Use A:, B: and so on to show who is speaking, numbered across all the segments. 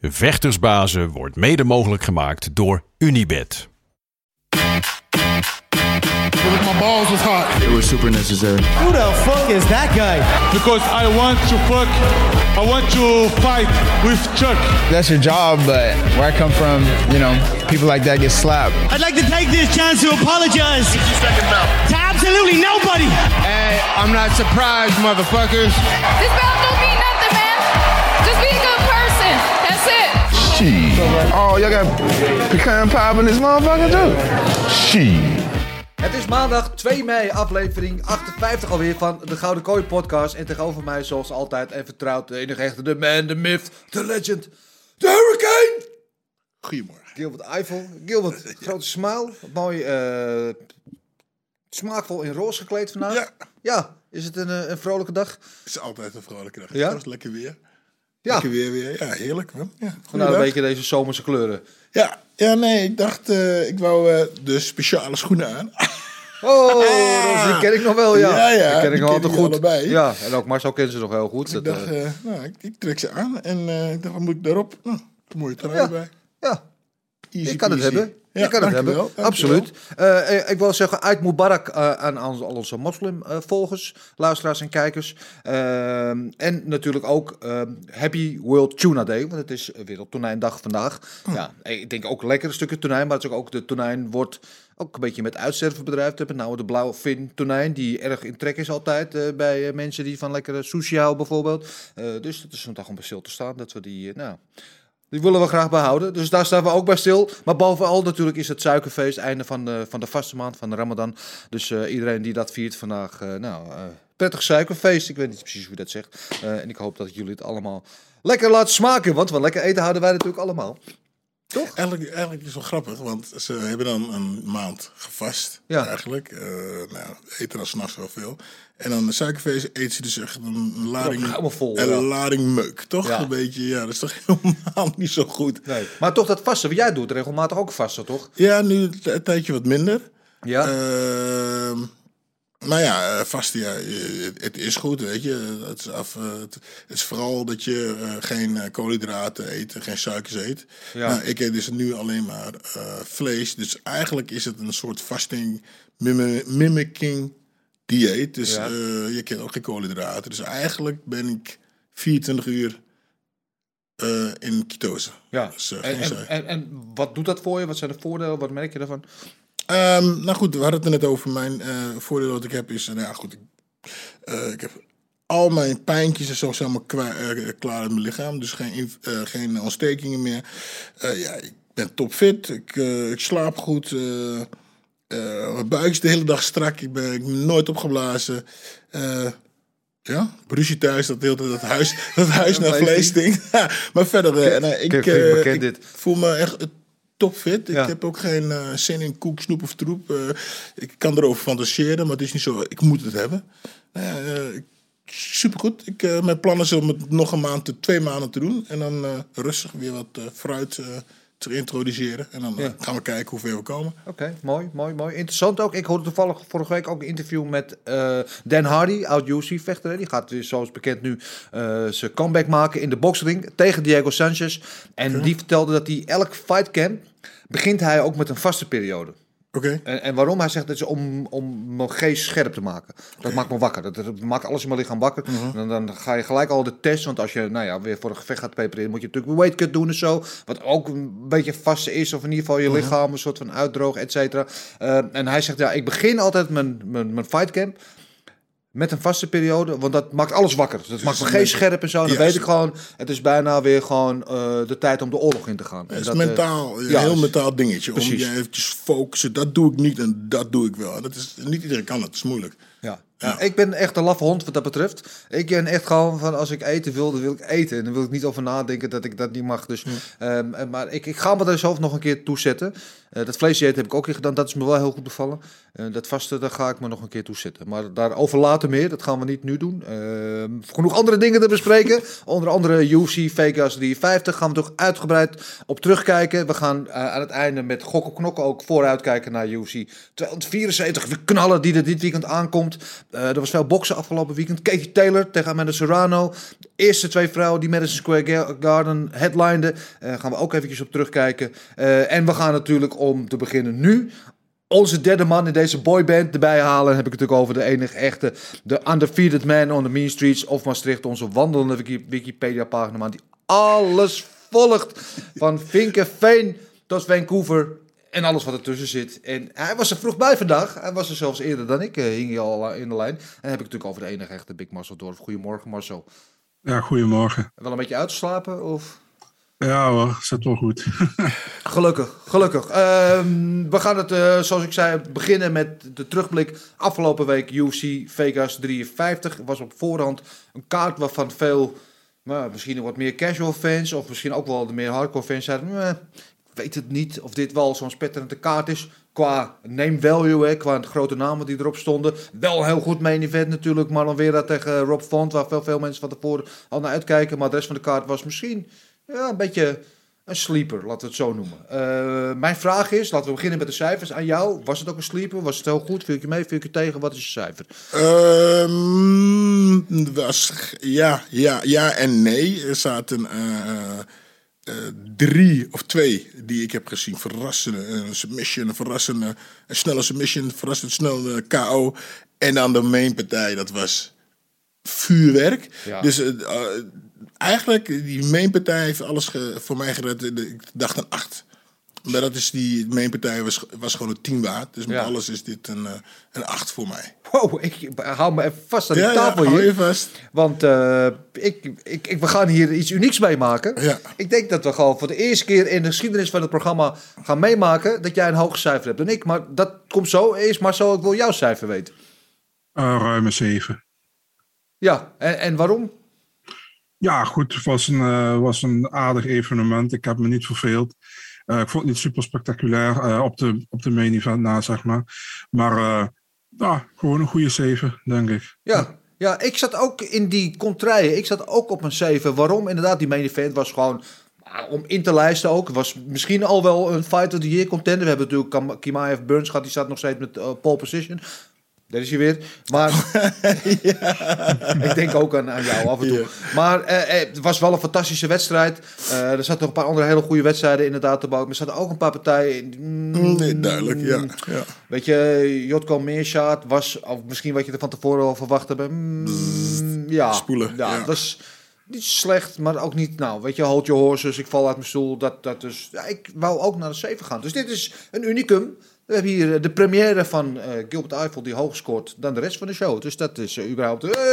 A: Vechtersbazen wordt mede mogelijk gemaakt door Unibet.
B: My balls was hot.
C: It was super necessary.
D: Who the fuck is that guy?
B: Because I want to fight with Chuck.
C: That's your job, but where I come from, people like that get slapped.
D: I'd like to take this chance to apologize to absolutely nobody.
E: Hey, I'm not surprised, motherfuckers.
F: This belt don't mean nothing, man. Just be a good person. That's it.
C: Shit. Oh, y'all got pecan pie in this motherfucker too? Shit.
G: Het is maandag 2 mei, aflevering 58 alweer van de Gouden Kooi podcast. En tegenover mij zoals altijd en vertrouwd de enige echte, de man, de myth, de legend, de Hurricane.
E: Goedemorgen.
G: Gilbert Eiffel. Gilbert, grote smile. Mooi, smaakvol in roze gekleed vandaag.
E: Ja.
G: Ja, is het een vrolijke dag?
E: Het is altijd een vrolijke dag.
G: Ja?
E: Het was lekker weer.
G: Ja.
E: Lekker weer. Ja, heerlijk man. Ja,
G: Vandaar een beetje deze zomerse kleuren.
E: Ja, nee, ik dacht, ik wou de speciale schoenen aan.
G: Oh, die ken ik nog wel, ja.
E: Ja,
G: die ken ik nog altijd goed.
E: Allebei.
G: Ja, en ook Marcel kent ze nog heel goed.
E: Dus ik dacht, ik trek ze aan en ik dacht, wat moet ik daarop? Nou, een mooie trui erbij.
G: Ja,
E: Easy
G: je kan het
E: peasy.
G: hebben.
E: Ja,
G: Je kan het hebben,
E: dankjewel.
G: absoluut. Ik wil zeggen, Eid Mubarak aan al onze moslimvolgers, luisteraars en kijkers. En natuurlijk ook Happy World Tuna Day, want het is Wereldtonijndag vandaag. Ja, ik denk ook lekker een stukje tonijn, maar het is ook de tonijn wordt ook een beetje met uitsterven bedrijf. Met name de blauwvin tonijn, die erg in trek is altijd bij mensen die van lekkere sushi houden bijvoorbeeld. Dus het is vandaag om bij stil te staan dat we die willen we graag behouden, dus daar staan we ook bij stil. Maar bovenal natuurlijk is het suikerfeest, einde van de vaste maand, van de Ramadan. Dus iedereen die dat viert vandaag, prettig suikerfeest. Ik weet niet precies hoe dat zegt. En ik hoop dat jullie het allemaal lekker laten smaken, want wel lekker eten houden wij natuurlijk allemaal. Toch?
E: Eigenlijk is het wel grappig, want ze hebben dan een maand gevast.
G: Ja.
E: Eigenlijk. Eten dan 's nachts wel veel. En dan de suikerfeest eten ze dus echt een lading meuk. Toch?
G: Ja.
E: Een beetje, dat is toch helemaal niet zo goed.
G: Nee. Maar toch dat vasten, want jij doet regelmatig ook vasten, toch?
E: Ja, nu een tijdje wat minder.
G: Ja.
E: Maar ja, vasten, het is goed, weet je. Het is vooral dat je geen koolhydraten eet, geen suikers eet.
G: Ja.
E: Nou, ik eet dus nu alleen maar vlees. Dus eigenlijk is het een soort fasting mimicking dieet. Dus je kent ook geen koolhydraten. Dus eigenlijk ben ik 24 uur in ketose.
G: Ja.
E: Dus,
G: en wat doet dat voor je? Wat zijn de voordelen? Wat merk je daarvan?
E: Nou goed, we hadden het er net over. Mijn voordeel dat ik heb is... ik heb al mijn pijntjes en zo zijn allemaal klaar in mijn lichaam. Dus geen ontstekingen meer. Ik ben topfit. Ik slaap goed. Mijn buik is de hele dag strak. Ik ben nooit opgeblazen. Ruzie thuis, dat huis naar vlees ding. Maar verder, ik voel me echt... topfit. Ik heb ook geen zin in koek, snoep of troep. Ik kan erover fantaseren, maar het is niet zo. Ik moet het hebben. Supergoed. Mijn plannen zijn om het nog een maand, 2 maanden te doen. En dan rustig weer wat fruit te introduceren. En dan gaan we kijken hoe ver we komen.
G: Oké, mooi. Interessant ook. Ik hoorde toevallig vorige week ook een interview met Dan Hardy, oud UFC-vechter. Die gaat weer, zoals bekend nu, zijn comeback maken in de boksring tegen Diego Sanchez. En die vertelde dat hij elk fightcamp begint hij ook met een vaste periode.
E: Okay.
G: En waarom? Hij zegt dat is om mijn geest scherp te maken. Dat maakt me wakker. Dat maakt alles in mijn lichaam wakker. En dan ga je gelijk al de test. Want als je weer voor een gevecht gaat prepareren, moet je natuurlijk weight cut doen en zo. Wat ook een beetje vasten is. Of in ieder geval je lichaam een soort van uitdrogen, et cetera. En hij zegt, ik begin altijd mijn fightcamp met een vaste periode, want dat maakt alles wakker. Dus dat maakt mijn geest scherp en zo. Dan weet ik gewoon, het is bijna weer gewoon de tijd om de oorlog in te gaan.
E: Het is mentaal, een heel mentaal dingetje. Precies. Om je eventjes focussen, dat doe ik niet en dat doe ik wel. Dat is, niet iedereen kan, dat is moeilijk.
G: Ja, ik ben echt een laffe hond wat dat betreft. Ik ben echt gewoon van, als ik eten wil, dan wil ik eten. En dan wil ik niet over nadenken dat ik dat niet mag. Dus, maar ik ga me daar zelf nog een keer toezetten. Dat vleesdieet heb ik ook een keer gedaan. Dat is me wel heel goed bevallen. Dat vasten, daar ga ik me nog een keer toezetten. Maar daarover later meer. Dat gaan we niet nu doen. Genoeg andere dingen te bespreken. Onder andere UFC Vegas 53 gaan we toch uitgebreid op terugkijken. We gaan aan het einde met Gok op Knokken ook vooruitkijken naar UFC 274. De knallen die er dit weekend aankomt. Er was veel boksen afgelopen weekend. Katie Taylor tegen Amanda Serrano. De eerste 2 vrouwen die Madison Square Garden headlineden. Gaan we ook eventjes op terugkijken. En we gaan natuurlijk om te beginnen nu onze derde man in deze boyband erbij halen. Dan heb ik het natuurlijk over de enige echte, de undefeated man on the mean streets of Maastricht. Onze wandelende Wikipedia-pagina, man, die alles volgt. Van Vinkenveen tot Vancouver en alles wat ertussen zit. En hij was er vroeg bij vandaag. Hij was er zelfs eerder dan ik. Hing hij al in de lijn. En dan heb ik het natuurlijk over de enige echte Big Marcel Dorff. Goedemorgen, Marcel.
H: Ja, goedemorgen.
G: Wel een beetje uitslapen of...
H: Ja hoor, zit wel goed.
G: Gelukkig. We gaan het, zoals ik zei, beginnen met de terugblik. Afgelopen week UFC Vegas 53. Was op voorhand een kaart waarvan veel, misschien wat meer casual fans, of misschien ook wel de meer hardcore fans zeiden, ik weet het niet of dit wel zo'n spetterende kaart is. Qua name value, qua de grote namen die erop stonden. Wel een heel goed main event natuurlijk. Marlon Vera tegen Rob Font, waar veel mensen van tevoren al naar uitkijken. Maar de rest van de kaart was misschien... ja, een beetje een sleeper, laten we het zo noemen. Mijn vraag is, laten we beginnen met de cijfers aan jou. Was het ook een sleeper? Was het heel goed? Viel ik je mee? Viel ik je tegen? Wat is je cijfer?
E: Ja en nee. Er zaten 3 of 2 die ik heb gezien. Verrassende submission, een snelle submission, verrassend snel KO. En dan de mainpartij, dat was vuurwerk. Ja. Dus... eigenlijk, die mainpartij heeft alles voor mij gered. Ik dacht een 8. Maar dat is die mainpartij was gewoon een 10 waard. Dus met alles is dit een 8 voor mij.
G: Wow, ik hou me even vast aan die tafel hier.
E: Hou je vast.
G: Want we gaan hier iets unieks meemaken. Ja. Ik denk dat we gewoon voor de eerste keer in de geschiedenis van het programma gaan meemaken dat jij een hoger cijfer hebt dan ik. Maar dat komt zo. Eerst Marcel, ik wil jouw cijfer weten.
H: Ruim een 7.
G: Ja, en waarom?
H: Ja, goed. Het was een aardig evenement. Ik heb me niet verveeld. Ik vond het niet super spectaculair op de main event na, zeg maar. Maar gewoon een goede 7, denk ik.
G: Ja, ik zat ook in die contraien. Ik zat ook op een 7. Waarom? Inderdaad, die main event was gewoon... om in te lijsten ook. Was misschien al wel een Fight of the Year contender. We hebben natuurlijk Chimaev Burns gehad. Die staat nog steeds met pole position. Daar is hij weer. Maar ik denk ook aan jou af en toe. Maar het was wel een fantastische wedstrijd. Er zaten nog een paar andere hele goede wedstrijden inderdaad te bouwen. Maar er zaten ook een paar partijen in.
E: Nee, duidelijk, ja.
G: Weet je, Jotko Meerschaat was, of misschien wat je er van tevoren al verwacht hebt.
E: Spoelen.
G: Ja, dat was niet slecht, maar ook niet, weet je, hold your horses, ik val uit mijn stoel. Dat dus, ik wou ook naar de 7 gaan. Dus dit is een unicum. We hebben hier de première van Gilbert Eiffel die hoger scoort dan de rest van de show. Dus dat is überhaupt...
E: weet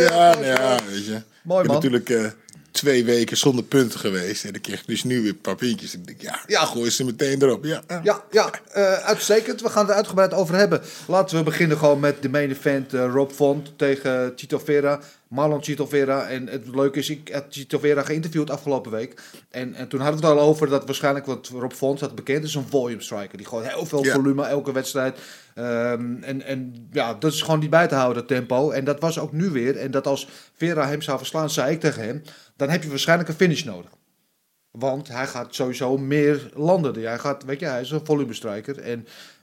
E: je.
G: Mooi man.
E: Natuurlijk 2 weken zonder punten geweest. En dan kreeg ik dus nu weer een paar puntjes. En ik denk, gooi ze meteen erop. Uitstekend. We gaan het er uitgebreid over hebben. Laten we beginnen gewoon met de main event. Rob Font tegen Chito Vera. Marlon Chito Vera. En het leuke is, ik had Chito Vera geïnterviewd afgelopen week. En toen hadden we het al over dat waarschijnlijk wat Rob Font had bekend is een volume striker. Die gewoon heel veel volume elke wedstrijd. Dat is gewoon niet bij te houden, dat tempo. En dat was ook nu weer. En dat als Vera hem zou verslaan, zei ik tegen hem, dan heb je waarschijnlijk een finish nodig. Want hij gaat sowieso meer landen. Hij is een volume striker. En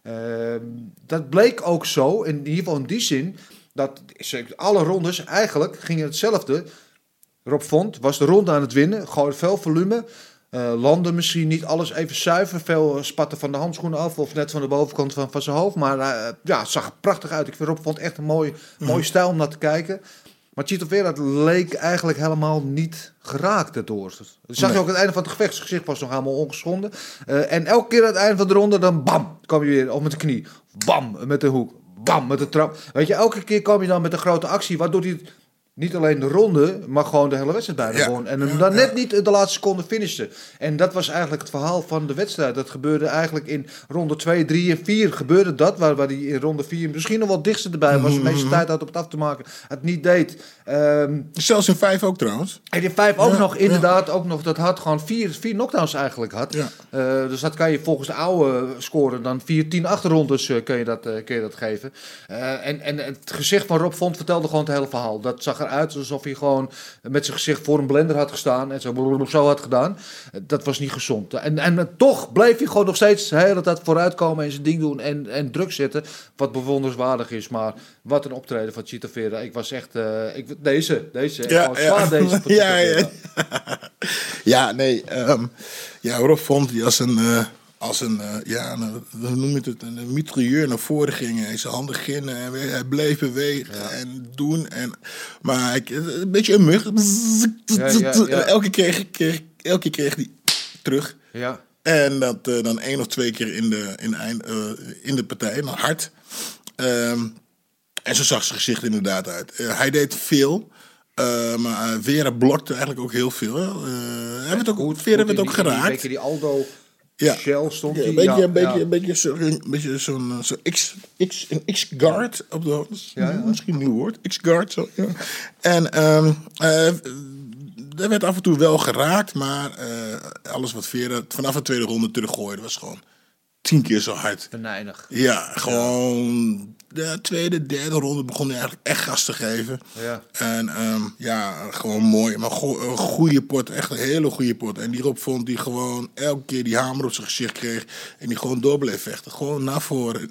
E: dat bleek ook zo, in ieder geval in die zin, dat alle rondes eigenlijk gingen hetzelfde. Rob Font was de ronde aan het winnen, gewoon veel volume. Landen misschien niet alles even zuiver. Veel spatten van de handschoenen af of net van de bovenkant van zijn hoofd. Maar het zag er prachtig uit. Ik vind Rob Font echt een mooie stijl om naar te kijken. Maar Chito Vera leek eigenlijk helemaal niet geraakt daardoor. Dat zag je ook aan het einde van het gevecht. Zijn gezicht was nog helemaal ongeschonden. En elke keer aan het einde van de ronde, dan bam, kwam je weer. Of met de knie. Bam, met de hoek. Bam, met de trap. Weet je, elke keer kwam je dan met een grote actie. Waardoor hij niet alleen de ronde, maar gewoon de hele wedstrijd bijna won. En hem dan net niet de laatste seconde finishte. En dat was eigenlijk het verhaal van de wedstrijd. Dat gebeurde eigenlijk in ronde 2, 3 en 4. Gebeurde dat, waar hij in ronde 4 misschien nog wel dichtste erbij was. De meeste tijd had op het af te maken. Het niet deed. Zelfs in 5 ook trouwens.
G: En in 5 ook nog, inderdaad. Ook nog, dat had gewoon 4 knockdowns eigenlijk had. Ja. Dus dat kan je volgens de oude scoren dan 4-10 achterrondes kun je dat geven. En het gezicht van Rob Font vertelde gewoon het hele verhaal. Dat zag eruit alsof hij gewoon met zijn gezicht voor een blender had gestaan en zo had gedaan. Dat was niet gezond. En toch bleef hij gewoon nog steeds de hele tijd vooruitkomen en zijn ding doen en druk zetten. Wat bewonderenswaardig is, maar wat een optreden van Chito Vera. Ik was echt... Deze. Zwaar deze.
E: Ja, nee. Rob vond hij als een hoe noem je het, een mitrailleur naar voren ging. En zijn handen ginnen en hij bleef bewegen en doen. Maar een beetje een mug. Elke keer kreeg hij terug.
G: Ja.
E: En dat dan 1 of 2 keer in de partij, maar hard. En zo zag zijn gezicht inderdaad uit. Hij deed veel. Maar Vera blokte eigenlijk ook heel veel. Vera werd ook geraakt.
G: Die Aldo
E: Ja.
G: Shell stond
E: Ja, een beetje zo'n X-guard op de hoofd. Misschien een nieuw woord. X-guard. Zo, ja. En er werd af en toe wel geraakt, maar alles wat Vera vanaf de tweede ronde teruggooide was gewoon 10 keer zo hard.
G: Venijnig.
E: Ja, gewoon de tweede, derde ronde begon hij eigenlijk echt gas te geven.
G: Ja.
E: En gewoon mooi. Maar een goede pot, echt een hele goede pot. En die Rob vond die gewoon elke keer die hamer op zijn gezicht kreeg. En die gewoon door bleef vechten. Gewoon naar voren,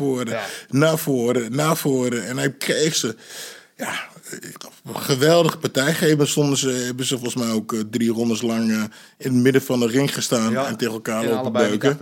E: naar voren. En hij kreeg ze. Ja, geweldige partij. Hebben ze volgens mij ook 3 rondes lang in het midden van de ring gestaan. En tegen elkaar lopen beuken.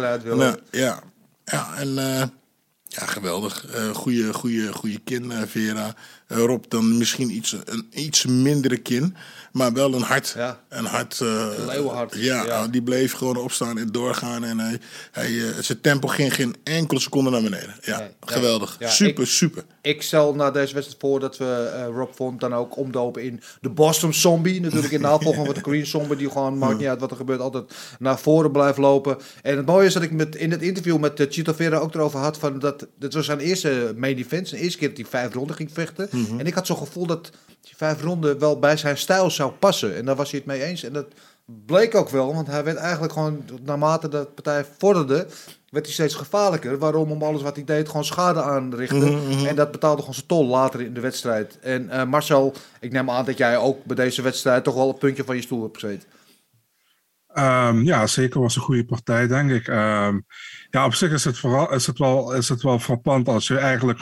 E: Geweldig. Goede kin, Vera. Rob dan misschien een iets mindere kin. Maar wel een hart. Ja. Een hart.
G: Leeuwenhart.
E: Die bleef gewoon opstaan en doorgaan. En zijn tempo ging geen enkele seconde naar beneden. Ja, geweldig. Ja, super.
G: Ik stel na deze wedstrijd voor dat we Rob Font dan ook omdopen in de Boston Zombie. Natuurlijk in navolging van de Korean Zombie. Die gewoon, maakt niet uit wat er gebeurt, altijd naar voren blijft lopen. En het mooie is dat ik in het interview met Chito Vera ook erover had. Van dat was zijn eerste main event. Zijn eerste keer dat hij 5 ronden ging vechten. Mm-hmm. En ik had zo'n gevoel dat die 5 ronden wel bij zijn stijl zou passen. En daar was hij het mee eens. En dat bleek ook wel. Want hij werd eigenlijk gewoon, naarmate de partij vorderde, werd hij steeds gevaarlijker. Waarom? Om alles wat hij deed gewoon schade aanrichten. Mm-hmm. En dat betaalde gewoon zijn tol later in de wedstrijd. En Marcel, ik neem aan dat jij ook bij deze wedstrijd toch wel een puntje van je stoel hebt gezeten.
H: Ja, zeker was een goede partij, denk ik. Op zich is het wel frappant als je eigenlijk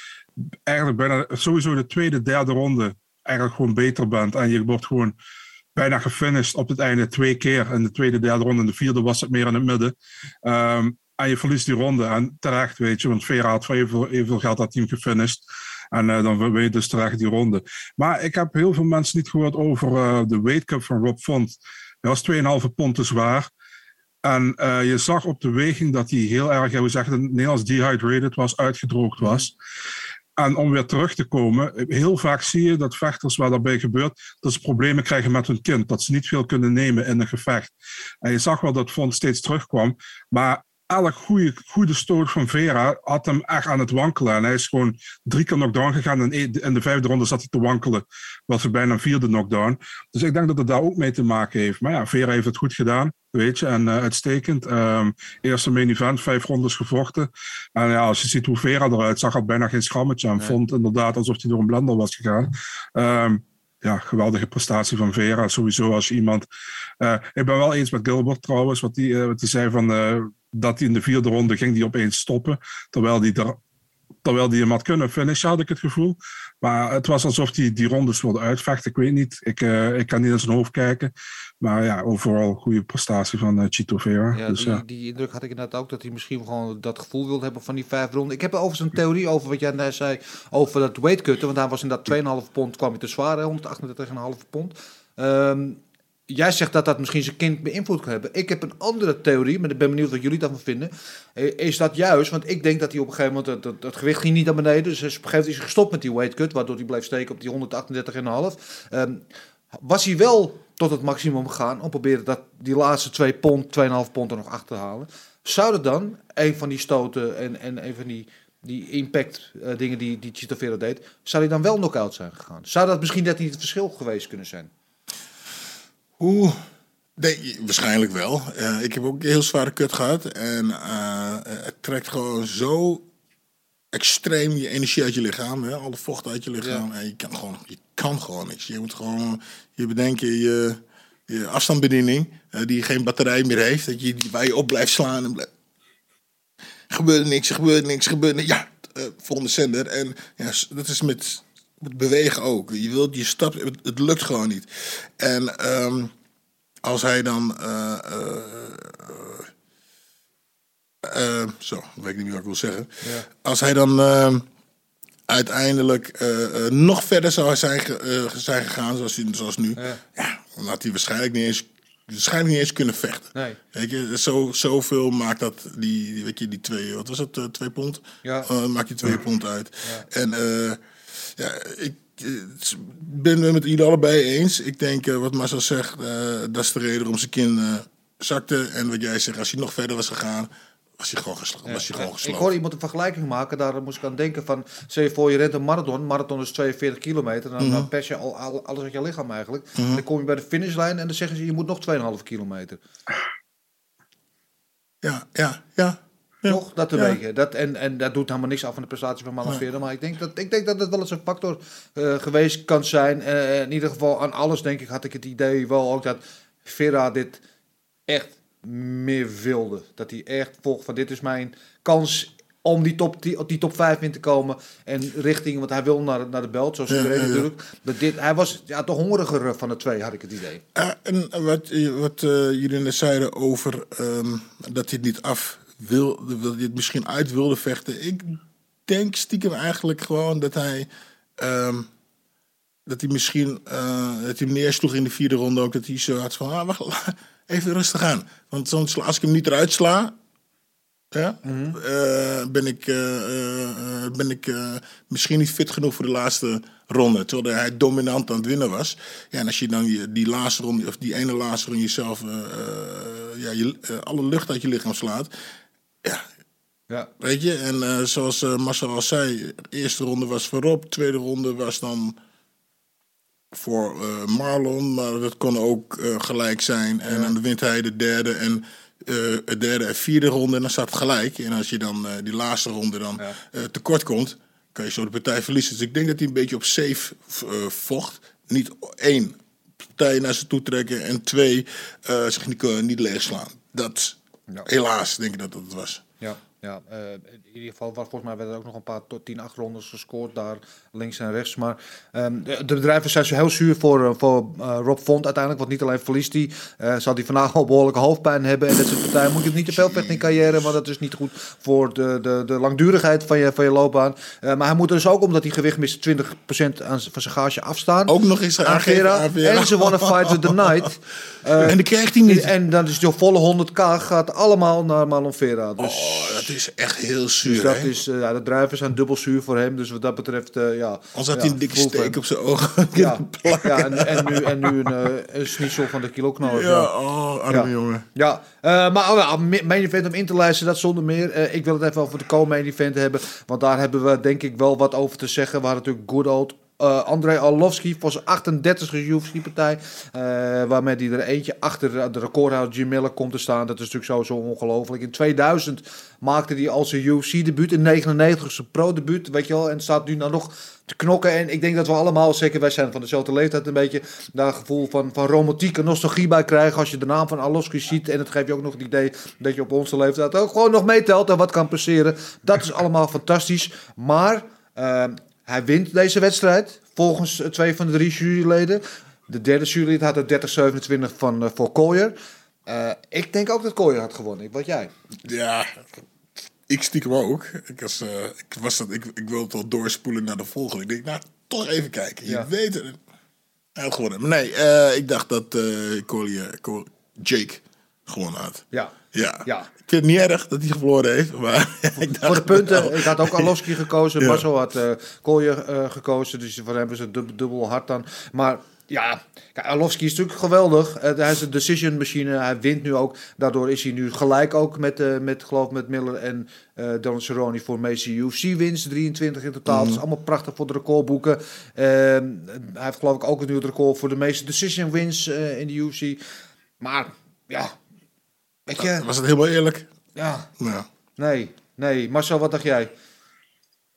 H: bijna sowieso de tweede, derde ronde eigenlijk gewoon beter bent. En je wordt gewoon bijna gefinished op het einde 2 keer. In de tweede, derde ronde. In de vierde was het meer in het midden. En je verliest die ronde. En terecht, weet je. Want Vera had voor evenveel geld dat team gefinished. En dan weet je dus terecht die ronde. Maar ik heb heel veel mensen niet gehoord over de weight cut van Rob Font. Hij was 2,5 pond te zwaar. En je zag op de weging dat hij heel erg, we zeggen het Nederlands, dehydrated was, uitgedroogd was. En om weer terug te komen, heel vaak zie je dat vechters waar daarbij gebeurt, dat ze problemen krijgen met hun kind. Dat ze niet veel kunnen nemen in een gevecht. En je zag wel dat Font steeds terugkwam. Maar elk goede stoot van Vera had hem echt aan het wankelen. En hij is gewoon 3 keer knockdown gegaan. En in de 5e ronde zat hij te wankelen. Was er bijna een 4e knockdown. Dus ik denk dat het daar ook mee te maken heeft. Maar ja, Vera heeft het goed gedaan. Weet je, en uitstekend. Eerste main event, 5 rondes gevochten. En ja, als je ziet hoe Vera eruit zag, had bijna geen schammetje. En vond inderdaad alsof hij door een blender was gegaan. Geweldige prestatie van Vera. Sowieso als je iemand... ik ben wel eens met Gilbert trouwens, wat die zei van... dat hij in de 4e ronde ging die opeens stoppen. Terwijl die hem had kunnen finishen, had ik het gevoel. Maar het was alsof die rondes wilde uitvechten. Ik weet niet. Ik kan niet in zijn hoofd kijken. Maar ja, overal goede prestatie van Chito Vera.
G: Ja, dus, die indruk had ik inderdaad ook. Dat hij misschien gewoon dat gevoel wilde hebben van die 5 ronden. Ik heb overigens een theorie over wat jij net zei. Over dat weight cutten. Want hij was inderdaad 2,5 pond. Kwam hij te zwaar, 138,5 pond. Jij zegt dat misschien zijn kind beïnvloed kan hebben. Ik heb een andere theorie, maar ik ben benieuwd wat jullie daarvan vinden. Is dat juist? Want ik denk dat hij op een gegeven moment... Het gewicht ging niet naar beneden. Dus op een gegeven moment is hij gestopt met die weight cut. Waardoor hij bleef steken op die 138,5. Was hij wel tot het maximum gegaan om proberen die laatste 2 pond, 2,5 pond er nog achter te halen. Zou er dan een van die stoten en een van die impact dingen die Chito Vera deed, zou hij dan wel knock-out zijn gegaan? Zou dat misschien net niet het verschil geweest kunnen zijn?
E: Nee, waarschijnlijk wel. Ik heb ook een heel zware kut gehad. En het trekt gewoon zo extreem je energie uit je lichaam. Hè? Alle vocht uit je lichaam. En je kan gewoon niks. Je moet gewoon je bedenken, je afstandsbediening, die geen batterij meer heeft. Dat je waar je op blijft slaan. En gebeurt niks. Ja, volgende zender. En ja, dat is met bewegen ook. Je wilt je stap, het lukt gewoon niet. En als hij dan... weet ik niet meer wat ik wil zeggen. Ja. Als hij dan uiteindelijk nog verder zou zijn gegaan, zoals nu, dan had hij waarschijnlijk niet eens kunnen vechten. Nee. Weet je, zoveel maakt dat die 2, wat was het, 2 pond? Ja. Maakt je 2 pond uit. Ja. En ik ben het met jullie allebei eens. Ik denk, wat Marcel zegt, dat is de reden waarom zijn kin zakte. En wat jij zegt, als hij nog verder was gegaan, was hij gewoon geslagen.
G: Ik hoorde iemand een vergelijking maken, daar moest ik aan denken van, stel je voor je rent een marathon. Marathon is 42 kilometer, dan pers je alles uit je lichaam eigenlijk. Dan kom je bij de finishlijn en dan zeggen ze, je moet nog 2,5 kilometer.
E: Ja.
G: Toch? Dat een beetje. En dat doet helemaal niks af van de prestatie van Malavera. Maar ik denk dat het wel eens een factor geweest kan zijn. In ieder geval aan alles, denk ik, had ik het idee wel ook dat Vera dit echt meer wilde. Dat hij echt volgt van dit is mijn kans om die top 5 in te komen. En richting, want hij wil naar de belt, zoals iedereen natuurlijk. Hij was de hongeriger van de 2, had ik het idee.
E: En wat jullie net zeiden over dat hij het niet dat hij het misschien uit wilde vechten. Ik denk stiekem eigenlijk gewoon dat hij misschien dat hij neersloeg in de 4e ronde ook, dat hij zo had van wacht, even rustig aan. Want soms als ik hem niet eruit sla, ben ik misschien niet fit genoeg voor de laatste ronde. Terwijl hij dominant aan het winnen was. Ja, en als je dan die laatste ronde, of die ene laatste ronde jezelf alle lucht uit je lichaam slaat. Ja. Weet je, en zoals Marcel al zei, de eerste ronde was voor Rob, tweede ronde was dan voor Marlon, maar dat kon ook gelijk zijn. En dan wint hij de derde en derde en vierde ronde en dan staat het gelijk. En als je dan die laatste ronde dan tekort komt, kan je zo de partij verliezen. Dus ik denk dat hij een beetje op safe vocht. Niet 1, partij naar ze toe trekken en 2, zich niet leegslaan. Dat, helaas, denk ik dat het was.
G: Ja, in ieder geval, volgens mij werden er ook nog een paar tot 10-8 rondes gescoord daar links en rechts. Maar de bedrijven zijn zo heel zuur voor Rob Font uiteindelijk, want niet alleen verliest hij, zal hij vandaag al behoorlijke hoofdpijn hebben. En dat soort partijen moet je niet te veel vechten in carrière, want dat is niet goed voor de langdurigheid van je loopbaan. Maar hij moet dus ook, omdat hij gewicht mist, 20% van zijn gage afstaan.
E: Ook nog eens aan Vera.
G: En ze wanna fight with the night.
E: En die krijgt hij niet.
G: En dan is de volle 100k gaat allemaal naar Marlon Vera. Dus,
E: dat is echt heel zuur.
G: Dus dat is, de drijvers zijn dubbel zuur voor hem. Dus wat dat betreft,
E: Als had hij een dikke steek op zijn ogen.
G: En nu een schnitzel van de kiloknoller.
E: Arme jongen.
G: Ja, maar main event om in te lijsten, dat zonder meer. Ik wil het even over de co-main event hebben. Want daar hebben we denk ik wel wat over te zeggen. We hadden natuurlijk good old Andrei Arlovski voor zijn 38e UFC-partij. Waarmee hij er eentje achter de recordhouder Jim Miller komt te staan. Dat is natuurlijk zo ongelooflijk. In 2000 maakte hij al zijn UFC-debuut. In 99 zijn pro-debuut. Weet je wel. En staat nu nou nog te knokken. En ik denk dat we allemaal, zeker wij zijn van dezelfde leeftijd, een beetje daar een gevoel van romantiek en nostalgie bij krijgen. Als je de naam van Arlovski ziet. En het geeft je ook nog het idee dat je op onze leeftijd ook gewoon nog meetelt en wat kan passeren. Dat is allemaal fantastisch. Maar hij wint deze wedstrijd, volgens 2 van de 3 juryleden. De derde jurylid had het 30-27 voor Collier. Ik denk ook dat Collier had gewonnen. Wat jij?
E: Ja, ik stiekem ook. Ik wilde het al doorspoelen naar de volgende. Ik denk, nou, toch even kijken. Je weet het. Hij had gewonnen. Maar nee, ik dacht dat Jake gewonnen had.
G: Ja.
E: Ik vind het niet erg dat hij verloren heeft. Maar ik dacht,
G: voor de punten, ik had ook Arlovski gekozen. Marcel had Collier gekozen. Dus voor hem is het dubbel hard dan. Maar ja, Arlovski is natuurlijk geweldig. Hij is een decision machine. Hij wint nu ook. Daardoor is hij nu gelijk ook met Miller en Donald Cerrone voor de meeste UFC-wins. 23 in totaal. Dat is allemaal prachtig voor de recordboeken. Hij heeft geloof ik ook nu het record voor de meeste decision wins in de UFC. Maar ja, weet je,
E: was het helemaal eerlijk?
G: Ja. Nee. Marcel, wat dacht jij?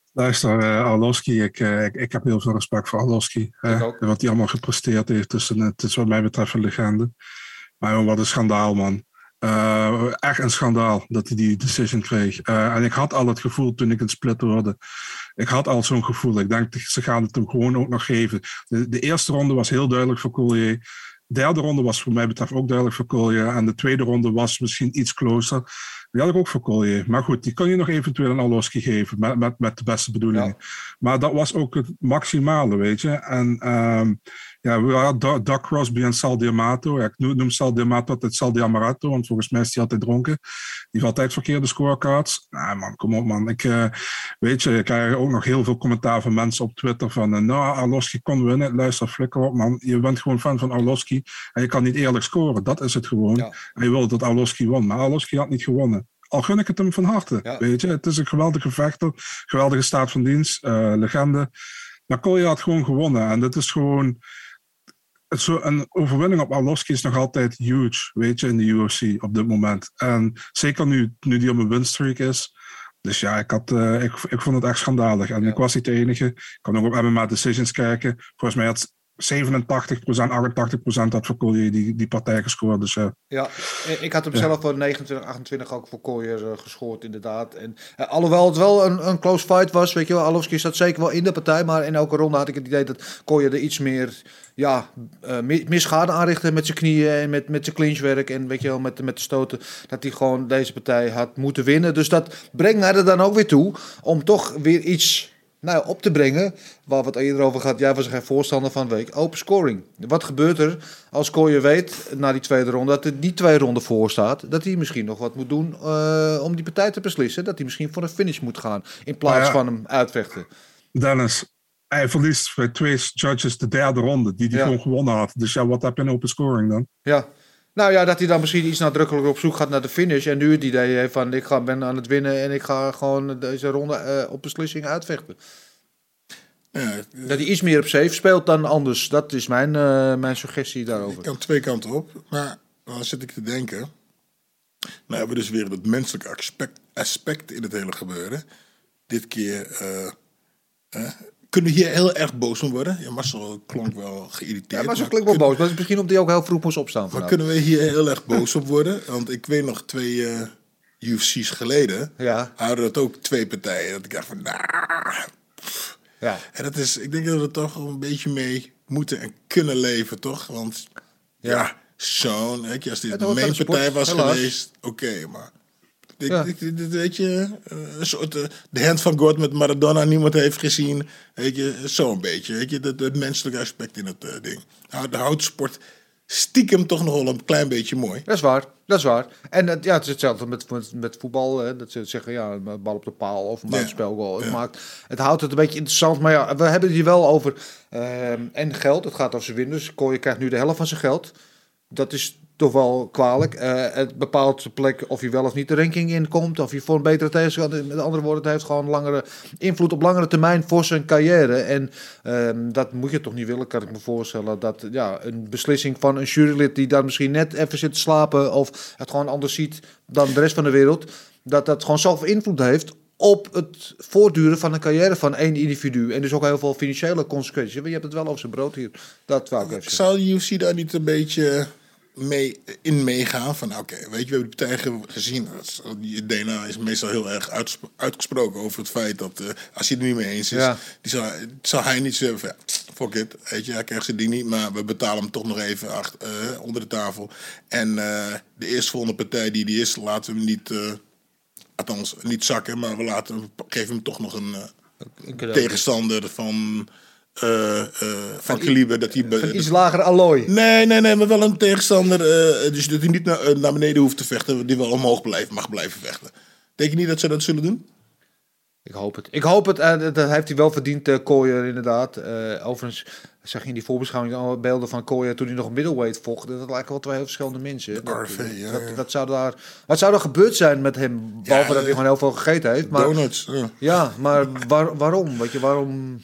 H: Luister, Arlovski, ik heb heel veel respect voor Arlovski. Wat hij allemaal gepresteerd heeft. Dus het is wat mij betreft een legende. Maar joh, wat een schandaal, man. Echt een schandaal dat hij die decision kreeg. En ik had al het gevoel toen ik het split hoorde. Ik had al zo'n gevoel. Ik denk, ze gaan het hem gewoon ook nog geven. De eerste ronde was heel duidelijk voor Collier. De derde ronde was voor mij betreft ook duidelijk voor Collier. En de tweede ronde was misschien iets closer. Die had ik ook voor Collier. Maar goed, die kon je nog eventueel een Arlovski geven. Met de beste bedoelingen. Ja. Maar dat was ook het maximale, weet je. En we hadden Doug Crosby en Sal D'Amato. Ik noem Sal D'Amato altijd Sal D'Amarato. Want volgens mij is hij altijd dronken. Die heeft altijd verkeerde scorecards. Nou man, kom op man. Ik krijg ook nog heel veel commentaar van mensen op Twitter. Van Arlovski kon winnen. Luister, flikker op man. Je bent gewoon fan van Arlovski. En je kan niet eerlijk scoren. Dat is het gewoon. Ja. En je wilde dat Arlovski won. Maar Arlovski had niet gewonnen. Al gun ik het hem van harte. Ja. Weet je, het is een geweldige vechter. Geweldige staat van dienst. Legende. Maar Collier had gewoon gewonnen. En dit is gewoon... Een overwinning op Arlovski is nog altijd huge. Weet je, in de UFC op dit moment. En zeker nu die op een winstreak is. Dus ja, ik vond het echt schandalig. En ik was niet de enige. Ik kan ook op MMA Decisions kijken. Volgens mij had 87%, 88% had voor Collier die partij gescoord. Dus,
G: ja, ik had hem zelf voor 29-28 ook voor Collier gescoord inderdaad. En, alhoewel het wel een close fight was, weet je wel, Arlovski zat zeker wel in de partij, maar in elke ronde had ik het idee dat Collier er iets meer meer schade aanrichtte met zijn knieën en met zijn clinchwerk en weet je wel, met de stoten, dat hij gewoon deze partij had moeten winnen. Dus dat brengt mij er dan ook weer toe om toch weer iets op te brengen, waar we het eerder over gehad. Jij was er geen voorstander van week. Open scoring. Wat gebeurt er als Collier weet, na die tweede ronde, dat er niet 2 ronden voor staat, dat hij misschien nog wat moet doen om die partij te beslissen, dat hij misschien voor een finish moet gaan, in plaats van hem uitvechten.
H: Dennis, hij verliest bij 2 judges de derde ronde, die gewoon gewonnen had. Dus ja, wat heb je in open scoring dan?
G: Ja. Nou ja, dat hij dan misschien iets nadrukkelijker op zoek gaat naar de finish en nu het idee heeft van ben aan het winnen en ik ga gewoon deze ronde op beslissing uitvechten. Ja, dat hij iets meer op safe speelt dan anders. Dat is mijn suggestie daarover.
E: Ik kan 2 kanten op, maar dan zit ik te denken. Nou hebben we dus weer het menselijke aspect in het hele gebeuren. Dit keer kunnen we hier heel erg boos om worden. Ja, Marcel klonk wel geïrriteerd.
G: Ja, Marcel klonk wel boos. Maar misschien omdat hij ook heel vroeg moest opstaan.
E: Maar kunnen we hier heel erg boos op worden? Want ik weet nog 2 UFC's geleden hadden dat ook 2 partijen. Dat ik dacht van ja. En dat is, ik denk dat we er toch een beetje mee moeten en kunnen leven, toch? Want zo'n, als dit de mainpartij was geweest, oké, maar... weet je, een soort de hand van God met Maradona, niemand heeft gezien. Weet je, zo'n beetje. Weet je, het menselijke aspect in het ding. De houtsport stiekem toch nog wel een klein beetje mooi.
G: Dat is waar. En het is hetzelfde met voetbal. Hè, dat ze zeggen, een bal op de paal of een buitenspelgoal. Het houdt het een beetje interessant. Maar we hebben het hier wel over en geld. Het gaat over zijn winnen. Dus Collier krijgt nu de helft van zijn geld. Dat is toch wel kwalijk. Het bepaalt de plek of je wel of niet de ranking inkomt, of je voor een betere tegenstander. Met andere woorden, het heeft gewoon langere invloed op langere termijn voor zijn carrière. En dat moet je toch niet willen, kan ik me voorstellen. Dat een beslissing van een jurylid die daar misschien net even zit te slapen of het gewoon anders ziet dan de rest van de wereld, dat gewoon zoveel invloed heeft op het voortduren van een carrière van één individu. En dus ook heel veel financiële consequenties. Je hebt het wel over zijn brood hier. Dat wou ik even zeggen.
E: Zou de UFC daar niet een beetje meegaan? Van weet je, we hebben de partij gezien. Die DNA is meestal heel erg uitgesproken over het feit dat als hij het er niet mee eens is, zal hij niet zeggen van fuck it, weet je, hij krijgt zijn ding niet, maar we betalen hem toch nog even onder de tafel. En de eerstvolgende partij die is, laten we hem niet... althans, niet zakken, maar geven hem toch nog een tegenstander van kaliber. Dat hij
G: van iets lager allooi.
E: Nee, maar wel een tegenstander. Dus dat hij niet naar beneden hoeft te vechten, die wel omhoog mag blijven vechten. Denk je niet dat ze dat zullen doen?
G: Ik hoop het. Dat heeft hij wel verdiend, Collier, inderdaad. Overigens zag je in die voorbeschouwing al beelden van Collier toen hij nog middleweight vocht. Dat lijken wel 2 heel verschillende mensen. Wat zou er gebeurd zijn met hem? Behalve dat hij gewoon heel veel gegeten heeft. Maar,
E: donuts.
G: Ja, maar waarom? Weet je, waarom...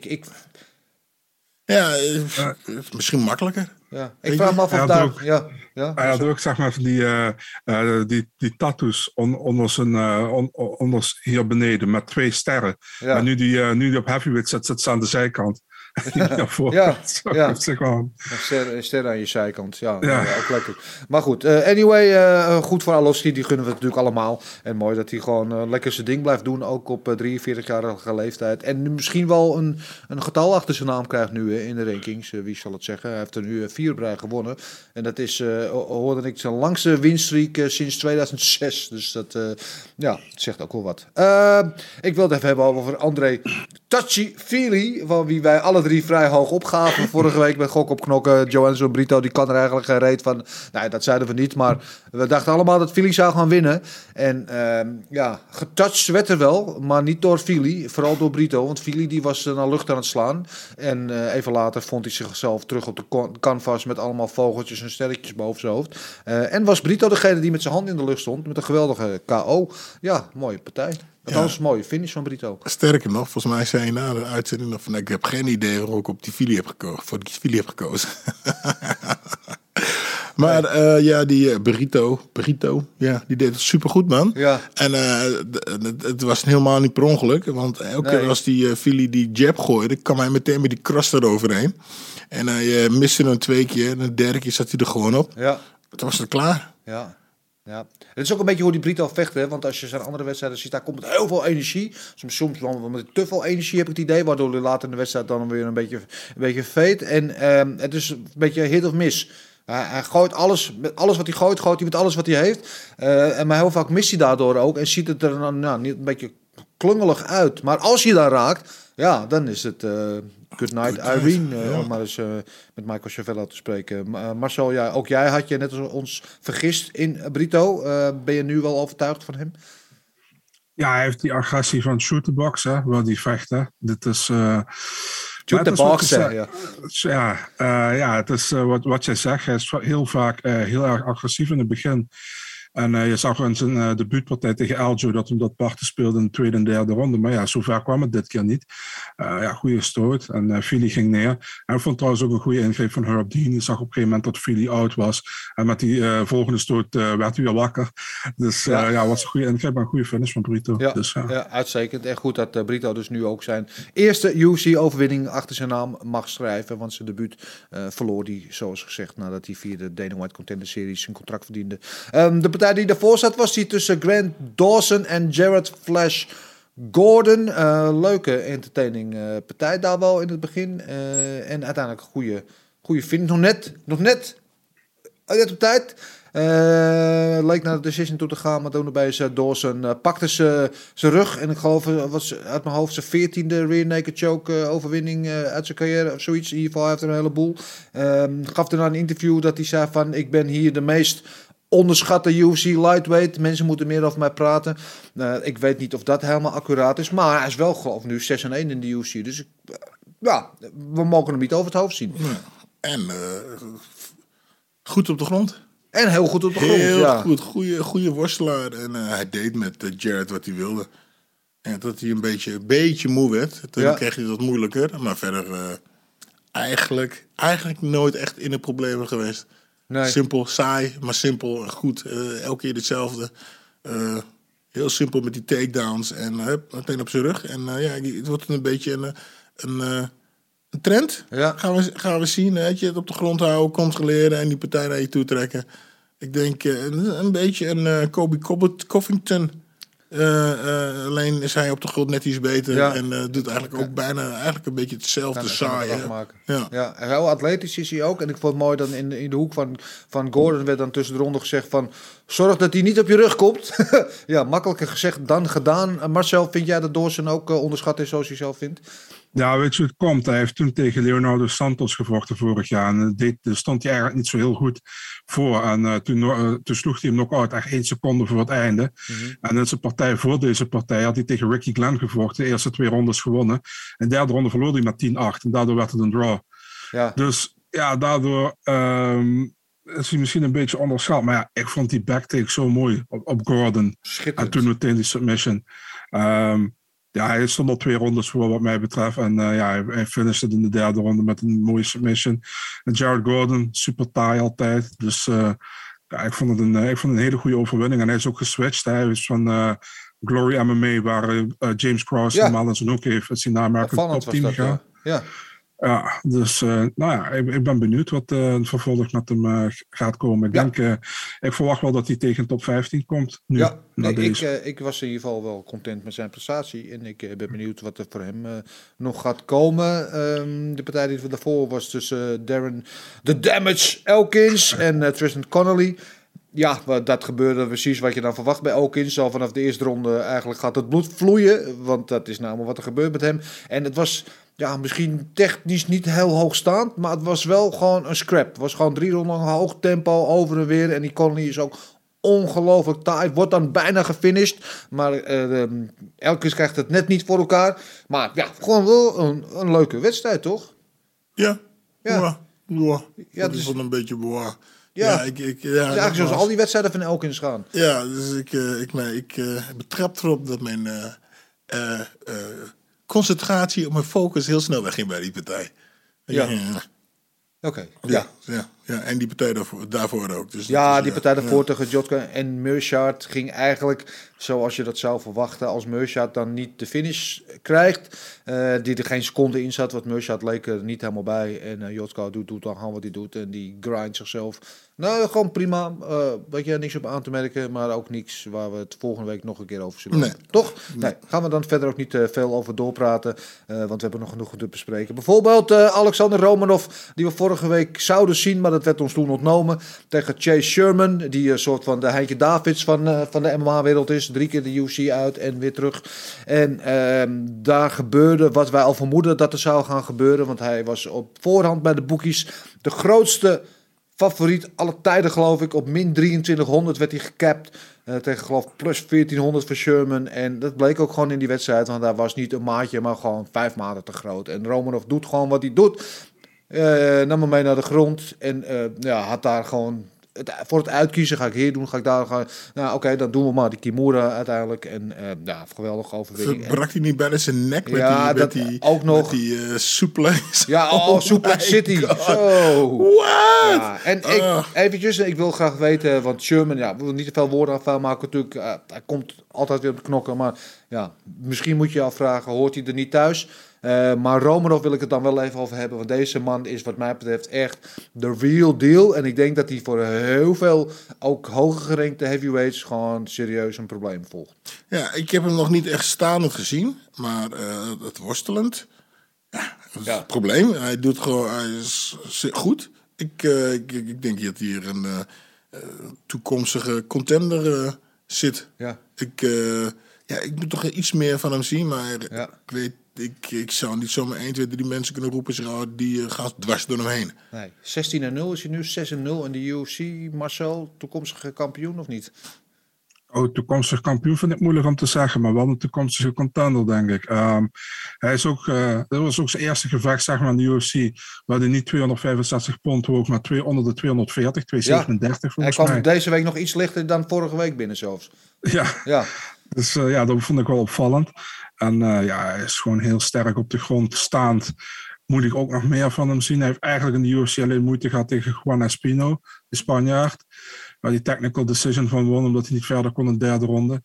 E: misschien makkelijker.
G: Ja, ik vraag me af of daar... Ja,
H: Hij had ook zeg maar van die tattoos onder hier beneden met 2 sterren.
G: Ja.
H: En nu die op heavyweight zit ze aan de zijkant.
G: Ja.
H: Gewoon.
G: Een ster aan je zijkant. Ja, ook lekker. Maar goed, anyway, goed voor Arlovski. Die gunnen we het natuurlijk allemaal. En mooi dat hij gewoon lekker zijn ding blijft doen. Ook op 43-jarige leeftijd. En nu misschien wel een getal achter zijn naam krijgt nu in de rankings. Wie zal het zeggen? Hij heeft er nu 4 op rij gewonnen. En dat is, hoorde ik, zijn langste winstreak sinds 2006. Dus dat zegt ook wel wat. Ik wil het even hebben over André Touchy-Fili, van wie wij alle 3 vrij hoog opgaven vorige week met Gok op Knokken. Joanzo Brito, die kan er eigenlijk geen reet van. Nee, dat zeiden we niet, maar we dachten allemaal dat Fili zou gaan winnen. En getouched werd er wel, maar niet door Fili, vooral door Brito. Want Fili die was naar lucht aan het slaan. En even later vond hij zichzelf terug op de canvas met allemaal vogeltjes en sterretjes boven zijn hoofd. En was Brito degene die met zijn hand in de lucht stond, met een geweldige KO. Ja, mooie partij. Dat was een mooie finish van Brito.
E: Sterker nog, volgens mij zei je na de uitzending nog van ik heb geen idee waarom ik op die Fili heb gekozen. Voor die Fili heb gekozen. Maar die Brito, ja, die deed het supergoed, man.
G: Ja.
E: En het was helemaal niet per ongeluk. Want elke keer als die Fili die jab gooide, kwam hij meteen met die cross eroverheen. En hij miste hem 2 keer. En de derde keer zat hij er gewoon op.
G: Ja.
E: Toen was het klaar.
G: Ja. Ja, het is ook een beetje hoe die Brito vecht, hè? Want als je zijn andere wedstrijden ziet, daar komt met heel veel energie. Soms wel met te veel energie, heb ik het idee, waardoor hij later in de wedstrijd dan weer een beetje veet. En het is een beetje hit of miss. Hij gooit alles wat hij gooit hij met alles wat hij heeft. Maar heel vaak mist hij daardoor ook en ziet het er dan niet een beetje klungelig uit. Maar als je daar raakt, ja, dan is het good night Irene, om maar eens met Michael Chavello te spreken. Marcel, ook jij had je net als ons vergist in Brito. Ben je nu wel overtuigd van hem?
H: Ja, hij heeft die agressie van shoot the box, hè, waar die vecht. Hè. Dit is...
G: shoot the box,
H: het is wat jij zegt. Hij is heel vaak heel erg agressief in het begin. En je zag in zijn debuutpartij tegen Aljo dat hem dat parten speelde in de 2e en 3e ronde. Maar ja, zover kwam het dit keer niet. Goede stoot. En Fili ging neer. En ik vond trouwens ook een goede ingreep van Herb Dean. Je zag op een gegeven moment dat Fili oud was. En met die volgende stoot werd hij weer wakker. Dus was een goede ingreep en een goede finish van Brito.
G: Ja,
H: dus,
G: uitstekend. En goed dat Brito dus nu ook zijn eerste UFC-overwinning achter zijn naam mag schrijven. Want zijn debuut verloor hij, zoals gezegd, nadat hij via de Dana White Contender Series zijn contract verdiende. De partij die daarvoor zat was die tussen Grant Dawson en Jared Flash Gordon. Leuke entertaining partij daar wel in het begin. En uiteindelijk goede finish. Nog net op tijd. Leek naar de decision toe te gaan, maar toen bij Dawson pakte ze zijn rug. En ik geloof, het was uit mijn hoofd zijn 14e rear naked choke overwinning uit zijn carrière of zoiets. In ieder geval, hij heeft er een heleboel. Gaf er een interview dat hij zei van, ik ben hier de meest onderschatte UFC lightweight. Mensen moeten meer over mij praten. Ik weet niet of dat helemaal accuraat is, maar hij is wel, geloof ik, nu 6-1 in de UFC. Dus we mogen hem niet over het hoofd zien.
E: Ja. En goed op de grond.
G: En heel goed op de grond.
E: Heel goed. Goede worstelaar. En hij deed met Jared wat hij wilde. En dat hij een beetje moe werd. Toen kreeg hij het wat moeilijker. Maar verder eigenlijk nooit echt in de problemen geweest.
G: Nee.
E: Simpel, saai, maar simpel en goed. Elke keer hetzelfde. Heel simpel met die takedowns. En meteen op zijn rug. En het wordt een beetje een trend.
G: Ja.
E: Gaan we zien. Weet je, het op de grond houden, controleren en die partij naar je toe trekken. Ik denk een beetje een Kobe Covington. Alleen is hij op de grond net iets beter. Ja. En doet eigenlijk ook bijna een beetje hetzelfde saaie.
G: Ja, heel atletisch is hij ook. En ik vond het mooi dan in de hoek van Gordon werd dan tussen de ronde gezegd van, zorg dat hij niet op je rug komt. Ja, makkelijker gezegd dan gedaan. Marcel, vind jij dat Dawson ook onderschat is zoals hij zelf vindt?
H: Ja, weet je hoe het komt? Hij heeft toen tegen Leonardo Santos gevochten vorig jaar. En stond hij eigenlijk niet zo heel goed voor. En toen sloeg hij hem nog uit, echt 1 seconde voor het einde. Mm-hmm. En in zijn partij voor deze partij had hij tegen Ricky Glenn gevochten. De eerste 2 rondes gewonnen. En de 3e ronde verloor hij met 10-8. En daardoor werd het een draw. Ja. Dus ja, daardoor is hij misschien een beetje onderschat. Maar ja, ik vond die backtake zo mooi op Gordon.
G: Schitterend.
H: En toen meteen die submission. Ja, hij stond al 2 rondes voor wat mij betreft. En hij finishte in de 3e ronde met een mooie submission. En Jared Gordon, super taai altijd. Dus ik vond het een hele goede overwinning. En hij is ook geswitcht. Hij is van Glory MMA, waar James Cross normaal in zijn hoek heeft. Is hij naar American Top Team gegaan. Ja, dus ik ben benieuwd wat vervolg met hem gaat komen. Ik verwacht wel dat hij tegen top 15 komt. Nu,
G: ik was in ieder geval wel content met zijn prestatie. En ik ben benieuwd wat er voor hem nog gaat komen. De partij die daarvoor was tussen Darren The Damage Elkins en Tristan Connolly. Ja, dat gebeurde precies wat je dan verwacht bij Elkins. Al vanaf de eerste ronde eigenlijk gaat het bloed vloeien. Want dat is namelijk wat er gebeurt met hem. En het was... Ja, misschien technisch niet heel hoogstaand, maar het was wel gewoon een scrap. Het was gewoon 3 ronden lang hoog tempo over en weer. En die Conley is ook ongelooflijk taai. Wordt dan bijna gefinished, maar Elkins krijgt het net niet voor elkaar. Maar ja, gewoon wel een leuke wedstrijd, toch?
E: Ja.
G: Dat
E: is wel een beetje boah.
G: Eigenlijk zoals al die wedstrijden van Elkins gaan.
E: Ja, dus ik betrap erop dat mijn... concentratie op mijn focus heel snel wegging bij die partij.
G: Oké.
E: Ja, en die partij daarvoor ook. Dus
G: die partij daarvoor tegen Jotka en Meerschaert ging eigenlijk zoals je dat zou verwachten. Als Meerschaert dan niet de finish krijgt, die er geen seconde in zat, wat Meerschaert leek er niet helemaal bij. En Jotka doet dan gewoon wat hij doet en die grindt zichzelf. Nou, gewoon prima. Weet je, niks op aan te merken, maar ook niks waar we het volgende week nog een keer over zullen hebben. Toch? Nee, gaan we dan verder ook niet veel over doorpraten, want we hebben nog genoeg te bespreken. Bijvoorbeeld Alexander Romanov, die we vorige week zouden zien, maar dat werd ons toen ontnomen, tegen Chase Sherman, die een soort van de Heintje Davids van de MMA-wereld is. 3 keer de UFC uit en weer terug. En daar gebeurde wat wij al vermoeden dat er zou gaan gebeuren, want hij was op voorhand bij de boekies de grootste favoriet alle tijden, geloof ik. Op min 2300 werd hij gecapt. Tegen, geloof ik, plus 1400 voor Sherman. En dat bleek ook gewoon in die wedstrijd. Want hij was niet een maatje, maar gewoon 5 maten te groot. En Romanov doet gewoon wat hij doet. Nam hem mee naar de grond. En had daar gewoon... voor het uitkiezen, ga ik hier doen, ga ik daar gaan. Nou, oké, dan doen we maar die Kimura uiteindelijk. En geweldige overwinning.
E: Brak hij niet bijna zijn nek
G: met die
E: suplex?
G: Ja, suplex City. Zo.
E: What?
G: Ja, en ik wil graag weten, want Sherman, we willen niet te veel woorden aan vuil maken natuurlijk. Hij komt altijd weer op de knokken, maar misschien moet je je afvragen, hoort hij er niet thuis? Maar Romanov wil ik het dan wel even over hebben. Want deze man is wat mij betreft echt de real deal. En ik denk dat hij voor heel veel ook hoger gerankte heavyweights gewoon serieus een probleem volgt.
E: Ja, ik heb hem nog niet echt staand gezien. Maar het worstelend. Dat is het probleem. Hij is goed. Ik denk dat hier een toekomstige contender zit.
G: Ja.
E: Ik moet toch iets meer van hem zien. Maar ik weet... Ik zou niet zomaar 1, 2, 3 mensen kunnen roepen. Die gaan dwars door hem heen.
G: Nee, 16-0 is hij nu, 6-0 in de UFC. Marcel, toekomstige kampioen of niet?
H: Toekomstig kampioen vind ik moeilijk om te zeggen. Maar wel een toekomstige contender, denk ik. Hij is ook... dat was ook zijn eerste gevecht, zeg maar, in de UFC. Waar hij niet 265 pond woog, maar onder de 240, 237 volgens mij.
G: Hij kwam deze week nog iets lichter dan vorige week binnen zelfs.
H: Ja. Dus dat vond ik wel opvallend. En hij is gewoon heel sterk op de grond staand. Moet ik ook nog meer van hem zien. Hij heeft eigenlijk in de UFC alleen moeite gehad tegen Juan Espino, de Spanjaard. Waar die technical decision van won, omdat hij niet verder kon in de 3e ronde.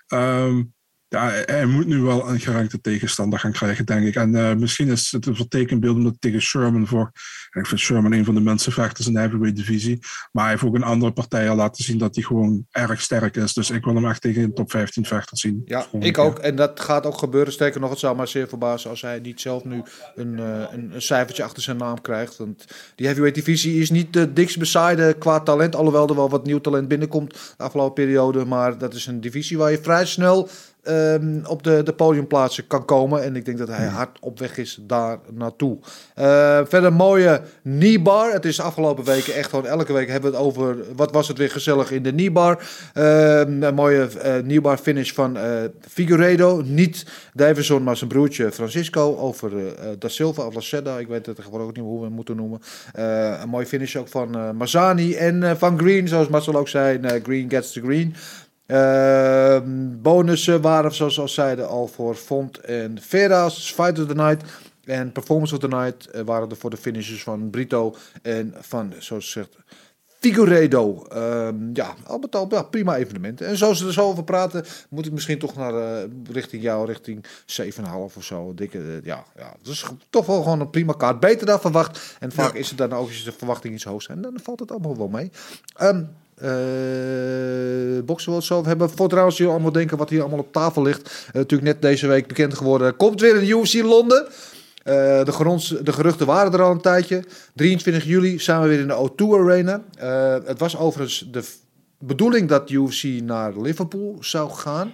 H: Hij moet nu wel een gerankte tegenstander gaan krijgen, denk ik. En misschien is het een vertekenbeeld omdat tegen Sherman voor... En ik vind Sherman een van de minste vechters in de heavyweight divisie. Maar hij heeft ook in andere partijen laten zien dat hij gewoon erg sterk is. Dus ik wil hem echt tegen een top 15 vechter zien.
G: Ja, ik ook. En dat gaat ook gebeuren. Sterker nog, het zou maar zeer verbazen als hij niet zelf nu een cijfertje achter zijn naam krijgt. Want die heavyweight divisie is niet de dikst besaide qua talent. Alhoewel er wel wat nieuw talent binnenkomt de afgelopen periode. Maar dat is een divisie waar je vrij snel... op de podiumplaatsen kan komen. En ik denk dat hij hard op weg is daar naartoe. Verder een mooie kneebar. Het is de afgelopen weken echt gewoon... Elke week hebben we het over... Wat was het weer gezellig in de kneebar. Een mooie kneebar finish van Figueiredo. Niet Davison, maar zijn broertje Francisco. Over Da Silva of Laceda. Ik weet het tegenwoordig ook niet hoe we hem moeten noemen. Een mooie finish ook van Mazani. En van Green, zoals Marcel ook zei. Green gets the green. Bonussen waren, zoals we al zeiden, al voor Font en Vera's Fight of the Night. En Performance of the Night waren er voor de finishers van Brito en van, zoals gezegd, Figueiredo. Al met al prima evenementen. En zoals we er zo over praten, moet ik misschien toch naar richting jou, richting 7,5 of zo. Dikke, dat is toch wel gewoon een prima kaart. Beter dan verwacht. En vaak is het dan ook, als de verwachting iets hoog zijn, dan valt het allemaal wel mee. Boksen we het zo over hebben. Voor trouwens, jullie allemaal denken wat hier allemaal op tafel ligt. Natuurlijk net deze week bekend geworden. Komt weer een UFC Londen. De geruchten waren er al een tijdje. 23 juli zijn we weer in de O2 Arena. Het was overigens de bedoeling dat UFC naar Liverpool zou gaan.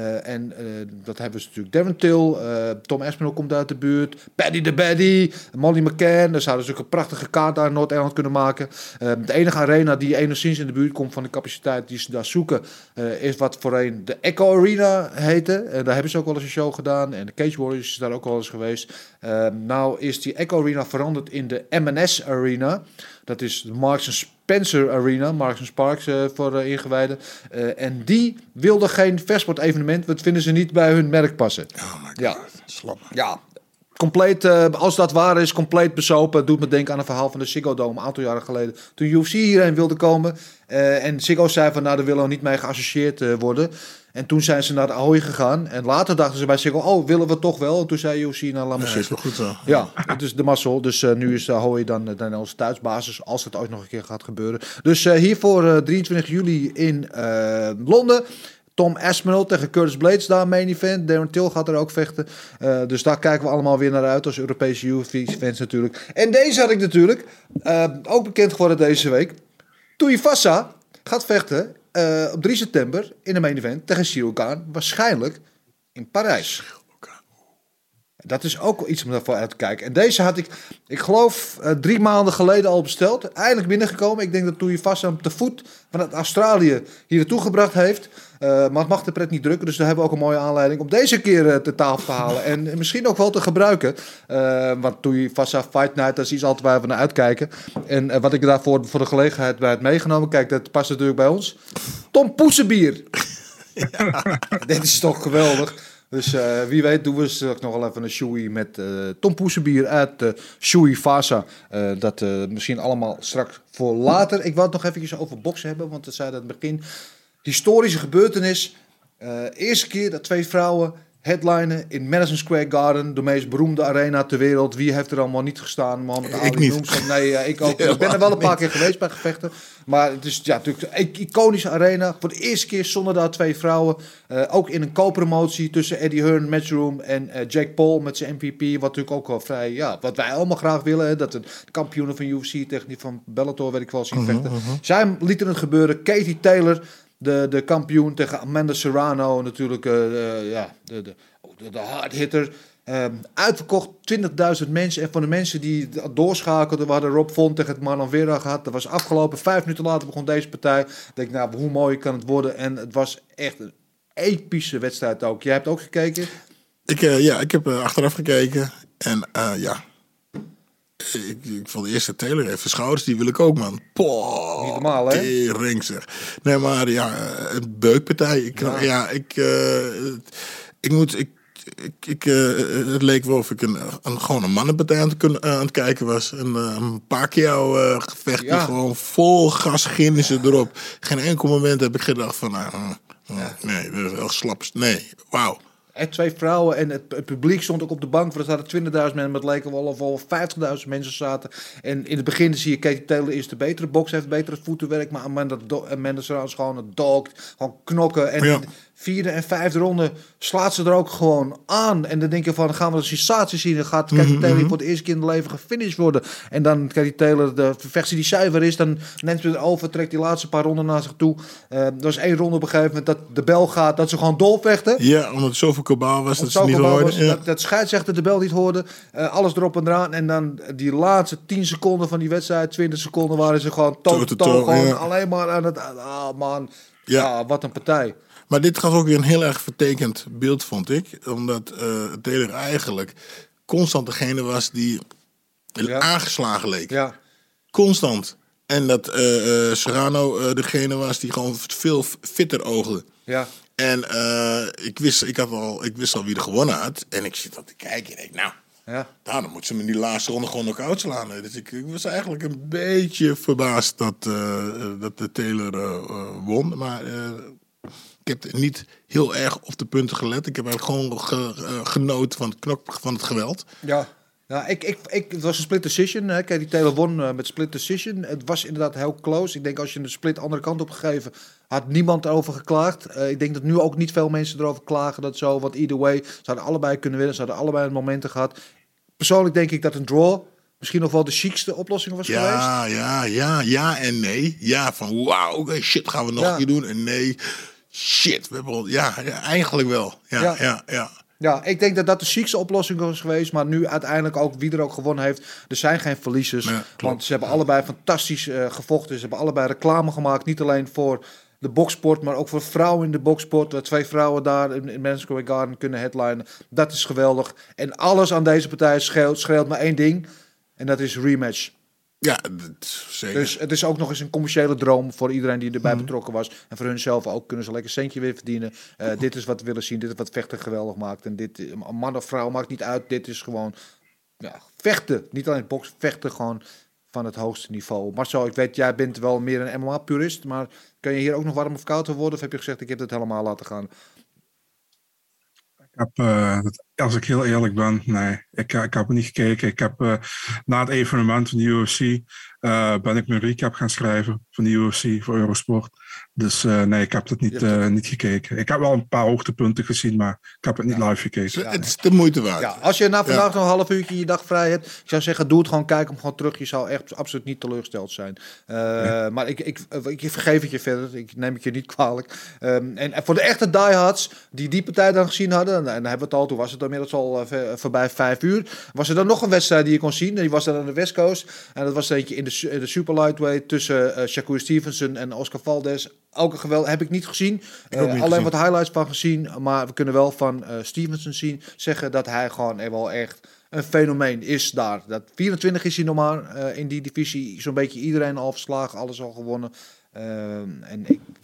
G: Dat hebben ze natuurlijk. Darren Till, Tom Aspinall komt uit de buurt. Paddy the Baddy, Molly McCann. Daar zouden ze ook een prachtige kaart daar in Noord-Engeland kunnen maken. De enige arena die enigszins in de buurt komt van de capaciteit die ze daar zoeken, is wat voorheen de Echo Arena heette. Daar hebben ze ook wel eens een show gedaan. En de Cage Warriors is daar ook wel eens geweest. Nou is die Echo Arena veranderd in de M&S Arena. Dat is de Marks Spencer Arena, Marks Sparks voor ingewijden. En die wilde geen versport evenement, wat vinden ze niet bij hun merk passen.
E: Oh my god,
G: ja.
E: slap.
G: Ja, compleet, als dat waar is, compleet bezopen. Doet me denken aan een verhaal van de Ziggo Dome een aantal jaren geleden. Toen UFC hierheen wilde komen. En Ziggo zei van, nou, daar willen we niet mee geassocieerd worden. En toen zijn ze naar de Ahoy gegaan. En later dachten ze bij Ziggo, oh, willen we toch wel? En toen zei UFC, nou, laat maar zitten.
E: Is wel goed zo.
G: Ja, het is de mazzel. Dus nu is de Ahoy dan onze thuisbasis, als het ooit nog een keer gaat gebeuren. Dus hiervoor 23 juli in Londen. Tom Aspinall tegen Curtis Blades daar main event. Darren Till gaat er ook vechten. Dus daar kijken we allemaal weer naar uit als Europese UFC-fans natuurlijk. En deze had ik natuurlijk ook bekend geworden deze week. Tuivasa gaat vechten op 3 september in de main event tegen Cyril Gane. Waarschijnlijk in Parijs. Dat is ook iets om daarvoor uit te kijken. En deze had ik geloof 3 maanden geleden al besteld. Eindelijk binnengekomen. Ik denk dat Tuivasa hem te voet vanuit Australië hier naartoe gebracht heeft. Maar het mag de pret niet drukken. Dus daar hebben we ook een mooie aanleiding om deze keer te tafel te halen. En misschien ook wel te gebruiken. Want Tuivasa Fight Night, dat is iets altijd waar we naar uitkijken. En wat ik daarvoor voor de gelegenheid bij het meegenomen. Kijk, dat past natuurlijk bij ons. Tom Poesenbier. Ja. Dit is toch geweldig. Dus wie weet doen we straks nog wel even een shoei met Tom Poesenbier uit Shoei Vasa. Dat misschien allemaal straks voor later. Ik wil het nog eventjes over boksen hebben, want we zeiden aan het begin. Historische gebeurtenis. Eerste keer dat 2 vrouwen headlinen in Madison Square Garden. De meest beroemde arena ter wereld. Wie heeft er allemaal niet gestaan? Mohammed Ali
E: niet.
G: noemt ze. Nee, ik ook. Ik ben er wel een paar keer geweest bij gevechten. Maar het is natuurlijk een iconische arena. Voor de eerste keer stonden daar 2 vrouwen. Ook in een co-promotie tussen Eddie Hearn, Matchroom en Jake Paul met zijn MVP. Wat natuurlijk ook wel vrij, wat wij allemaal graag willen. Hè, dat de kampioenen van UFC tegen die van Bellator, weet ik wel, zien vechten. Zij lieten het gebeuren. Katie Taylor, de kampioen tegen Amanda Serrano. Natuurlijk de hardhitter. Uitverkocht 20.000 mensen. En van de mensen die doorschakelden, we hadden Rob Font tegen het Marlon Vera gehad. Dat was afgelopen. 5 minuten later begon deze partij. Ik denk, nou, hoe mooi kan het worden? En het was echt een epische wedstrijd ook. Jij hebt ook gekeken?
E: Ik heb achteraf gekeken. En ik vond de eerste Taylor even schouders, die wil ik ook, man. Poh,
G: niet normaal, hè?
E: Ring zeg. Nee, maar een beukpartij. Het leek wel of ik gewoon een mannenpartij aan het kijken was. Een Pacquiao gevecht die gewoon vol gas gingen ze erop. Geen enkel moment heb ik gedacht van, nee, dat is wel slap. Nee, wauw.
G: En 2 vrouwen en het publiek stond ook op de bank. Er zaten 20.000 mensen, maar het leken wel of 50.000 mensen zaten. En in het begin zie je Katie Taylor is de betere bokser, heeft betere voetenwerk. Maar Amanda Serrano is gewoon een dog, gewoon knokken. En in de 4e en 5e ronde slaat ze er ook gewoon aan. En dan denk je van, gaan we een sensatie zien. Dan gaat Katie Taylor voor de eerste keer in het leven gefinished worden. En dan Katie Taylor, de vechtster die zuiver is, dan neemt ze het over, trekt die laatste paar ronden naar zich toe. Er was 1 ronde op een gegeven moment dat de bel gaat, dat ze gewoon dolvechten.
E: Ja, omdat het zoveel kabaal was dat ze niet hoorden.
G: Dat scheidsrechter de bel niet hoorde. Alles erop en eraan. En dan die laatste 10 seconden van die wedstrijd, 20 seconden, waren ze gewoon toe alleen maar aan het... Ah, man. Ja, wat een partij.
E: Maar dit gaf ook weer een heel erg vertekend beeld, vond ik. Omdat Taylor eigenlijk constant degene was die aangeslagen leek.
G: Ja.
E: Constant. En dat Serrano degene was die gewoon veel fitter oogde.
G: Ja.
E: En ik wist al wie er gewonnen had. En ik zit al te kijken en ik denk, nou, dan moeten ze me in die laatste ronde gewoon knock-out slaan. Dus ik was eigenlijk een beetje verbaasd dat de Taylor won. Maar ik heb niet heel erg op de punten gelet. Ik heb eigenlijk gewoon genoten van het geweld.
G: Ja. Ja, het was een split decision. Hè. Kijk, die Taylor won met split decision. Het was inderdaad heel close. Ik denk als je een split andere kant op gegeven, had niemand erover geklaagd. Ik denk dat nu ook niet veel mensen erover klagen dat zo. Want either way, ze hadden allebei kunnen winnen. Ze hadden allebei momenten gehad. Persoonlijk denk ik dat een draw misschien nog wel de chicste oplossing was geweest.
E: Ja en nee. Ja, van wauw, oké, shit, gaan we nog een keer doen. En nee, shit, we hebben al, eigenlijk wel. Ja.
G: Ja, ik denk dat dat de chicste oplossing was geweest. Maar nu uiteindelijk ook, wie er ook gewonnen heeft. Er zijn geen verliezers. Ja, want ze hebben allebei fantastisch gevochten. Ze hebben allebei reclame gemaakt. Niet alleen voor de boksport, maar ook voor vrouwen in de boksport. 2 vrouwen daar in Madison Square Garden kunnen headlinen. Dat is geweldig. En alles aan deze partij scheelt maar één ding. En dat is rematch.
E: Ja, zeker.
G: Dus het is ook nog eens een commerciële droom voor iedereen die erbij betrokken was. En voor hunzelf ook kunnen ze lekker centje weer verdienen. Dit is wat we willen zien. Dit is wat vechten geweldig maakt. En dit, man of vrouw maakt niet uit. Dit is gewoon vechten. Niet alleen boksen, vechten gewoon van het hoogste niveau. Marcel, ik weet, jij bent wel meer een MMA-purist. Maar kun je hier ook nog warm of koud worden? Of heb je gezegd, ik heb het helemaal laten gaan?
H: Als ik heel eerlijk ben, nee. Ik heb niet gekeken. Ik heb na het evenement van de UFC ben ik mijn recap gaan schrijven van de UFC voor Eurosport. Dus nee, ik heb het niet gekeken. Ik heb wel een paar hoogtepunten gezien, maar ik heb het niet live gekeken.
E: Het is de moeite waard.
G: Ja, als je na vandaag nog een half uurtje je dag vrij hebt, ik zou zeggen, doe het gewoon, kijk hem gewoon terug. Je zou echt absoluut niet teleurgesteld zijn. Maar ik vergeef het je verder. Ik neem het je niet kwalijk. En voor de echte diehards die partij dan gezien hadden, en dan hebben we het al, toen was het inmiddels al voorbij 5 uur, was er dan nog een wedstrijd die je kon zien. Die was dan aan de West Coast. En dat was eentje in de super lightweight tussen Shakur Stevenson en Oscar Valdez. Ook een geweld heb ik niet gezien. Alleen wat highlights van gezien. Maar we kunnen wel van Stevenson zeggen dat hij gewoon wel echt een fenomeen is daar. Dat 24 is hij nog maar in die divisie. Zo'n beetje iedereen al verslagen. Alles al gewonnen. En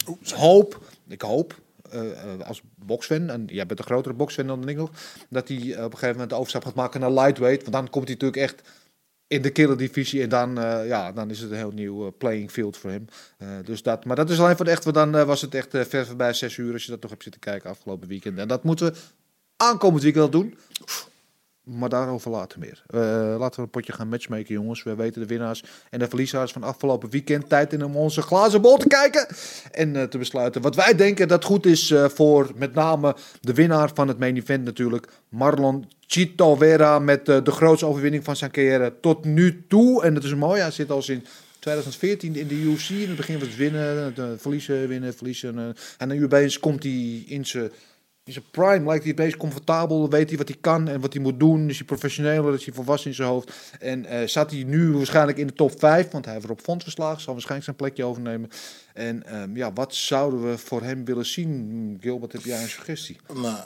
G: ik hoop als boksfan, en jij bent een grotere boksfan dan ik nog, dat hij op een gegeven moment de overstap gaat maken naar lightweight. Want dan komt hij natuurlijk echt in de killer-divisie. En dan is het een heel nieuw playing field voor hem. Maar dat is alleen voor het echt. Dan was het echt ver voorbij 6 uur als je dat nog hebt zitten kijken afgelopen weekend. En dat moeten we aankomend weekend doen. Maar daarover later meer. Laten we een potje gaan matchmaken, jongens. We weten de winnaars en de verliezers van afgelopen weekend. Tijd om onze glazen bol te kijken. En te besluiten wat wij denken dat goed is voor met name de winnaar van het main event natuurlijk. Marlon Chito Vera met de grootste overwinning van zijn carrière tot nu toe. En dat is mooi. Hij zit al sinds 2014 in de UFC. In het begin was het winnen, verliezen. En nu opeens komt hij in zijn prime, lijkt hij het meest comfortabel, weet hij wat hij kan en wat hij moet doen, is hij professioneler, is hij volwassen in zijn hoofd. En zat hij nu waarschijnlijk in de top 5, want hij heeft Rob Font verslagen, zal waarschijnlijk zijn plekje overnemen. En wat zouden we voor hem willen zien? Gilbert, heb jij een suggestie?
E: Nou,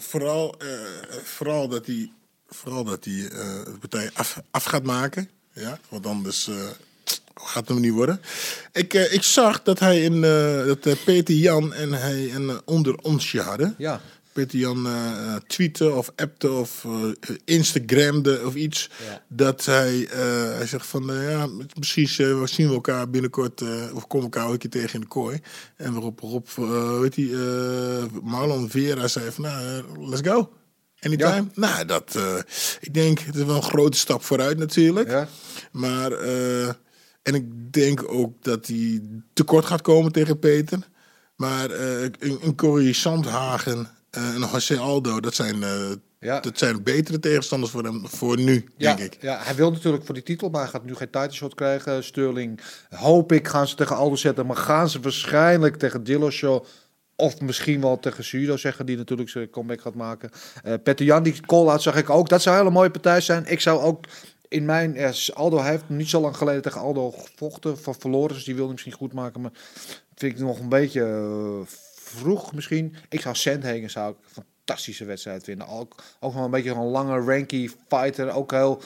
E: vooral dat hij de partij af gaat maken, ja, want anders gaat het hem niet worden. Ik zag dat hij dat Peter Jan en hij een onder onsje hadden. Ja. Peter Jan tweette of appte of Instagramde of iets. Ja. Dat hij zegt van misschien zien we elkaar binnenkort of komen we elkaar een keer tegen in de kooi. En waarop Marlon Vera zei van let's go. Anytime. Ja. Nou, ik denk het is wel een grote stap vooruit natuurlijk. Ja. Maar en ik denk ook dat hij tekort gaat komen tegen Peter. Maar een Corey Sandhagen en José Aldo, dat zijn betere tegenstanders voor hem voor nu, denk ik.
G: Ja, hij wil natuurlijk voor die titel, maar hij gaat nu geen title shot krijgen. Sterling, hoop ik, gaan ze tegen Aldo zetten. Maar gaan ze waarschijnlijk tegen Dillashaw of misschien wel tegen Cejudo zeggen, die natuurlijk zijn comeback gaat maken. Peter Jan, die call-out zag ik ook. Dat zou een hele mooie partij zijn. Ik zou ook in mijn... Aldo heeft niet zo lang geleden tegen Aldo gevochten, verloren. Dus die wilde misschien goed maken. Maar vind ik nog een beetje vroeg misschien. Ik zou Sandhagen een fantastische wedstrijd vinden. Ook nog een beetje een lange, ranky fighter. Ook heel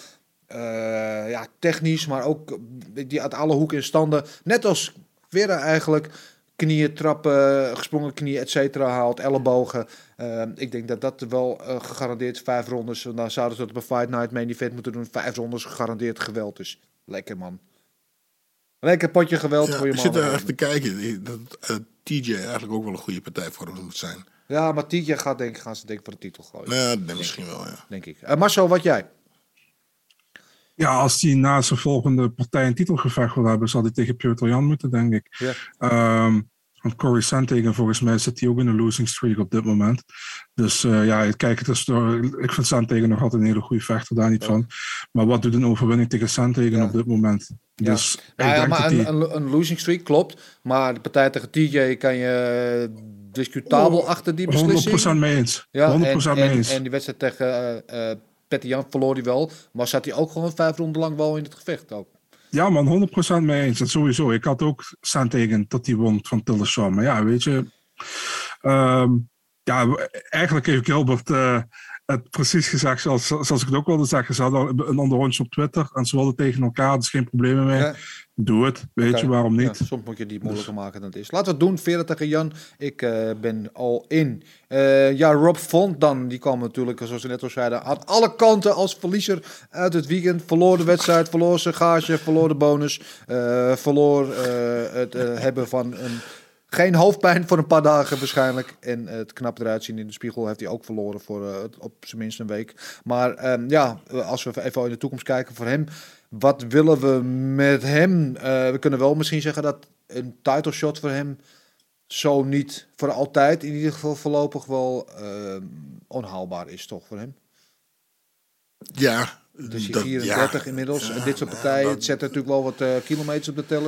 G: technisch, maar ook die uit alle hoeken en standen. Net als Vera eigenlijk knieën trappen, gesprongen knieën, et cetera, haalt, ellebogen. Ik denk dat dat wel gegarandeerd 5 rondes. Dan zouden ze dat op een Fight Night main event moeten doen. 5 rondes gegarandeerd geweld. Dus lekker, man. Lekker potje geweld voor je man.
E: Ik zit er echt te kijken. Dat TJ eigenlijk ook wel een goede partij voor hem moet zijn.
G: Ja, maar TJ gaan ze denk ik voor de titel gooien.
E: Ja, misschien wel, ja.
G: Denk ik. Marcel, wat jij?
H: Ja, als hij na zijn volgende partij een titelgevecht wil hebben, zal hij tegen Petr Yan moeten, denk ik.
G: Ja.
H: Want Corey Sandhagen, volgens mij zit hij ook in een losing streak op dit moment. Dus kijk, ik vind Sandhagen nog altijd een hele goede vechter, daar niet van. Maar wat doet een overwinning tegen Sandhagen op dit moment? Dus
G: maar een losing streak klopt. Maar de partij tegen TJ kan je discutabel achter die beslissing.
H: 100% mee eens.
G: Ja,
H: 100% mee eens.
G: En die wedstrijd tegen Petr Yan verloor hij wel. Maar zat hij ook gewoon 5 ronden lang wel in het gevecht ook.
H: Ja man, 100% mee eens. Dat sowieso. Ik had ook Sandhagen dat hij won van Dillashaw. Maar ja, weet je... eigenlijk heeft Gilbert het precies gezegd zoals ik het ook wilde zeggen. Ze hadden een onderrondje op Twitter en ze wilden tegen elkaar. Er is geen probleem mee. Ja. Doe het. Weet je, waarom niet?
G: Ja, soms moet je die moeilijker maken dan het is. Laten we het doen. Vera tegen Jan. Ik ben al in. Rob Font dan. Die kwam natuurlijk, zoals we net al zeiden, aan alle kanten als verliezer uit het weekend. Verloor de wedstrijd, verloor zijn gage, verloor de bonus. Verloor het hebben van geen hoofdpijn voor een paar dagen waarschijnlijk. En het knap eruit zien in de spiegel heeft hij ook verloren voor op zijn minst een week. Maar als we even in de toekomst kijken voor hem. Wat willen we met hem? We kunnen wel misschien zeggen dat een title shot voor hem zo niet voor altijd, in ieder geval voorlopig wel onhaalbaar is, toch, voor hem?
E: Ja.
G: Dus hij 34 inmiddels. En dit soort partijen, het zet natuurlijk wel wat kilometers op de teller.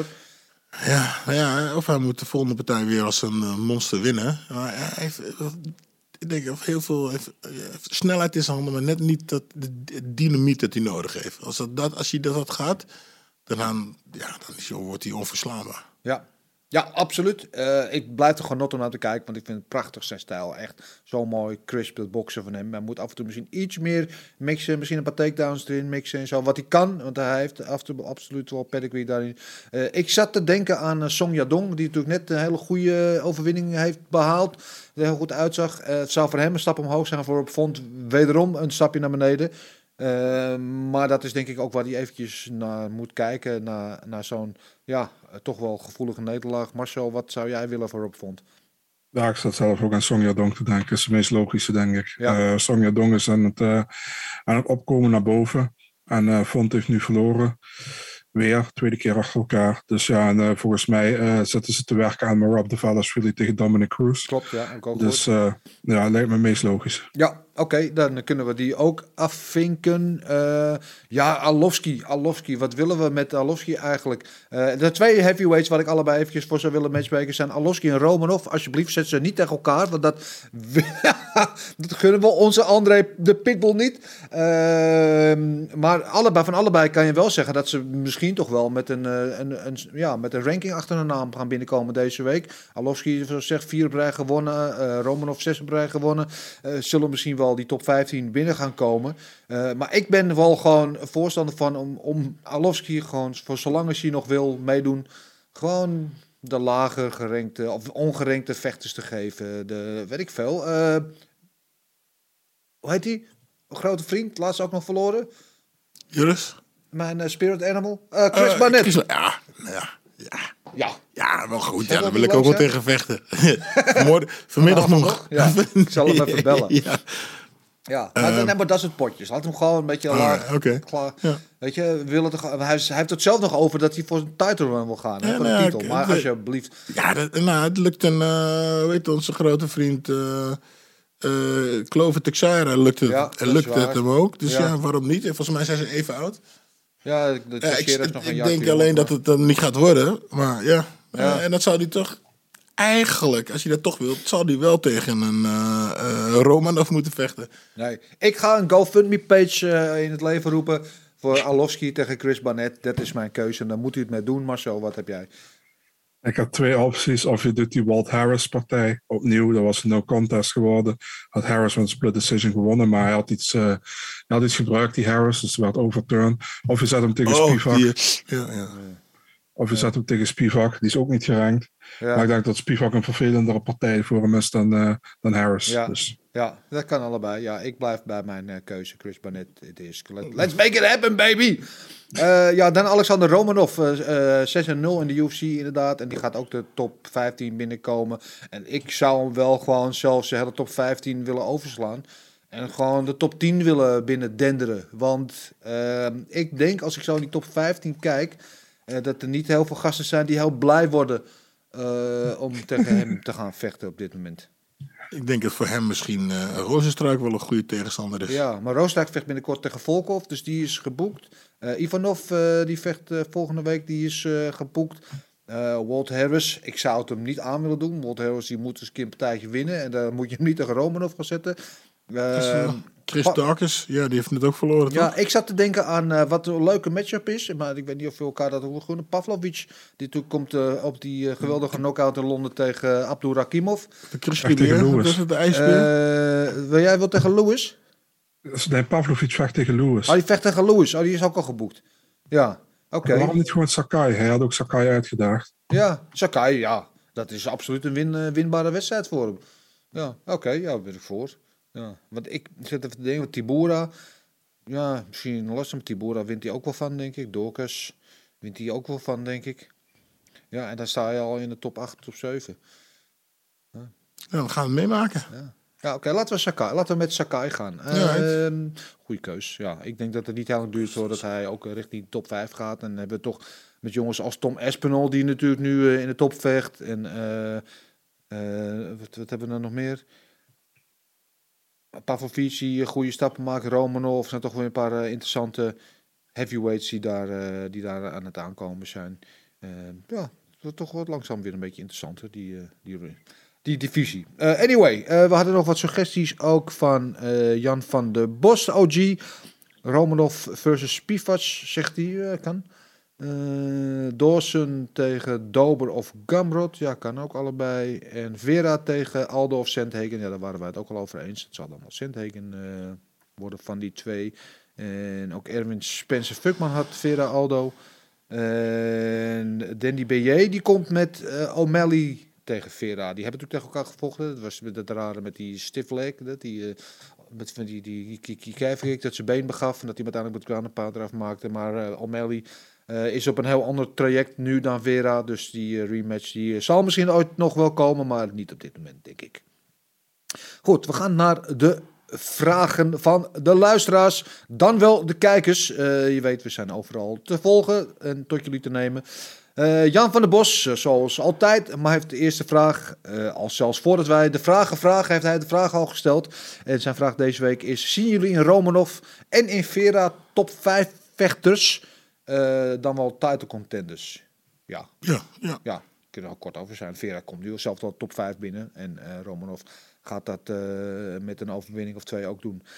E: Ja, of hij moet de volgende partij weer als een monster winnen. Maar hij heeft, ik denk dat heel veel snelheid in zijn handen, maar net niet dat de dynamiet dat hij nodig heeft. Als hij dat gaat, dan wordt hij onverslaanbaar.
G: Ja, absoluut. Ik blijf er genot om naar te kijken, want ik vind het prachtig zijn stijl. Echt zo mooi, crisp, het boksen van hem. Hij moet af en toe misschien iets meer mixen, misschien een paar takedowns erin mixen en zo. Wat hij kan, want hij heeft af en toe absoluut wel pedigree daarin. Ik zat te denken aan Song Yadong, die natuurlijk net een hele goede overwinning heeft behaald. Die er heel goed uitzag. Het zou voor hem een stap omhoog zijn, voor Font wederom een stapje naar beneden. Maar dat is denk ik ook waar hij eventjes naar moet kijken, naar zo'n toch wel gevoelige nederlaag. Marcel, wat zou jij willen voor Rob Font?
H: Ja, ik zat zelf ook aan Song Yadong te denken. Dat is het meest logische, denk ik.
G: Ja.
H: Song Yadong is aan het opkomen naar boven. En Font heeft nu verloren. Weer, tweede keer achter elkaar. Dus ja, en volgens mij zitten ze te werken aan Merab Dvalishvili tegen Dominic Cruz.
G: Klopt, ja. Ook
H: dus lijkt me het meest logisch.
G: Ja, oké, dan kunnen we die ook afvinken. Arlovski. Wat willen we met Arlovski eigenlijk? De 2 heavyweights waar ik allebei eventjes voor zou willen matchmaken zijn Arlovski en Romanov. Alsjeblieft, zet ze niet tegen elkaar, want dat gunnen we onze André de Pitbull niet. Maar van allebei kan je wel zeggen dat ze misschien toch wel met een ranking achter hun naam gaan binnenkomen deze week. Arlovski, zoals gezegd, 4 op rij gewonnen. Romanov 6 op rij gewonnen. Zullen misschien wel die top 15 binnen gaan komen. Maar ik ben wel gewoon voorstander van om Arlovski gewoon, voor zolang als hij nog wil meedoen, gewoon de lager gerankte of ongerankte vechters te geven. Weet ik veel. Hoe heet die? Een grote vriend, laatst ook nog verloren.
E: Juris?
G: Mijn spirit animal. Chris Barnett.
E: Ja, wel goed. Ja, daar wil ik ook wel tegen vechten. Vanmiddag nog.
G: Ja, ik zal hem even bellen.
E: Ja.
G: Maar dat soort potjes. Laat hem gewoon een beetje laag.
E: Okay. Ja.
G: Weet je, hij heeft het zelf nog over dat hij voor een title run wil gaan. Voor de titel. Maar alsjeblieft.
E: Ja, het lukt onze grote vriend Clover Teixeira lukt het hem ook. Dus waarom niet? En volgens mij zijn ze even oud.
G: Ja,
E: ik denk alleen dat het dan niet gaat worden. Maar en dat zou hij toch... Eigenlijk, als je dat toch wilt, zal hij wel tegen een Romanov moeten vechten.
G: Nee, ik ga een GoFundMe-page in het leven roepen voor Arlovski tegen Chris Barnett. Dat is mijn keuze en daar moet u het mee doen. Marcel, wat heb jij?
H: Ik had 2 opties. Of je doet die Walt Harris-partij opnieuw. Dat was een no contest geworden. Had Harris met split decision gewonnen. Maar hij had iets gebruikt, die Harris. Dus het werd overturned. Of je zet hem tegen Spivak. Of je zet hem tegen Spivak, die is ook niet gerankt.
G: Ja.
H: Maar ik denk dat Spivak een vervelendere partij voor hem is dan Harris.
G: Ja.
H: Dus.
G: Ja, dat kan allebei. Ja, ik blijf bij mijn keuze. Chris Barnett, it is. Let's make it happen, baby! Dan Alexander Romanov, 6-0 in de UFC inderdaad. En die gaat ook de top 15 binnenkomen. En ik zou hem wel gewoon zelfs de hele top 15 willen overslaan. En gewoon de top 10 willen binnen denderen. Want ik denk, als ik zo in die top 15 kijk, dat er niet heel veel gasten zijn die heel blij worden om tegen hem te gaan vechten op dit moment.
E: Ik denk dat voor hem misschien Rozenstruik wel een goede tegenstander is.
G: Ja, maar Rozenstruik vecht binnenkort tegen Volkov, dus die is geboekt. Ivanov, die vecht volgende week, die is geboekt. Walt Harris, ik zou het hem niet aan willen doen. Walt Harris, die moet eens een keer een partijtje winnen. En dan moet je hem niet tegen Romanov gaan zetten.
E: Chris Darkus, ja, die heeft het ook verloren,
G: ja,
E: toch?
G: ik zat te denken aan wat een leuke matchup is. Maar ik weet niet of we elkaar dat ook doen. Pavlovic, die toen komt op die geweldige knockout in Londen tegen Abdul Rakimov.
E: De Chris
H: tegen Lewis.
E: dat is het de ijsbeer.
G: Wil jij wel tegen Lewis?
H: Nee, Pavlovic vecht tegen Lewis.
G: Oh, die vecht tegen Lewis. Oh, die is ook al geboekt. Ja, oké.
H: Waarom niet gewoon Sakai? Hij had ook Sakai uitgedaagd.
G: Ja, Sakai, ja. Dat is absoluut een winbare wedstrijd voor hem. Ja, oké, ja, daar ben ik voor. Ja, want ik zit even te denken, want Tibura, ja, misschien lastig, Tibura wint hij ook wel van, denk ik. Dorcas wint hij ook wel van, denk ik. Ja, en dan sta je al in de top 8, top 7.
E: Ja, dan gaan we het meemaken.
G: Ja, oké, laten we met Sakai gaan. Goeie keus. Ja, ik denk dat het niet heel lang duurt voordat hij ook richting top 5 gaat. En dan hebben we toch met jongens als Tom Espinol, die natuurlijk nu in de top vecht. En wat hebben we dan nog meer? Pavlovic die goede stappen maakt. Romanov zijn toch weer een paar interessante heavyweights die daar aan het aankomen zijn. Ja, het wordt toch wat langzaam weer een beetje interessanter, die divisie. Anyway, we hadden nog wat suggesties ook van Jan van der Bos, OG. Romanov versus Spivak, zegt hij, kan. Dawson tegen Dober of Gamrot, ja, kan ook allebei. En Vera tegen Aldo of Sandhagen, ja, daar waren wij het ook al over eens. Het zal dan wel Sandhagen worden van die twee. En ook Erwin Spencer Fuckman had Vera Aldo. En Danny B.J. die komt met O'Malley tegen Vera. Die hebben natuurlijk tegen elkaar gevochten. Dat was dat rare met die stiff leg, dat die met van die kijfrik dat zijn been begaf en dat hij uiteindelijk met de ground pound eraf maakte. Maar O'Malley is op een heel ander traject nu dan Vera. Dus die rematch die zal misschien ooit nog wel komen, maar niet op dit moment, denk ik. Goed, we gaan naar de vragen van de luisteraars. Dan wel de kijkers. Je weet, we zijn overal te volgen en tot jullie te nemen. Jan van der Bos, zoals altijd, maar heeft de eerste vraag, al zelfs voordat wij de vragen vragen, heeft hij de vraag al gesteld. En zijn vraag deze week is, zien jullie in Romanov en in Vera top 5 vechters, dan wel title contenders? Ja. Ja, kunnen er al kort over zijn. Vera komt nu zelf wel top 5 binnen en Romanov gaat dat met een overwinning of 2 ook doen.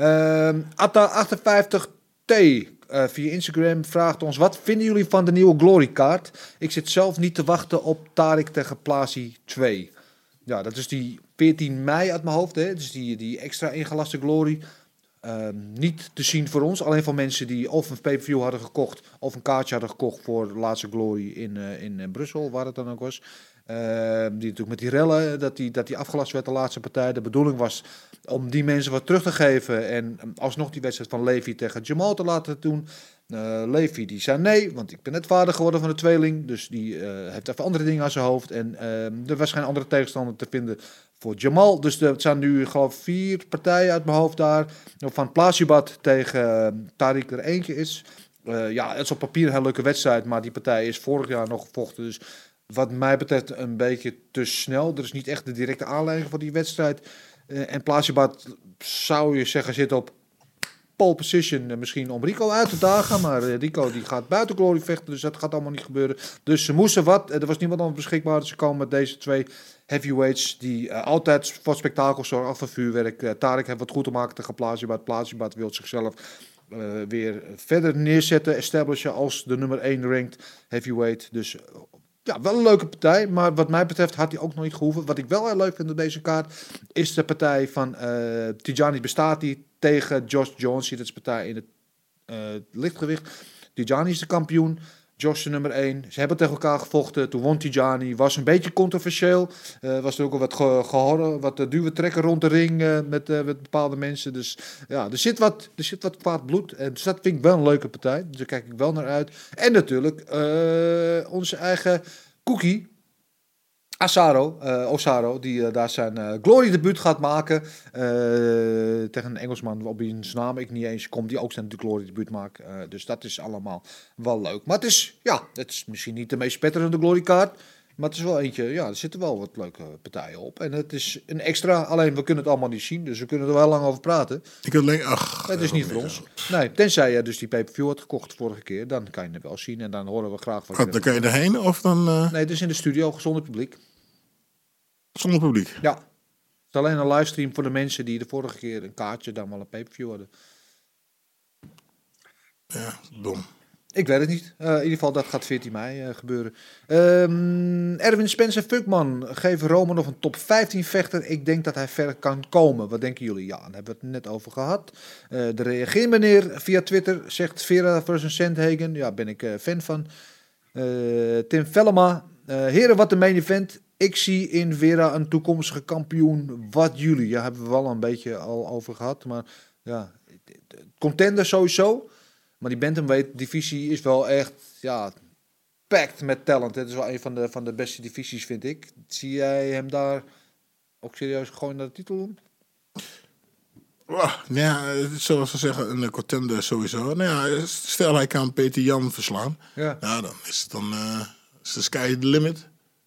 G: Atta58T via Instagram vraagt ons, wat vinden jullie van de nieuwe Glory kaart? Ik zit zelf niet te wachten op Tariq tegen Plasi 2. Ja, dat is die 14 mei uit mijn hoofd. Hè? Dus die extra ingelaste Glory. Niet te zien voor ons. Alleen voor mensen die of een pay-per-view hadden gekocht of een kaartje hadden gekocht voor de laatste Glory in Brussel, waar het dan ook was. Die natuurlijk met die rellen, dat die afgelast werd de laatste partij. De bedoeling was om die mensen wat terug te geven en alsnog die wedstrijd van Levy tegen Jamal te laten doen. Levy die zei nee, want ik ben net vader geworden van de tweeling. Dus die heeft even andere dingen aan zijn hoofd. En er was geen andere tegenstander te vinden voor Jamal. Dus er zijn nu geloof ik 4 partijen uit mijn hoofd daar. Van Plasibat tegen Tariq er eentje is. Ja, het is op papier een hele leuke wedstrijd, maar die partij is vorig jaar nog gevochten. Dus wat mij betreft een beetje te snel. Er is niet echt de directe aanleiding voor die wedstrijd. En Plasibat zou je zeggen zit op pole position misschien om Rico uit te dagen. Maar Rico die gaat buiten Glory vechten, dus dat gaat allemaal niet gebeuren. Dus ze moesten wat. Er was niemand anders beschikbaar. Dus ze komen met deze 2 heavyweights die altijd voor spektakel zorgen, af van vuurwerk. Tariq heeft wat goed te maken tegen Plasibat. Plasibat wil zichzelf weer verder neerzetten, establishen als de nummer 1 ranked heavyweight. Dus ja, wel een leuke partij, maar wat mij betreft had hij ook nog niet gehoeven. Wat ik wel heel leuk vind op deze kaart is de partij van Tijani Bestati tegen Josh Jones. Dat is de partij in het lichtgewicht. Tijani is de kampioen. Josh de nummer 1. Ze hebben tegen elkaar gevochten. Toen won Tijani. Was een beetje controversieel. Was er ook al wat gehoord, wat duwen trekken rond de ring met bepaalde mensen. Dus ja, er zit wat kwaad bloed. Dus dat vind ik wel een leuke partij. Dus daar kijk ik wel naar uit. En natuurlijk onze eigen Cookie. Osaro, die daar zijn glory debuut gaat maken tegen een Engelsman op wiens naam ik niet eens kom, die ook zijn glory debuut maakt. Dus dat is allemaal wel leuk. Maar het is misschien niet de meest spetterende glory card, maar het is wel eentje, er zitten wel wat leuke partijen op. En het is een extra, alleen we kunnen het allemaal niet zien, dus we kunnen er wel lang over praten. Het is niet voor ons. Nee, tenzij je dus die pay-per-view had gekocht vorige keer, dan kan je het wel zien en dan horen we graag van je.
E: Dan kan je erheen of dan...
G: Nee, het is in de studio, zonder publiek.
E: Zonder publiek?
G: Ja. Het is alleen een livestream voor de mensen die de vorige keer een kaartje dan wel een pay-per-view hadden.
E: Ja, dom.
G: Ik weet het niet. In ieder geval, dat gaat 14 mei gebeuren. Erwin Spencer Fuckman geeft Romanov een top 15 vechter. Ik denk dat hij ver kan komen. Wat denken jullie? Ja, daar hebben we het net over gehad. De reageermeneer via Twitter zegt Vera versus Sandhagen. Ja, ben ik fan van. Tim Vellema. Heren, wat de main event. Ik zie in Vera een toekomstige kampioen. Wat jullie? Ja, hebben we wel een beetje al over gehad. Maar ja, contender sowieso. Maar die bantamweight divisie is wel echt, packed met talent. Het is wel een van de beste divisies, vind ik. Zie jij hem daar ook serieus gewoon naar de titel doen?
E: Ja, zoals we zeggen, een contender sowieso. Nou ja, stel hij kan Peter Jan verslaan. Ja, dan is het is de sky the limit.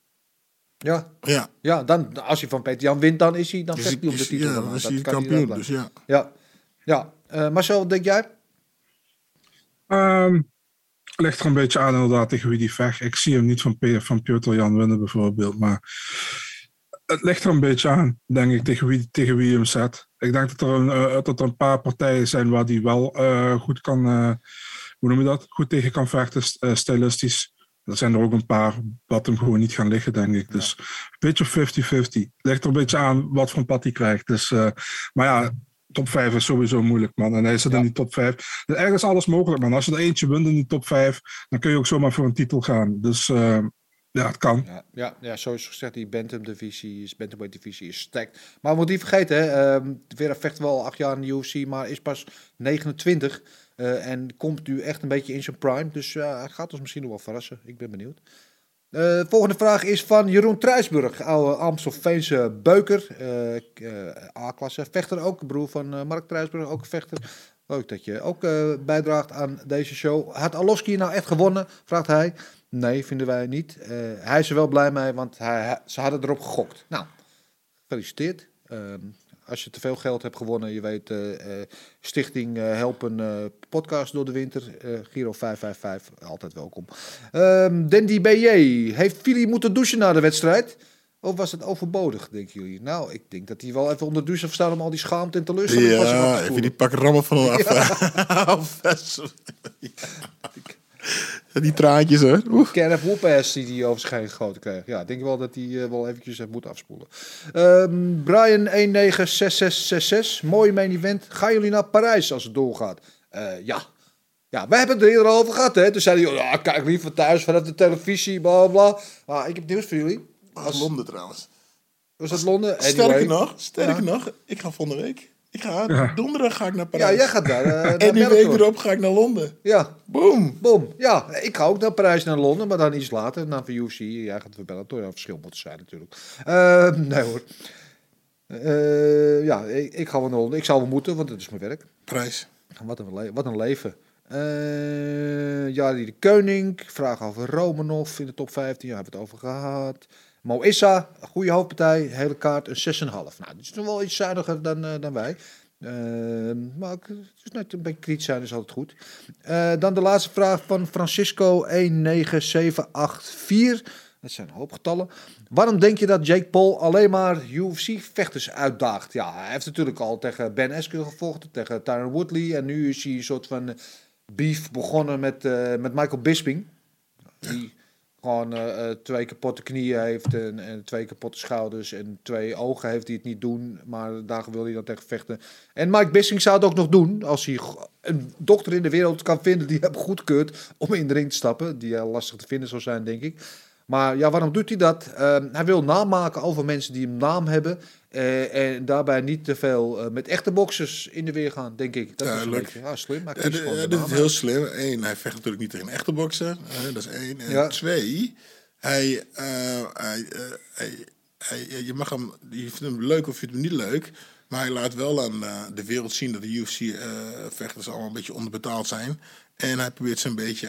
G: Ja, dan, als hij van Peter Jan wint, dan is hij vecht hij op de titel.
E: Ja, dan is hij kampioen, dus
G: ja. Marcel, wat denk jij?
H: Ligt er een beetje aan inderdaad tegen wie die vecht. Ik zie hem niet van Peter Jan winnen bijvoorbeeld, maar het ligt er een beetje aan, denk ik, tegen wie hem zet. Ik denk dat er een paar partijen zijn waar die wel goed kan, goed tegen kan vechten, stylistisch. Er zijn er ook een paar wat hem gewoon niet gaan liggen, denk ik. Dus een beetje 50-50. Ligt er een beetje aan wat voor een pad hij krijgt. Dus, maar ja, top 5 is sowieso moeilijk, man. En hij zit in die top 5. Dus eigenlijk is alles mogelijk, man. Als je er eentje wint in die top 5, dan kun je ook zomaar voor een titel gaan. Dus het kan.
G: Ja, zoals gezegd, die bantamweight divisie is stacked. Maar we moeten niet vergeten, hè, Vera vecht wel 8 jaar in de UFC, maar is pas 29. En komt nu echt een beetje in zijn prime. Dus hij gaat ons misschien nog wel verrassen. Ik ben benieuwd. Volgende vraag is van Jeroen Truijsburg, oude Amstelveense beuker. A-klasse. Vechter ook, broer van Mark Truijsburg, ook een vechter. Leuk dat je ook bijdraagt aan deze show. Had Arlovski nou echt gewonnen? Vraagt hij. Nee, vinden wij niet. Hij is er wel blij mee, want ze hadden erop gegokt. Nou, gefeliciteerd. Als je te veel geld hebt gewonnen, je weet, Stichting Helpen Podcast door de winter, Giro 555, altijd welkom. Dandy BJ, heeft Fili moeten douchen na de wedstrijd? Of was het overbodig, denken jullie? Nou, ik denk dat hij wel even onder de douche heeft staan om al die schaamte en teleurstelling van zich af te
E: spoelen. Even die pak rammen van hem af. Die traantjes, hoor.
G: Kenneth Whoop-ass die hij over zich heen gegoten kreeg. Ja, ik denk wel dat hij wel eventjes heeft moeten afspoelen. Brian 196666. Mooie main event. Gaan jullie naar Parijs als het doorgaat? Ja, wij hebben het er eerder over gehad, hè. Toen zei hij, kijk liever thuis vanuit de televisie, bla bla. Maar ik heb nieuws voor jullie.
E: Londen trouwens.
G: Was dat Londen?
E: Sterker nog, ik ga volgende week. Donderdag ga ik naar Parijs.
G: Ja, jij gaat daar.
E: En die week erop ga ik naar Londen.
G: Ja.
E: Boom.
G: Ja, ik ga ook naar Parijs, naar Londen, maar dan iets later. Naar de UFC. Jij gaat voor Bellator. Ja, verschil moet er zijn natuurlijk. Nee hoor. Ik ga wel naar Londen. Ik zal wel moeten, want het is mijn werk.
E: Prijs.
G: Wat een leven. Jari de Koning. Vraag over Romanov in de top 15. Ja, hebben we het over gehad. Mo Issa, goede hoofdpartij, hele kaart, een 6,5. Nou, dat is nog wel iets zuiniger dan wij. Maar het is net een beetje kritisch zijn, is altijd goed. Dan de laatste vraag van Francisco 19784. Dat zijn een hoop getallen. Waarom denk je dat Jake Paul alleen maar UFC-vechters uitdaagt? Ja, hij heeft natuurlijk al tegen Ben Askren gevochten, tegen Tyron Woodley. En nu is hij een soort van beef begonnen met Michael Bisping. Die gewoon 2 kapotte knieën heeft en 2 kapotte schouders en 2 ogen heeft die het niet doen. Maar daar wil hij dan tegen vechten. En Mike Bisping zou het ook nog doen als hij een dokter in de wereld kan vinden die hem goedkeurt om in de ring te stappen. Die lastig te vinden zou zijn, denk ik. Maar ja, waarom doet hij dat? Hij wil naam maken over mensen die een naam hebben. En daarbij niet te veel met echte boxers in de weer gaan, denk ik. Dat is een beetje slim. Maar
E: dit is heel slim. 1, hij vecht natuurlijk niet tegen een echte bokser. Dat is 1. En 2, je mag hem, je vindt hem leuk of je vindt hem niet leuk. Maar hij laat wel aan de wereld zien dat de UFC-vechters allemaal een beetje onderbetaald zijn. En hij probeert ze een beetje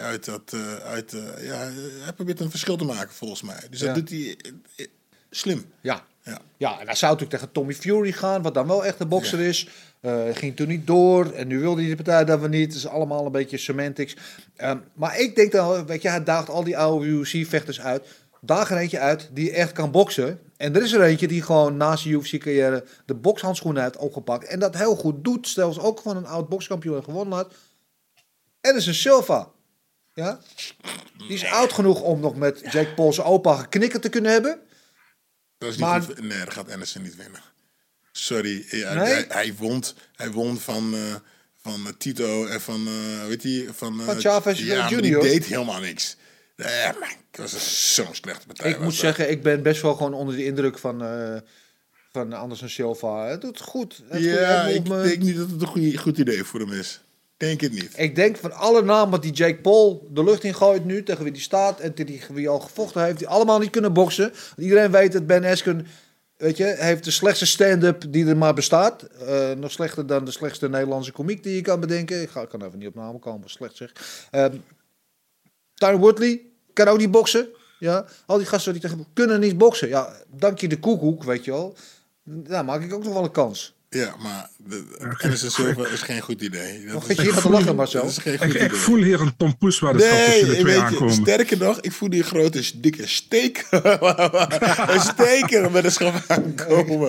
E: hij probeert een verschil te maken, volgens mij. Dus dat doet hij slim.
G: Ja, en hij zou natuurlijk tegen Tommy Fury gaan, wat dan wel echt een bokser is. Ging toen niet door en nu wilde hij de partij dat we niet. Het is allemaal een beetje semantics. Maar ik denk dan, weet je, hij daagt al die oude UFC-vechters uit. Daag er eentje uit die echt kan boksen. En er is er eentje die gewoon naast zijn UFC-carrière de bokshandschoenen heeft opgepakt. En dat heel goed doet, zelfs ook van een oud bokskampioen gewonnen had. Anderson Silva. Ja? Die is oud genoeg om nog met Jake Paul zijn opa geknikkerd te kunnen hebben.
E: Dat is niet goed. Nee, dat gaat Anderson niet winnen. Sorry. Hij won van Tito en van
G: Chavez Jr.
E: Maar die deed helemaal niks. Maar het was zo'n slechte partij.
G: Ik moet zeggen, ik ben best wel gewoon onder de indruk van Anderson Silva. Het doet goed.
E: Ik denk niet dat het een goed idee voor hem is. Denk het niet.
G: Ik denk van alle namen die Jake Paul de lucht in gooit nu, tegen wie die staat en tegen wie al gevochten heeft, die allemaal niet kunnen boksen. Iedereen weet dat Ben Askren, weet je, heeft de slechtste stand-up die er maar bestaat. Nog slechter dan de slechtste Nederlandse komiek die je kan bedenken. Ik kan even niet op namen komen, slecht zeg. Tyron Woodley kan ook niet boksen. Ja? Al die gasten die tegen kunnen niet boksen. Ja, dank je de koekoek, weet je wel. Daar maak ik ook nog wel een kans.
E: Ja, maar Anderson Silva is geen goed idee.
G: Nog een keer te lachen, Marcel.
E: Dat is geen goed idee.
H: Ik voel hier een Tom Poes-weddenschap tussen de twee aankomen.
E: Sterker nog, ik voel die grote, dikke steek. Een steker met een schap aankomen.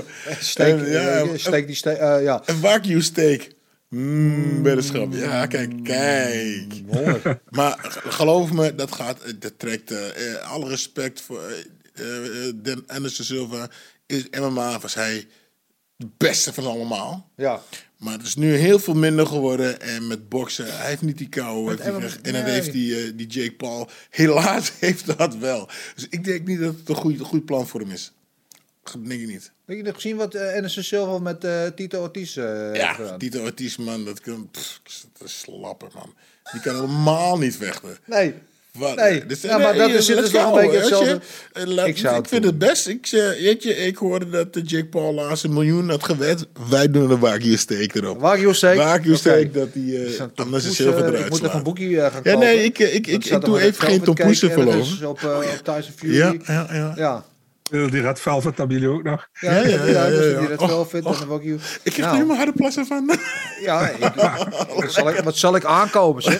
E: Een wagyu steak. Bij de schap. Ja, kijk. Maar geloof me, dat trekt alle respect voor Anderson Silva. Is MMA, was hij de beste van allemaal.
G: Ja.
E: Maar het is nu heel veel minder geworden. En met boksen, hij heeft niet die kou. En dan heeft die Jake Paul. Helaas heeft dat wel. Dus ik denk niet dat het een goed plan voor hem is. Dat denk ik niet.
G: Heb je nog gezien wat Anderson Silva met Tito Ortiz heeft gedaan?
E: Tito Ortiz, man. Dat is slapper, man. Die kan helemaal niet vechten.
G: Nee.
E: Dus,
G: maar dat is dus nog een beetje hetzelfde.
E: Ik vind het best. Ik hoorde dat Jake Paul laatst $1 miljoen had gewet. Wij doen een wagyu steak erop.
G: Wagyu steak,
E: dat die anders is zilver eruit.
G: Ik moet even een boekje gaan kopen.
E: Ja, nee, ik doe even geen Tom Poes verloren.
G: Op Tyson Fury.
E: Ja.
H: Die Red Velvet hebben jullie ook nog.
G: Ja. Die Red Velvet en de Wagyu.
E: Ik heb er helemaal harde plassen van.
G: Ja, wat zal ik aankomen, zeg?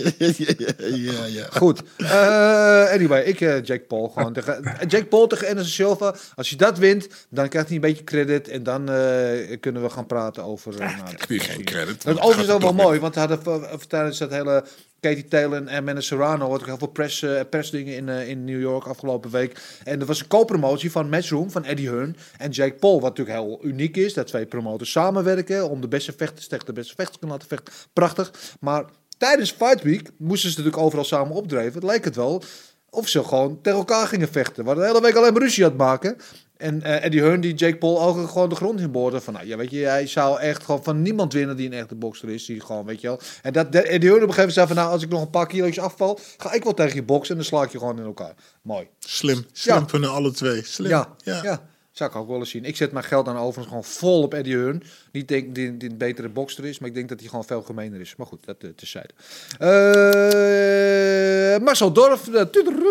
E: Ja.
G: Goed. Anyway, Jake Paul gewoon Jake Paul tegen Anderson Silva. Als je dat wint, dan krijgt hij een beetje credit. En dan kunnen we gaan praten over...
E: Ik heb geen credit.
G: Dat overigens is ook wel mooi, want we hadden tijdens dat hele... Katie Taylor en Amanda Serrano had ook heel veel persdingen in New York afgelopen week. En er was een co-promotie van Matchroom van Eddie Hearn en Jake Paul. Wat natuurlijk heel uniek is, dat 2 promoters samenwerken om de beste vechters tegen de beste vechters te laten vechten. Prachtig. Maar tijdens Fight Week moesten ze natuurlijk overal samen opdreven. Het leek het wel of ze gewoon tegen elkaar gingen vechten. Waar de hele week alleen maar ruzie aan het maken. En Eddie Hearn die Jake Paul ook gewoon de grond inboorde. Van, nou, ja, weet je, hij zou echt gewoon van niemand winnen die een echte bokser is. Die gewoon, weet je wel. En dat Eddie Hearn op een gegeven moment zei van, nou, als ik nog een paar kilo's afval, ga ik wel tegen je boksen en dan sla ik je gewoon in elkaar. Mooi.
E: Slim van alle twee. Slim.
G: Ja. Zou ik ook wel eens zien. Ik zet mijn geld dan overigens gewoon vol op Eddie Hearn. Niet denk die een betere bokser is, maar ik denk dat hij gewoon veel gemeener is. Maar goed, dat tezijde. Marcel Dorf. We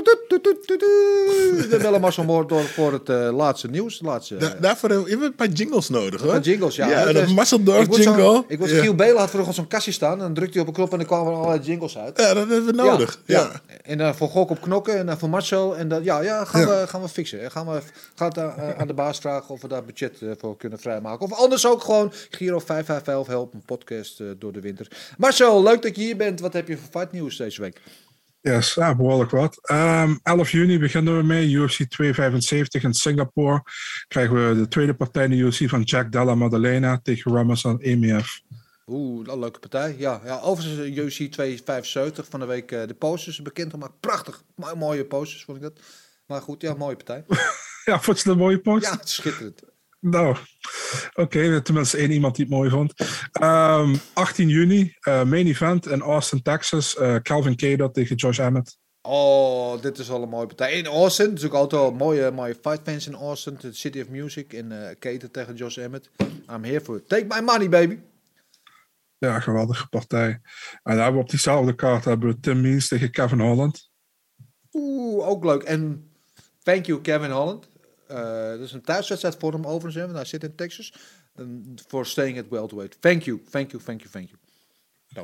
G: bellen Marcel Dorf voor het laatste nieuws.
E: Daarvoor hebben we een paar jingles nodig, hoor.
G: Een jingles, ja.
E: Ja, de Marcel Dorf jingle.
G: Ik was Giel Belen had vroeger zo'n kastje staan. En dan drukte hij op een knop en dan kwamen er allerlei jingles uit.
E: Ja, dat hebben we nodig. Ja.
G: En dan voor Gok op Knokken en dan voor Marcel. En dan, gaan we fixen. Gaan we aan de baas vragen of we daar budget voor kunnen vrijmaken. Of anders ook gewoon Giro 5511 help een podcast door de winter. Marcel, leuk dat je hier bent. Wat heb je voor fight nieuws deze week?
H: Yes, behoorlijk wat. 11 juni beginnen we mee. UFC 275 in Singapore. Krijgen we de tweede partij in de UFC van Jack Della Maddalena tegen Ramazan Emeev.
G: Oeh, een leuke partij. Ja, overigens UFC 275 van de week de posters bekend gemaakt. Prachtig. Mooie posters vond ik dat. Maar goed, ja, mooie partij.
H: Ja, vond je dat een mooie post?
G: Ja, schitterend.
H: Nou, oké, tenminste één iemand die het mooi vond. 18 juni, main event in Austin, Texas. Calvin Kattar tegen Josh Emmett.
G: Oh, dit is wel een mooie partij. In Austin, het is ook altijd wel mooie fight fans in Austin. The City of Music. En Kattar tegen Josh Emmett. I'm here for it. Take my money, baby.
H: Ja, geweldige partij. En dan hebben we op diezelfde kaart hebben we Tim Means tegen Kevin Holland.
G: Oeh, ook leuk. En thank you, Kevin Holland. Dat is een thuiswedstrijd voor hem overigens. Want hij zit in Texas. For staying at welterweight. Thank you. Nou.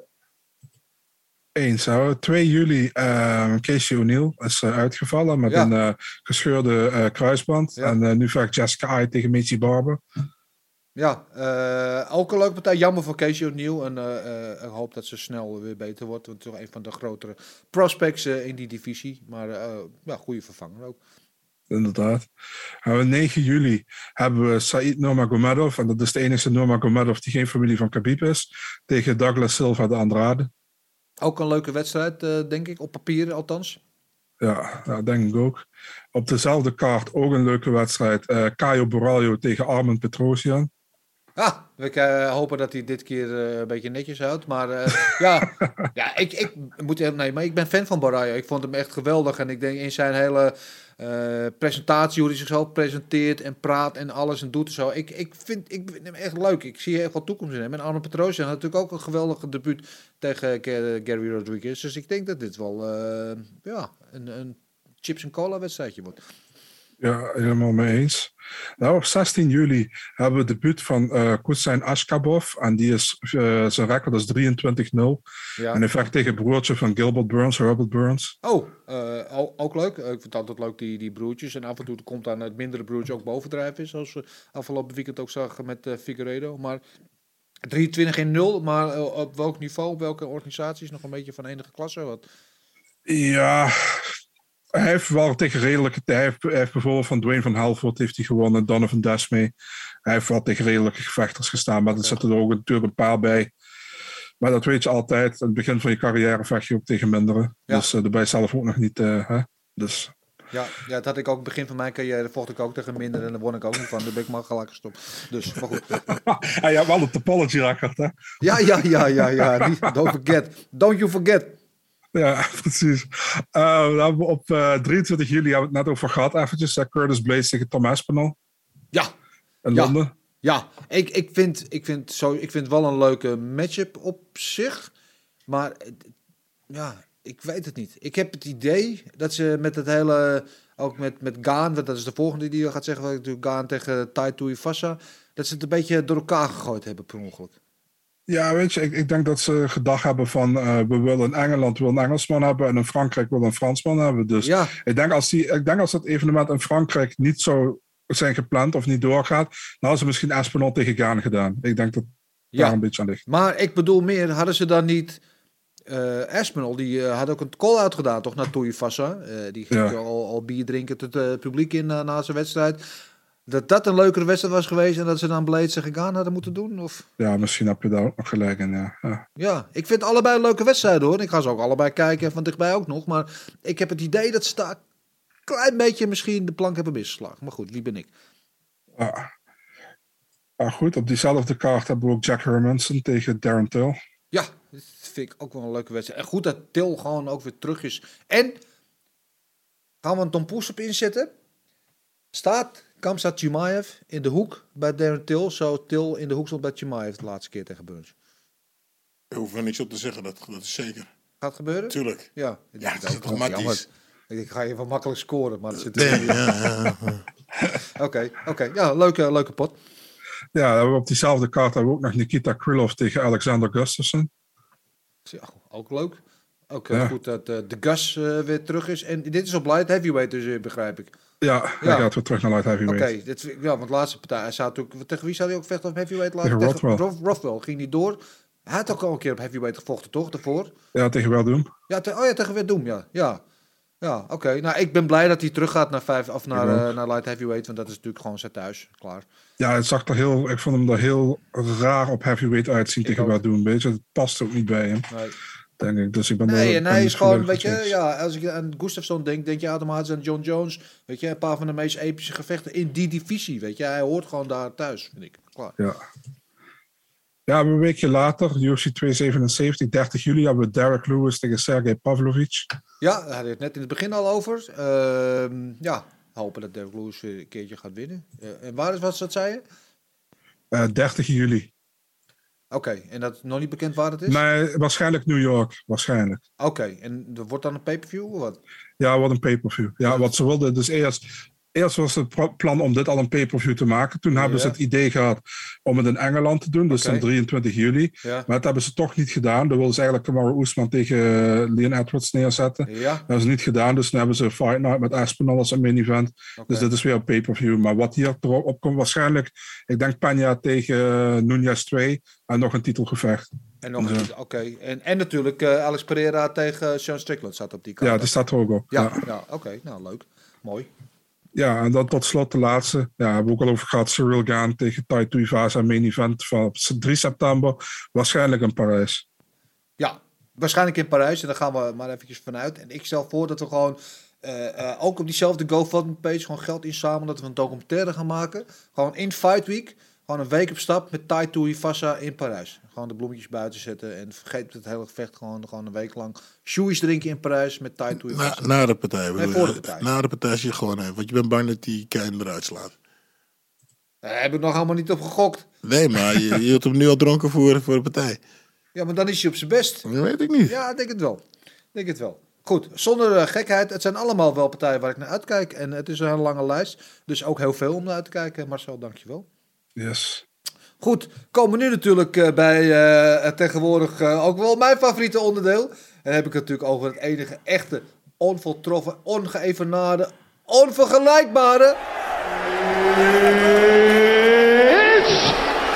H: Eens, 2 juli, Casey O'Neill is uitgevallen met een gescheurde kruisband. Ja. En nu vecht Jessica Eye tegen Macy Barber.
G: Ja, ook een leuke partij. Jammer voor Casey O'Neill. En ik hoop dat ze snel weer beter wordt. Want het is toch een van de grotere prospects in die divisie. Maar goede vervanger ook.
H: Inderdaad. 9 juli hebben we Said Nurmagomedov. En dat is de enige Nurmagomedov die geen familie van Khabib is. Tegen Douglas Silva de Andrade.
G: Ook een leuke wedstrijd, denk ik. Op papier althans.
H: Ja, denk ik ook. Op dezelfde kaart ook een leuke wedstrijd. Caio Borralho tegen Armen Petrosyan.
G: We hopen dat hij dit keer een beetje netjes houdt. Maar ik ben fan van Borralho. Ik vond hem echt geweldig. En ik denk in zijn hele presentatie, hoe hij zichzelf presenteert en praat en alles en doet en zo. Ik vind hem echt leuk. Ik zie echt wel toekomst in hem. En Armen Petrosyan had natuurlijk ook een geweldige debuut tegen Gary Rodriguez. Dus ik denk dat dit wel een chips en cola wedstrijdje wordt.
H: Ja, helemaal mee eens. Nou, op 16 juli hebben we de debuut van Hussein Ashkabov. En die is, zijn record is 23-0. Ja. En hij vecht tegen broertje van Gilbert Burns, Robert Burns.
G: Ook leuk. Ik vind het altijd leuk, die broertjes. En af en toe komt dan het mindere broertje ook bovendrijven. Zoals we afgelopen weekend ook zagen met Figueiredo. Maar 23-0. Maar op welk niveau, op welke organisatie is nog een beetje van enige klasse? Wat?
H: Ja... Hij heeft wel tegen redelijke... Hij heeft bijvoorbeeld van Dwayne van Halford heeft hij gewonnen. Donovan Desmee. Hij heeft wel tegen redelijke gevechters gestaan. Maar er zitten er ook natuurlijk een paar bij. Maar dat weet je altijd. Aan het begin van je carrière vecht je ook tegen mindere. Ja. Dus daar ben je zelf ook nog niet... Dus...
G: Ja, dat had ik ook. Begin van mijn carrière vocht ik ook tegen mindere. En daar won ik ook niet van. Daar ben ik maar gelijk gestopt. Dus, maar goed.
H: Ja, je hebt wel een topology record, hè?
G: Ja. Don't you forget.
H: Ja, precies. Op 23 juli hebben we het net over gehad eventjes. Curtis Blaydes tegen Tom Aspinall.
G: Ja.
H: In Londen.
G: Ja, ik vind wel een leuke matchup op zich. Maar ik weet het niet. Ik heb het idee dat ze met het hele... Ook met Gaan, dat is de volgende die gaat zeggen. Gaan tegen Tai Tuivasa. Dat ze het een beetje door elkaar gegooid hebben per ongeluk.
H: Ja, weet je, ik denk dat ze gedacht hebben van... we willen in Engeland een Engelsman hebben... en in Frankrijk willen een Fransman hebben. Dus ik denk als dat evenement in Frankrijk niet zou zijn gepland... of niet doorgaat... dan hadden ze misschien Aspinall tegen Gaan gedaan. Ik denk dat daar een beetje aan ligt.
G: Maar ik bedoel meer, hadden ze dan niet... Aspinall, die had ook een call-out gedaan, toch, naar Tuivasa. Die ging al bier drinken tot het publiek in na zijn wedstrijd... Dat een leukere wedstrijd was geweest en dat ze dan Blaydes tegen Gaan hadden moeten doen? Of?
H: Ja, misschien heb je daar ook nog gelijk in,
G: ja, ik vind allebei leuke wedstrijden, hoor. Ik ga ze ook allebei kijken, van dichtbij ook nog. Maar ik heb het idee dat ze daar een klein beetje misschien de plank hebben misgeslagen. Maar goed, wie ben ik?
H: Goed, op diezelfde kaart hebben we ook Jack Hermanson tegen Darren Till.
G: Ja, dat vind ik ook wel een leuke wedstrijd. En goed dat Till gewoon ook weer terug is. En gaan we een Tom Poes op inzetten? Staat Khamzat Chimaev in de hoek bij Darren Till, zo Till in de hoek stond bij Chimaev de laatste keer tegen Burns.
E: Ik hoef er niks op te zeggen, dat is zeker.
G: Gaat gebeuren?
E: Tuurlijk.
G: Ja,
E: dat is automatisch.
G: Ik ga je wel makkelijk scoren, maar dat zit er Oké. Ja, leuke pot.
H: Ja, op diezelfde kaart hebben we ook nog Nikita Krylov tegen Alexander Gustafsson.
G: Ja, ook leuk. Ook goed dat de Gus weer terug is. En dit is op light heavyweight dus, begrijp ik.
H: Ja, hij gaat weer terug naar light heavyweight.
G: Oké, want de laatste partij, hij zou natuurlijk, tegen wie zou hij ook vechten op heavyweight?
H: Tegen Rothwell.
G: Rothwell ging niet door. Hij had ook al een keer op heavyweight gevochten, toch? Daarvoor?
H: Ja, tegen Werdum.
G: Ja, tegen Werdum, ja. Ja, oké. Nou, ik ben blij dat hij teruggaat naar light heavyweight, want dat is natuurlijk gewoon zijn thuis. Klaar.
H: Ja, ik vond hem er heel raar op heavyweight uitzien tegen Werdum. Weet je, het past ook niet bij hem.
G: Nee.
H: Denk ik. Dus ik ben
G: en hij is gewoon, weet je, ja, als ik aan Gustafsson denk je automatisch aan John Jones. Weet je, een paar van de meest epische gevechten in die divisie. Weet je, hij hoort gewoon daar thuis, vind ik. Klaar.
H: Ja, een weekje later, UFC 277, 30 juli, hebben we Derek Lewis tegen Sergey Pavlovich.
G: Ja, daar hadden we het net in het begin al over. Hopen dat Derek Lewis weer een keertje gaat winnen. En waar is wat dat zei je?
H: 30 juli.
G: Oké, en dat is nog niet bekend waar het is?
H: Nee, waarschijnlijk New York. Waarschijnlijk.
G: Oké, en er wordt dan een pay-per-view of wat?
H: Ja, wordt een pay-per-view. Ja, wat ze wilden, dus eerst was het plan om dit al een pay-per-view te maken. Toen hebben ze het idee gehad om het in Engeland te doen. Dus dan 23 juli. Ja. Maar dat hebben ze toch niet gedaan. Dan wilden ze eigenlijk Kamaru Usman tegen Leon Edwards neerzetten. Ja. Dat hebben ze niet gedaan. Dus dan hebben ze Fight Night met Aspinall als een main event. Dus dit is weer een pay-per-view. Maar wat hier erop komt waarschijnlijk... Ik denk Peña tegen Nunes 2. En nog een titelgevecht.
G: En nog oké. En natuurlijk Alex Pereira tegen Sean Strickland staat op die kaart.
H: Ja, die staat er ook op.
G: Ja. Oké. Nou, leuk. Mooi.
H: Ja, en dan tot slot de laatste. Ja, hebben we ook al over gehad. Cyril Gane tegen Tai Tuivasa, main event van 3 september. Waarschijnlijk in Parijs.
G: Ja, waarschijnlijk in Parijs. En daar gaan we maar eventjes vanuit. En ik stel voor dat we gewoon ook op diezelfde GoFundMe-page gewoon geld inzamelen. Dat we een documentaire gaan maken. Gewoon in Fight Week. Gewoon een week op stap met Tai Tuivasa in Parijs. Gewoon de bloemetjes buiten zetten en vergeet het hele gevecht gewoon een week lang. Shoeies drinken in Parijs met Tai Tuivasa.
E: Na de partij.
G: Nee, voor de partij.
E: Na de partij zie je gewoon even. Want je bent bang dat die Kane eruit slaat.
G: Daar heb ik nog helemaal niet op gegokt.
E: Nee, maar je hield hem nu al dronken voor de partij.
G: Ja, maar dan is hij op zijn best.
E: Dat weet ik niet.
G: Ja, denk het wel. Goed, zonder gekheid. Het zijn allemaal wel partijen waar ik naar uitkijk. En het is een hele lange lijst. Dus ook heel veel om naar uit te kijken. Marcel, dankjewel.
H: Yes.
G: Goed, komen we nu natuurlijk bij tegenwoordig ook wel mijn favoriete onderdeel. En dan heb ik het natuurlijk over het enige echte, onvoltroffen, ongeëvenaarde, onvergelijkbare...
D: It's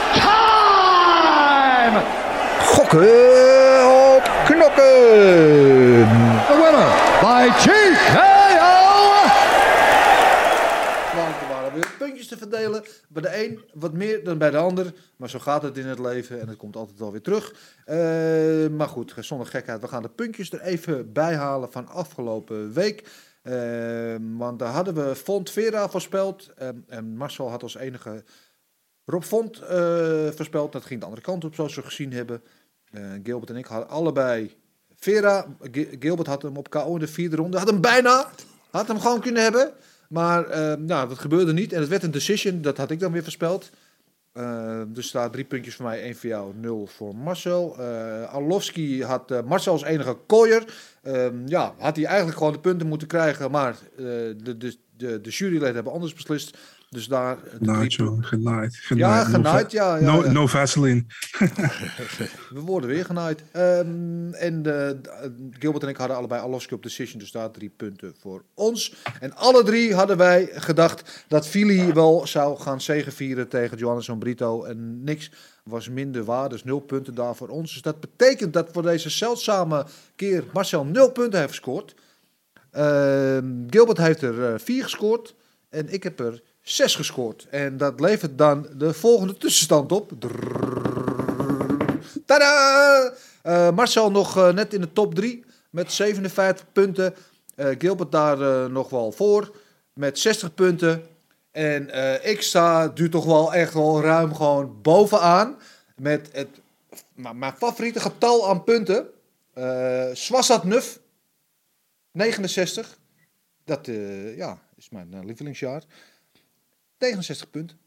D: time!
G: Gokken op knokken!
D: The winner by TKO!
G: Puntjes te verdelen. Bij de een wat meer dan bij de ander. Maar zo gaat het in het leven en het komt altijd wel weer terug. Maar goed, zonder gekheid. We gaan de puntjes er even bij halen van afgelopen week. Want daar hadden we Font Vera voorspeld. En Marcel had als enige Rob Font voorspeld. Dat ging de andere kant op, zoals we gezien hebben. Gilbert en ik hadden allebei Vera. Gilbert had hem op KO in de 4e ronde. Had hem bijna. Had hem gewoon kunnen hebben. Maar dat gebeurde niet. En het werd een decision. Dat had ik dan weer voorspeld. Dus daar 3 puntjes voor mij. 1 voor jou, 0 voor Marcel. Arlovski had Marcel als enige kooier. Had hij eigenlijk gewoon de punten moeten krijgen. Maar de juryleden hebben anders beslist. Dus daar...
H: Genaaid.
G: Ja, genaaid.
H: No Vaseline.
G: We worden weer genaaid. Gilbert en ik hadden allebei Arlovski op decision. Dus daar 3 punten voor ons. En alle 3 hadden wij gedacht dat Fili wel zou gaan zegevieren tegen Joanderson Brito. En niks was minder waar. Dus 0 punten daar voor ons. Dus dat betekent dat voor deze zeldzame keer Marcel 0 punten heeft gescoord. Gilbert heeft er 4 gescoord. En ik heb er 6 gescoord. En dat levert dan de volgende tussenstand op. Tadaa! Marcel nog net in de top 3 met 57 punten. Gilbert daar nog wel voor met 60 punten. En ik sta nu toch wel echt wel ruim gewoon bovenaan. Met mijn favoriete getal aan punten. Swasat Nuf. 69. Dat is mijn lievelingsjaar. 69 punten.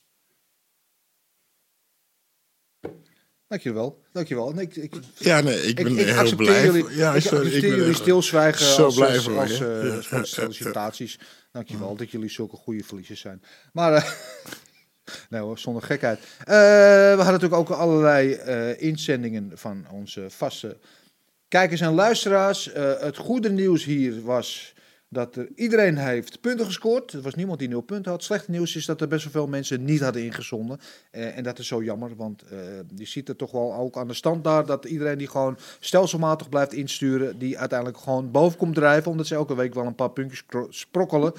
G: Dankjewel. Ik
E: ben heel blij.
G: Ik accepteer jullie stilzwijgen
E: zo blij voor
G: als felicitaties. Dankjewel dat jullie zulke goede verliezers zijn. Maar nee hoor, zonder gekheid. We hadden natuurlijk ook allerlei inzendingen van onze vaste kijkers en luisteraars. Het goede nieuws hier was dat iedereen heeft punten gescoord. Er was niemand die 0 punten had. Slechte nieuws is dat er best wel veel mensen niet hadden ingezonden. En dat is zo jammer, want je ziet het toch wel ook aan de stand daar, dat iedereen die gewoon stelselmatig blijft insturen, die uiteindelijk gewoon boven komt drijven, omdat ze elke week wel een paar puntjes sprokkelen.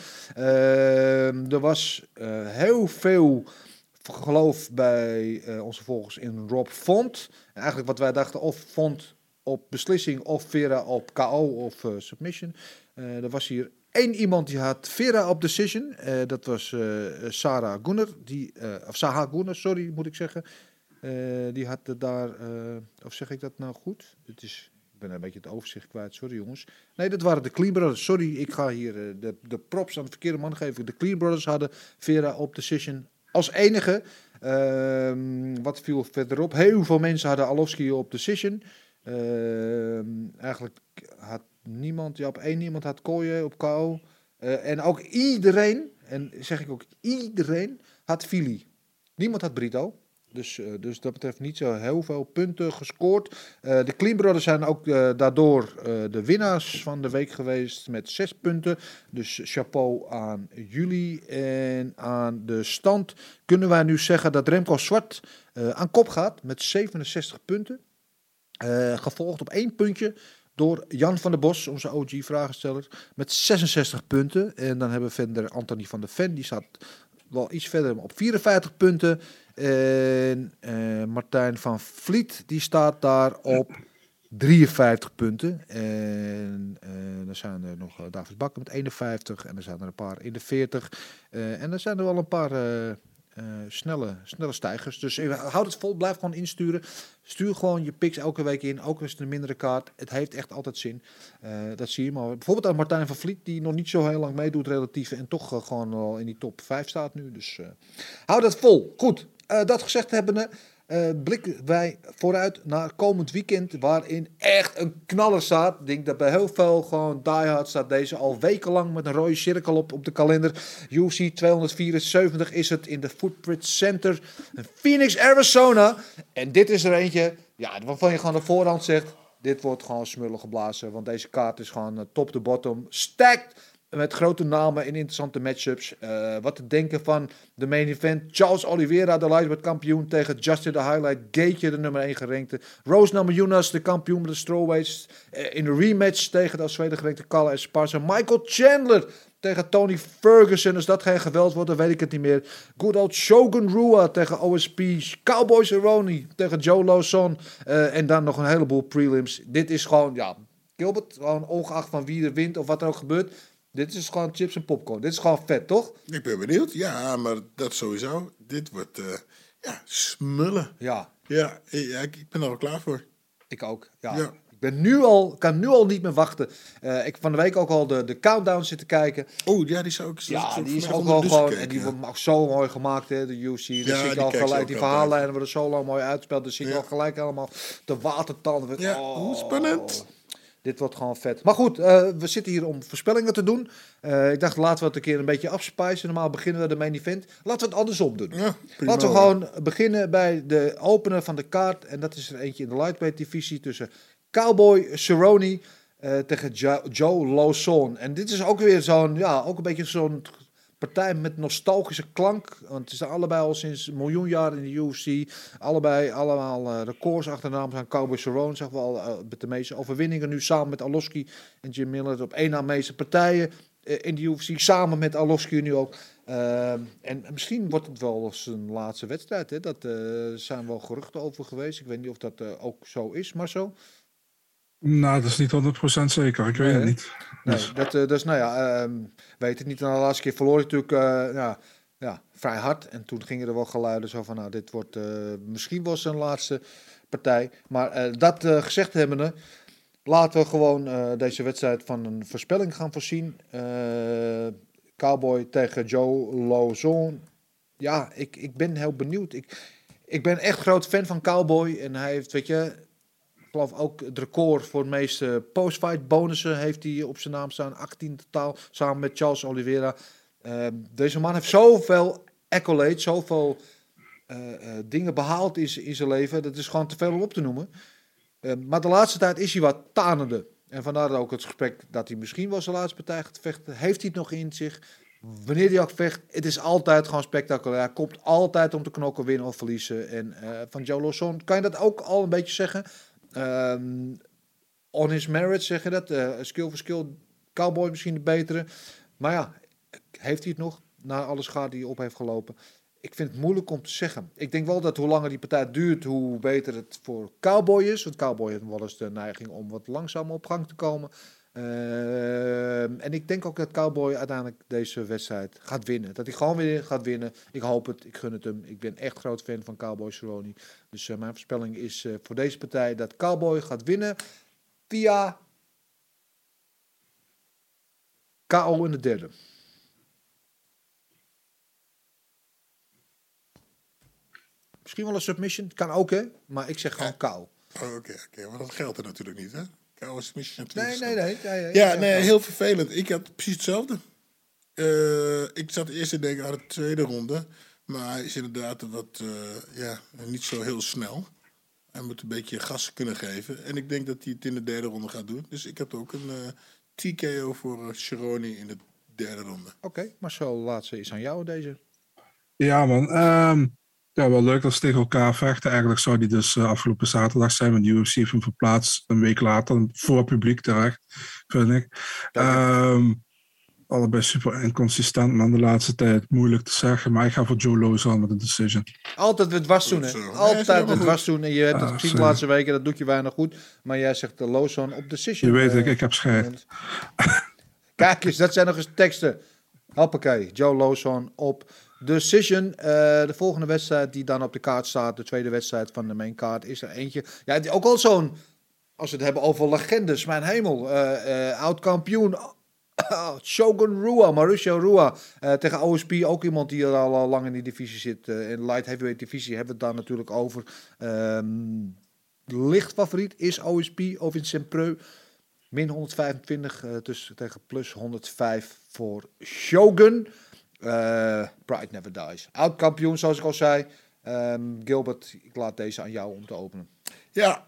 G: Er was heel veel geloof bij onze volgers in Rob Font. En eigenlijk wat wij dachten, of Font op beslissing of Vera op KO of submission. Er was hier 1 iemand die had Vera op decision. Dat was Sarah Gunner. Of Saha Gunner, sorry, moet ik zeggen. Die had daar... of zeg ik dat nou goed? Ik ben een beetje het overzicht kwijt, sorry jongens. Nee, dat waren de Clean Brothers. Sorry, ik ga hier de props aan de verkeerde man geven. De Clean Brothers hadden Vera op decision als enige. Wat viel verderop? Heel veel mensen hadden Arlovski op decision. Eigenlijk had niemand, op 1 iemand had Koye op KO. En ook iedereen, en zeg ik ook iedereen, had Fili. Niemand had Brito. Dus dat betreft niet zo heel veel punten gescoord. De Clean Brothers zijn ook daardoor de winnaars van de week geweest met 6 punten. Dus chapeau aan jullie. En aan de stand kunnen wij nu zeggen dat Remco Zwart aan kop gaat met 67 punten. Gevolgd op 1 puntje door Jan van der Bos, onze OG-vragensteller, met 66 punten. En dan hebben we verder Anthony van der Ven, die staat wel iets verder op 54 punten. En Martijn van Vliet, die staat daar op 53 punten. En dan zijn er nog David Bakker met 51. En er zijn er een paar in de 40. En er zijn er wel een paar snelle stijgers. Dus houd het vol, blijf gewoon insturen. Stuur gewoon je picks elke week in, ook als het een mindere kaart. Het heeft echt altijd zin. Dat zie je. Maar bijvoorbeeld aan Martijn van Vliet, die nog niet zo heel lang meedoet relatief. En toch gewoon al in die top 5 staat nu. Dus hou dat vol. Goed, dat gezegd hebbende, blikken wij vooruit naar komend weekend, waarin echt een knaller staat. Ik denk dat bij heel veel gewoon diehard staat deze al wekenlang met een rode cirkel op de kalender. UFC 274 is het in de Footprint Center in Phoenix, Arizona. En dit is er eentje, ja, waarvan je gewoon op voorhand zegt, dit wordt gewoon smullen geblazen. Want deze kaart is gewoon top to bottom stacked. Met grote namen en interessante matchups. Wat te denken van de main event. Charles Oliveira, de lightweight kampioen, tegen Justin the Highlight Gaethje, de nummer 1 gerankte. Rose Namajunas, de kampioen met de strawweights. In de rematch tegen de als tweede gerankte Kalle Esparza. Michael Chandler tegen Tony Ferguson. Als dat geen geweld wordt, dan weet ik het niet meer. Good old Shogun Rua tegen OSP. Cowboy Cerrone tegen Joe Lawson. En dan nog een heleboel prelims. Dit is gewoon, ja, Gilbert, gewoon ongeacht van wie er wint of wat er ook gebeurt. Dit is gewoon chips en popcorn. Dit is gewoon vet, toch?
E: Ik ben benieuwd. Ja, maar dat sowieso. Dit wordt smullen.
G: Ja.
E: Ja, ik ben er al klaar voor.
G: Ik ook, ja.
E: Ja.
G: Ik kan nu al niet meer wachten. Ik heb van de week ook al de countdown zitten kijken.
E: Oh, ja, die zou ik...
G: Ja, die is ook wel gewoon... En die wordt ook zo mooi gemaakt, hè, de UFC.
E: Ja,
G: Zie ik al gelijk, die verhaallijnen worden zo lang mooi uitgespeeld. Dus zie ik al gelijk allemaal de watertanden.
E: Ja, hoe spannend.
G: Dit wordt gewoon vet. Maar goed, we zitten hier om voorspellingen te doen. Ik dacht, laten we het een keer een beetje afspijzen. Normaal beginnen we de main event. Laten we het andersom doen.
E: Ja, prima.
G: Laten we gewoon beginnen bij de opener van de kaart. En dat is er eentje in de lightweight divisie tussen Cowboy Cerrone tegen Joe Lawson. En dit is ook weer zo'n, ja, ook een beetje zo'n partij met nostalgische klank. Want ze zijn allebei al sinds een miljoen jaar in de UFC. Allemaal records achter de naam zijn Cowboy Cerrone. Zeggen we al met de meeste overwinningen nu samen met Arlovski en Jim Miller op één na meeste partijen in de UFC. Samen met Arlovski nu ook. En misschien wordt het wel zijn laatste wedstrijd. Hè? Dat zijn wel geruchten over geweest. Ik weet niet of dat ook zo is, maar zo.
H: Nou, dat is niet 100% zeker. Ik weet het niet.
G: Nee, dus nou ja, weet het niet. De laatste keer verloor hij natuurlijk vrij hard. En toen gingen er wel geluiden zo van, nou, dit wordt misschien wel zijn laatste partij. Maar dat gezegd hebbende, laten we gewoon deze wedstrijd van een voorspelling gaan voorzien. Cowboy tegen Joe Lawson. Ja, ik ben heel benieuwd. Ik ben echt groot fan van Cowboy. En hij heeft, weet je, ik geloof ook het record voor de meeste post-fight bonussen heeft hij op zijn naam staan. 18 totaal, samen met Charles Oliveira. Deze man heeft zoveel accolades, zoveel dingen behaald in zijn leven. Dat is gewoon te veel om op te noemen. Maar de laatste tijd is hij wat tanende. En vandaar ook het gesprek dat hij misschien wel zijn laatste partij gaat vechten. Heeft hij het nog in zich? Wanneer hij ook vecht, het is altijd gewoon spectaculair. Hij komt altijd om te knokken, winnen of verliezen. En van Joe Lawson kan je dat ook al een beetje zeggen. On his merit zeg je dat. Skill voor skill. Cowboy misschien de betere. Maar ja, heeft hij het nog? Na alle schade die hij op heeft gelopen. Ik vind het moeilijk om te zeggen. Ik denk wel dat hoe langer die partij duurt, hoe beter het voor Cowboy is. Want Cowboy heeft wel eens de neiging om wat langzamer op gang te komen. En ik denk ook dat Cowboy uiteindelijk deze wedstrijd gaat winnen. Dat hij gewoon weer gaat winnen. Ik hoop het, ik gun het hem. Ik ben echt groot fan van Cowboy Cerrone. Dus mijn voorspelling is voor deze partij dat Cowboy gaat winnen via KO in de derde. Misschien wel een submission. Kan ook, hè? Maar ik zeg gewoon KO.
E: Oké. Maar dat geldt er natuurlijk niet, hè? KO is submission.
G: Nee.
E: Ja, heel vervelend. Ik had precies hetzelfde. Ik zat eerst te denken aan de tweede ronde. Maar hij is inderdaad niet zo heel snel. Hij moet een beetje gas kunnen geven. En ik denk dat hij het in de derde ronde gaat doen. Dus ik heb ook een TKO voor Cerrone in de derde ronde.
G: Oké, Marcel, laatste is aan jou deze.
H: Ja, man. Wel leuk dat ze tegen elkaar vechten. Eigenlijk zou die dus afgelopen zaterdag zijn. Want de UFC heeft hem verplaatst een week later. Voor publiek terecht, vind ik. Allebei super inconsistent, man. De laatste tijd moeilijk te zeggen. Maar ik ga voor Joe Lawson met een decision.
G: Altijd het was doen, hè? Altijd het was doen. En je hebt het gezien de laatste weken. Dat doet je weinig goed. Maar jij zegt de Lawson op decision.
H: Je weet ik heb scheid.
G: Kijk eens, dat zijn nog eens teksten. Hoppakee, Joe Lawson op decision. De volgende wedstrijd die dan op de kaart staat, de tweede wedstrijd van de main card, is er eentje. Ja, ook al zo'n, als we het hebben over legendes, mijn hemel. Oud-kampioen Shogun Rua, Mauricio Rua. Tegen OSP, ook iemand die al lang in die divisie zit. In de light heavyweight divisie hebben we het daar natuurlijk over. Licht favoriet is OSP of in Saint-Preux. Min 125 tegen plus 105 voor Shogun. Pride never dies. Oud-kampioen, zoals ik al zei. Gilbert, ik laat deze aan jou om te openen.
E: Ja.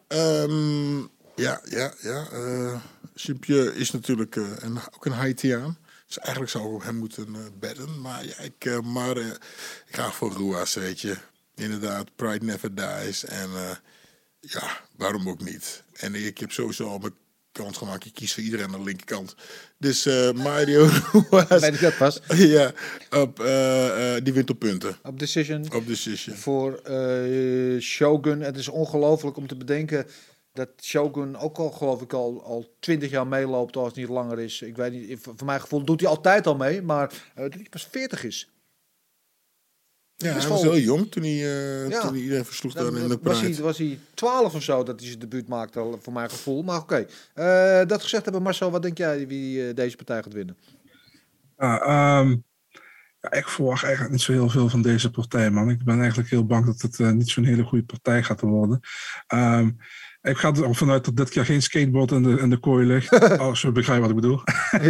E: Saint-Preux is natuurlijk ook een Haitiaan. Dus eigenlijk zou ik hem moeten bedden. Maar ja, ik ga voor Ruas, weet je. Inderdaad, Pride never dies. En waarom ook niet? En ik heb sowieso al mijn kans gemaakt. Ik kies voor iedereen aan de linkerkant. Dus Mario Ruas.
G: Weet ik dat pas?
E: Ja, die wint op punten.
G: Op decision.
E: Op decision.
G: Voor Shogun. Het is ongelooflijk om te bedenken dat Shogun ook al, geloof ik, al 20 jaar meeloopt als het niet langer is. Ik weet niet, voor mijn gevoel doet hij altijd al mee, maar dat hij pas 40 is.
E: Ja, hij was heel jong toen hij iedereen versloeg dan in de Pride.
G: Was hij 12 of zo dat hij zijn debuut maakte, voor mijn gevoel. Maar oké. Dat gezegd hebben, Marcel, wat denk jij wie deze partij gaat winnen?
H: Ik verwacht eigenlijk niet zo heel veel van deze partij, man. Ik ben eigenlijk heel bang dat het niet zo'n hele goede partij gaat worden. Ik ga ervan uit dat dit keer geen skateboard in de kooi ligt. Als je begrijpt wat ik bedoel.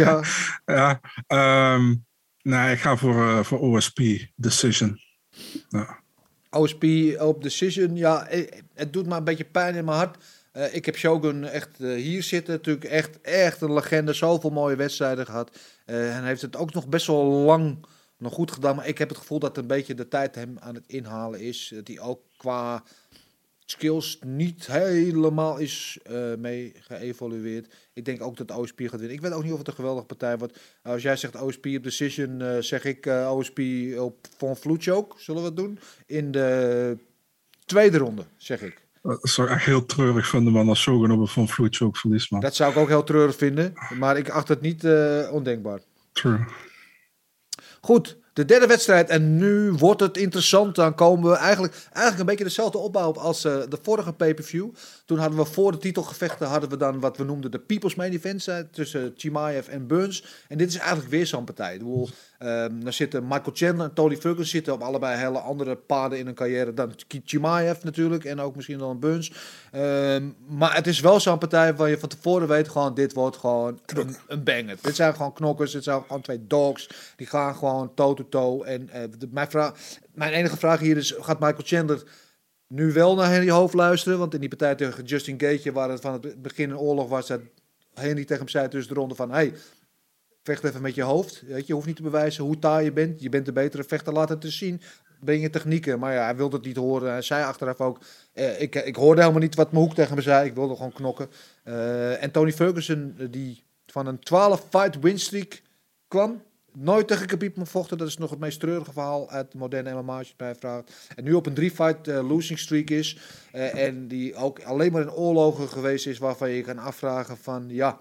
H: Ja. Ik ga voor OSP Decision. Ja.
G: OSP op Decision, ja, het doet me een beetje pijn in mijn hart. Ik heb Shogun echt hier zitten, natuurlijk echt een legende, zoveel mooie wedstrijden gehad. En heeft het ook nog best wel lang nog goed gedaan, maar ik heb het gevoel dat een beetje de tijd hem aan het inhalen is. Dat hij ook qua skills niet helemaal is mee geëvolueerd. Ik denk ook dat OSP gaat winnen. Ik weet ook niet of het een geweldige partij wordt. Als jij zegt OSP op decision, zeg ik OSP op Von Vloedchoke. Zullen we het doen? In de tweede ronde, zeg ik.
H: Dat zou ik echt heel treurig vinden, man, als Shogun op een Von Vloedchoke verliest, man.
G: Dat zou ik ook heel treurig vinden, maar ik acht het niet ondenkbaar.
H: True.
G: Goed, de derde wedstrijd. En nu wordt het interessant. Dan komen we eigenlijk een beetje dezelfde opbouw als de vorige pay-per-view. Toen hadden we voor de titelgevechten hadden we dan wat we noemden de People's Main Events tussen Chimaev en Burns. En dit is eigenlijk weer zo'n partij. Dan zitten Michael Chandler en Tony Ferguson zitten op allebei hele andere paden in hun carrière dan Chimaev natuurlijk. En ook misschien dan Burns. Maar het is wel zo'n partij waar je van tevoren weet gewoon dit wordt gewoon een banger. Dit zijn gewoon knokkers. Dit zijn gewoon twee dogs. Die gaan gewoon toe-to-toe. En mijn enige vraag hier is, gaat Michael Chandler nu wel naar Henry Hoof luisteren? Want in die partij tegen Justin Gaethje, waar het van het begin een oorlog was, dat Henry tegen hem zei tussen de ronde van... Hey, vecht even met je hoofd. Weet je hoeft niet te bewijzen hoe taai je bent. Je bent de betere vechter, laat het eens zien. Ben je technieken. Maar ja, hij wilde het niet horen. Hij zei achteraf ook... Ik hoorde helemaal niet wat mijn hoek tegen me zei. Ik wilde gewoon knokken. En Tony Ferguson, die van een 12-fight winstreak kwam... Nooit tegen Khabib vochten. Dat is nog het meest treurige verhaal uit de moderne MMA, als je het mij vraagt. En nu op een 3-fight losing streak is. En die ook alleen maar in oorlogen geweest is... waarvan je kan afvragen van... Ja,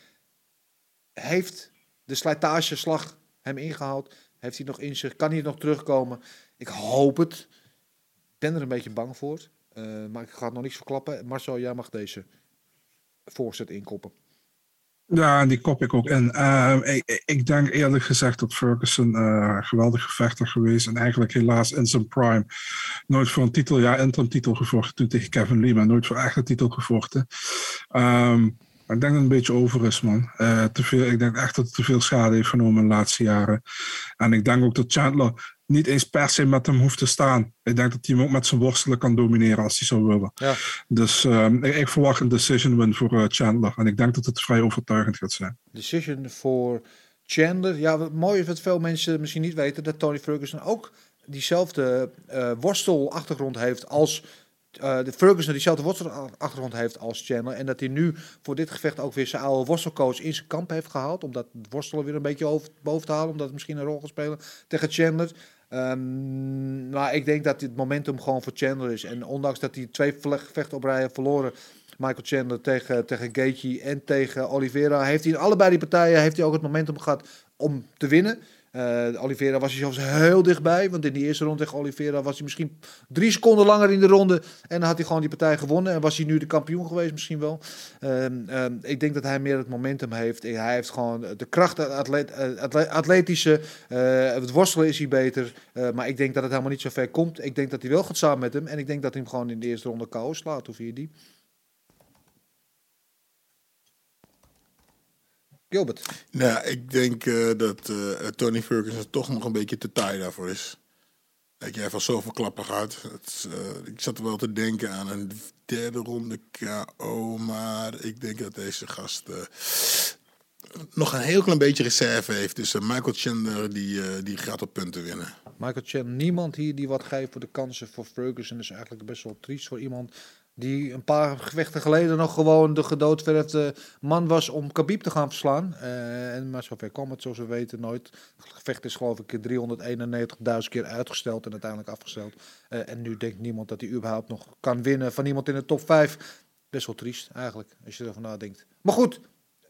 G: heeft de slijtageslag hem ingehaald? Heeft hij nog in zich? Kan hij nog terugkomen? Ik hoop het. Ik ben er een beetje bang voor. Maar ik ga het nog niets verklappen. Marcel, jij mag deze voorzet inkoppen.
H: Ja, en die kop ik ook in. Ik denk eerlijk gezegd dat Ferguson een geweldige vechter geweest. En eigenlijk helaas in zijn prime nooit voor een titel, interim titel gevochten. Toen tegen Kevin Lee, maar nooit voor echt een titel gevochten. Maar ik denk dat het een beetje over is, man. Ik denk echt dat het te veel schade heeft genomen in de laatste jaren. En ik denk ook dat Chandler niet eens per se met hem hoeft te staan. Ik denk dat hij hem ook met zijn worstelen kan domineren als hij zou willen. Ja. Dus ik verwacht een decision win voor Chandler. En ik denk dat het vrij overtuigend gaat zijn. Decision
G: voor Chandler. Ja, wat mooi is wat veel mensen misschien niet weten... dat Tony Ferguson ook diezelfde worstelachtergrond heeft als... de Ferguson diezelfde worstelachtergrond heeft als Chandler. En dat hij nu voor dit gevecht ook weer zijn oude worstelcoach in zijn kamp heeft gehaald. Om dat worstelen weer een beetje boven te halen. Omdat het misschien een rol gaat spelen tegen Chandler. Maar ik denk dat dit momentum gewoon voor Chandler is. En ondanks dat hij 2 gevechten op rij heeft verloren... Michael Chandler tegen Gaethje en tegen Oliveira... heeft hij in allebei die partijen ook het momentum gehad om te winnen... Oliveira was hij zelfs heel dichtbij. Want in die eerste ronde tegen Oliveira was hij misschien 3 seconden langer in de ronde. En dan had hij gewoon die partij gewonnen. En was hij nu de kampioen geweest misschien wel. Ik denk dat hij meer het momentum heeft. Hij heeft gewoon de kracht, atletische. Het worstelen is hij beter. Maar ik denk dat het helemaal niet zo ver komt. Ik denk dat hij wel gaat samen met hem. En ik denk dat hij hem gewoon in de eerste ronde KO slaat. Hoe vind je die? Gilbert.
E: Nou, ik denk dat Tony Ferguson toch nog een beetje te taai daarvoor is. Kijk, jij heeft al zoveel klappen gehad. Ik zat wel te denken aan een 3e ronde KO, maar ik denk dat deze gast nog een heel klein beetje reserve heeft. Dus Michael Chandler die gaat op punten winnen.
G: Michael Chandler, niemand hier die wat geeft voor de kansen voor Ferguson. Dat is eigenlijk best wel triest voor iemand... die een paar gevechten geleden nog gewoon de gedoodverfde man was om Khabib te gaan verslaan. Maar zover kwam het, zoals we weten, nooit. Het gevecht is geloof ik 391.000 keer uitgesteld en uiteindelijk afgesteld. En nu denkt niemand dat hij überhaupt nog kan winnen van iemand in de top 5. Best wel triest eigenlijk, als je erover nadenkt. Maar goed,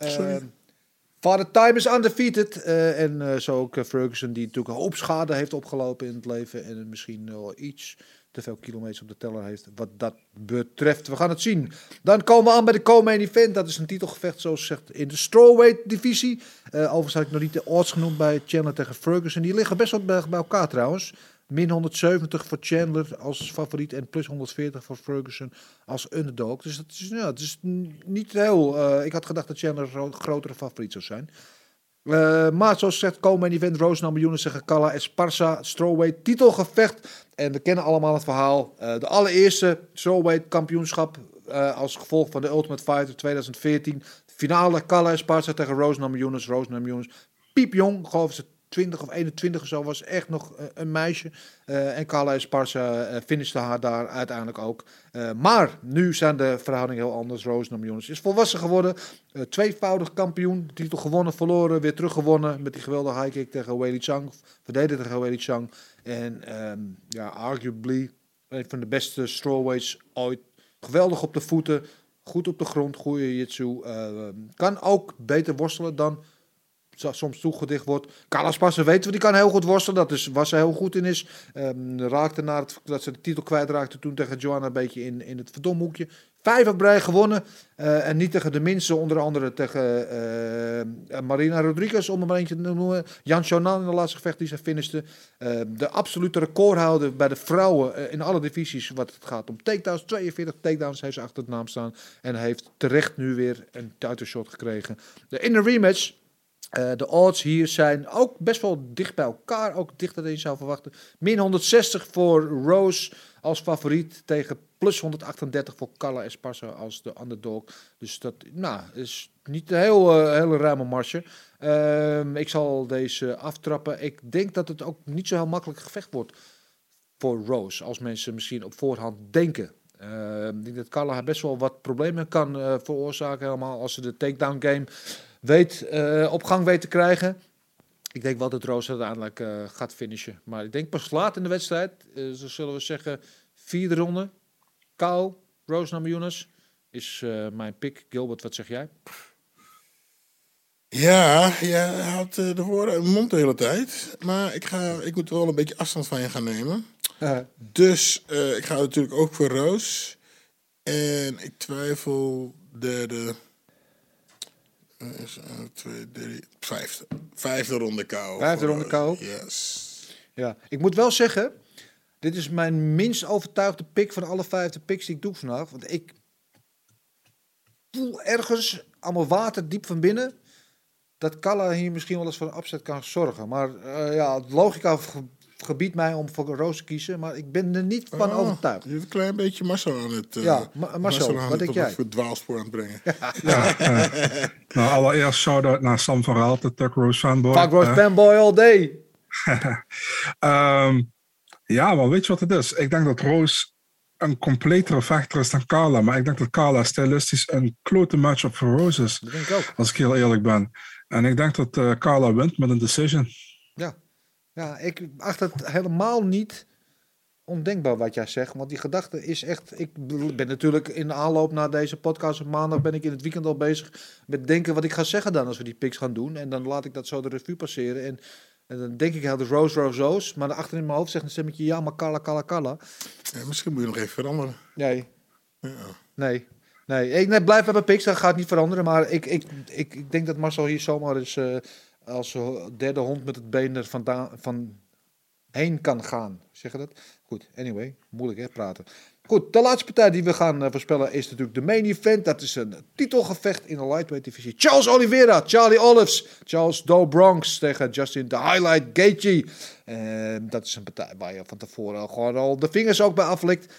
G: Father Time is undefeated. En zo ook Ferguson, die natuurlijk een hoop schade heeft opgelopen in het leven. En misschien wel iets... te veel kilometers op de teller heeft wat dat betreft. We gaan het zien. Dan komen we aan bij de co-main event. Dat is een titelgevecht, zoals gezegd, in de strawweight divisie. Overigens had ik nog niet de odds genoemd bij Chandler tegen Ferguson. Die liggen best wel bij elkaar trouwens. Min 170 voor Chandler als favoriet en plus 140 voor Ferguson als underdog. Dus het is niet heel... ik had gedacht dat Chandler een grotere favoriet zou zijn. Maar zoals gezegd, co-main event, Rose Namajunas tegen Kala Esparza, strawweight titelgevecht. En we kennen allemaal het verhaal. De allereerste strawweight kampioenschap als gevolg van de Ultimate Fighter 2014. Finale Kala Esparza tegen Rose Namajunas. Rose Namajunas, piepjong, geloof ik 20 of 21 of zo, was echt nog een meisje. En Kala Esparza finishte haar daar uiteindelijk ook. Maar nu zijn de verhoudingen heel anders. Rose Namajunas is volwassen geworden. Tweevoudig kampioen. Titel gewonnen, verloren, weer teruggewonnen. Met die geweldige high kick tegen Weili Zhang. Verdedigde tegen Weili Zhang. En arguably een van de beste strawweights ooit. Geweldig op de voeten. Goed op de grond. Goede jiu-jitsu. Kan ook beter worstelen dan... soms toegedicht wordt. Kala Esparza weten we, die kan heel goed worstelen. Dat is waar ze heel goed in is. Raakte dat ze de titel kwijtraakte toen tegen Joanna een beetje in het verdomhoekje. 5 op rij gewonnen. En niet tegen de minste, onder andere tegen Marina Rodriguez, om er maar eentje te noemen. Yan Xiaonan in de laatste gevecht die ze finishte. De absolute recordhouder bij de vrouwen in alle divisies wat het gaat om takedowns. 42 takedowns heeft ze achter de naam staan. En heeft terecht nu weer een title shot gekregen. In de rematch De odds hier zijn ook best wel dicht bij elkaar. Ook dichter dan je zou verwachten. Min 160 voor Rose als favoriet tegen plus 138 voor Carla Esparza als de underdog. Dus dat is niet een hele ruime marge. Ik zal deze aftrappen. Ik denk dat het ook niet zo heel makkelijk gevecht wordt voor Rose. Als mensen misschien op voorhand denken. Ik denk dat Carla haar best wel wat problemen kan veroorzaken. Helemaal als ze de takedown game op gang weet te krijgen. Ik denk wel dat Rose uiteindelijk gaat finishen. Maar ik denk pas laat in de wedstrijd. Zo zullen we zeggen 4e ronde. KO, Rose Namajunas is mijn pick. Gilbert, wat zeg jij?
E: Ja, je houdt de woorden in de mond de hele tijd. Maar ik moet wel een beetje afstand van je gaan nemen. Dus ik ga natuurlijk ook voor Rose. En ik twijfel derde... 5e ronde KO.
G: 5e ronde KO?
E: Yes.
G: Ja, ik moet wel zeggen, dit is mijn minst overtuigde pick van alle 5 picks die ik doe vandaag. Want ik voel ergens allemaal water diep van binnen dat Carla hier misschien wel eens voor een upset kan zorgen. Maar het logica gebiedt mij om voor Rose te kiezen, maar ik ben er niet van overtuigd.
E: Je hebt een klein beetje Marcel aan het...
G: Marcel, wat denk jij?
E: Voor het dwaalspoor aan het brengen.
H: Allereerst shout-out naar Sam van Raalte, Tuck Rose fanboy.
G: Tuck Rose fanboy all day.
H: Maar weet je wat het is? Ik denk dat Rose een completere vechter is dan Carla, maar ik denk dat Carla stilistisch een klote matchup voor Rose is.
G: Dat denk ik ook.
H: Als ik heel eerlijk ben. En ik denk dat Carla wint met een decision.
G: Ja, ik acht het helemaal niet ondenkbaar wat jij zegt. Want die gedachte is echt... Ik ben natuurlijk in de aanloop naar deze podcast op maandag... ben ik in het weekend al bezig met denken wat ik ga zeggen dan... als we die picks gaan doen. En dan laat ik dat zo de revue passeren. En dan denk ik, de Rose. Maar achter in mijn hoofd zegt een stemmetje... ja, maar Carla.
E: Ja, misschien moet je nog even veranderen.
G: Nee.
E: Ja.
G: Nee. Ik blijf bij mijn picks. Dat gaat niet veranderen. Maar ik denk dat Marcel hier zomaar eens... als derde hond met het been er van heen kan gaan. Zeg je dat? Goed, anyway. Moeilijk hè, praten. Goed, de laatste partij die we gaan voorspellen is natuurlijk de main event. Dat is een titelgevecht in de lightweight divisie. Charles Oliveira, Charlie Olives, Charles Do Bronx tegen Justin The Highlight Gaethje. Dat is een partij waar je van tevoren gewoon al de vingers ook bij aflikt.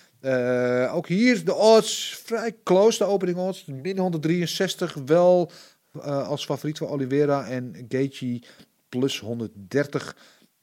G: Ook hier de odds vrij close, de opening odds. Min 163 wel... als favoriet van Oliveira en Gaethje plus 130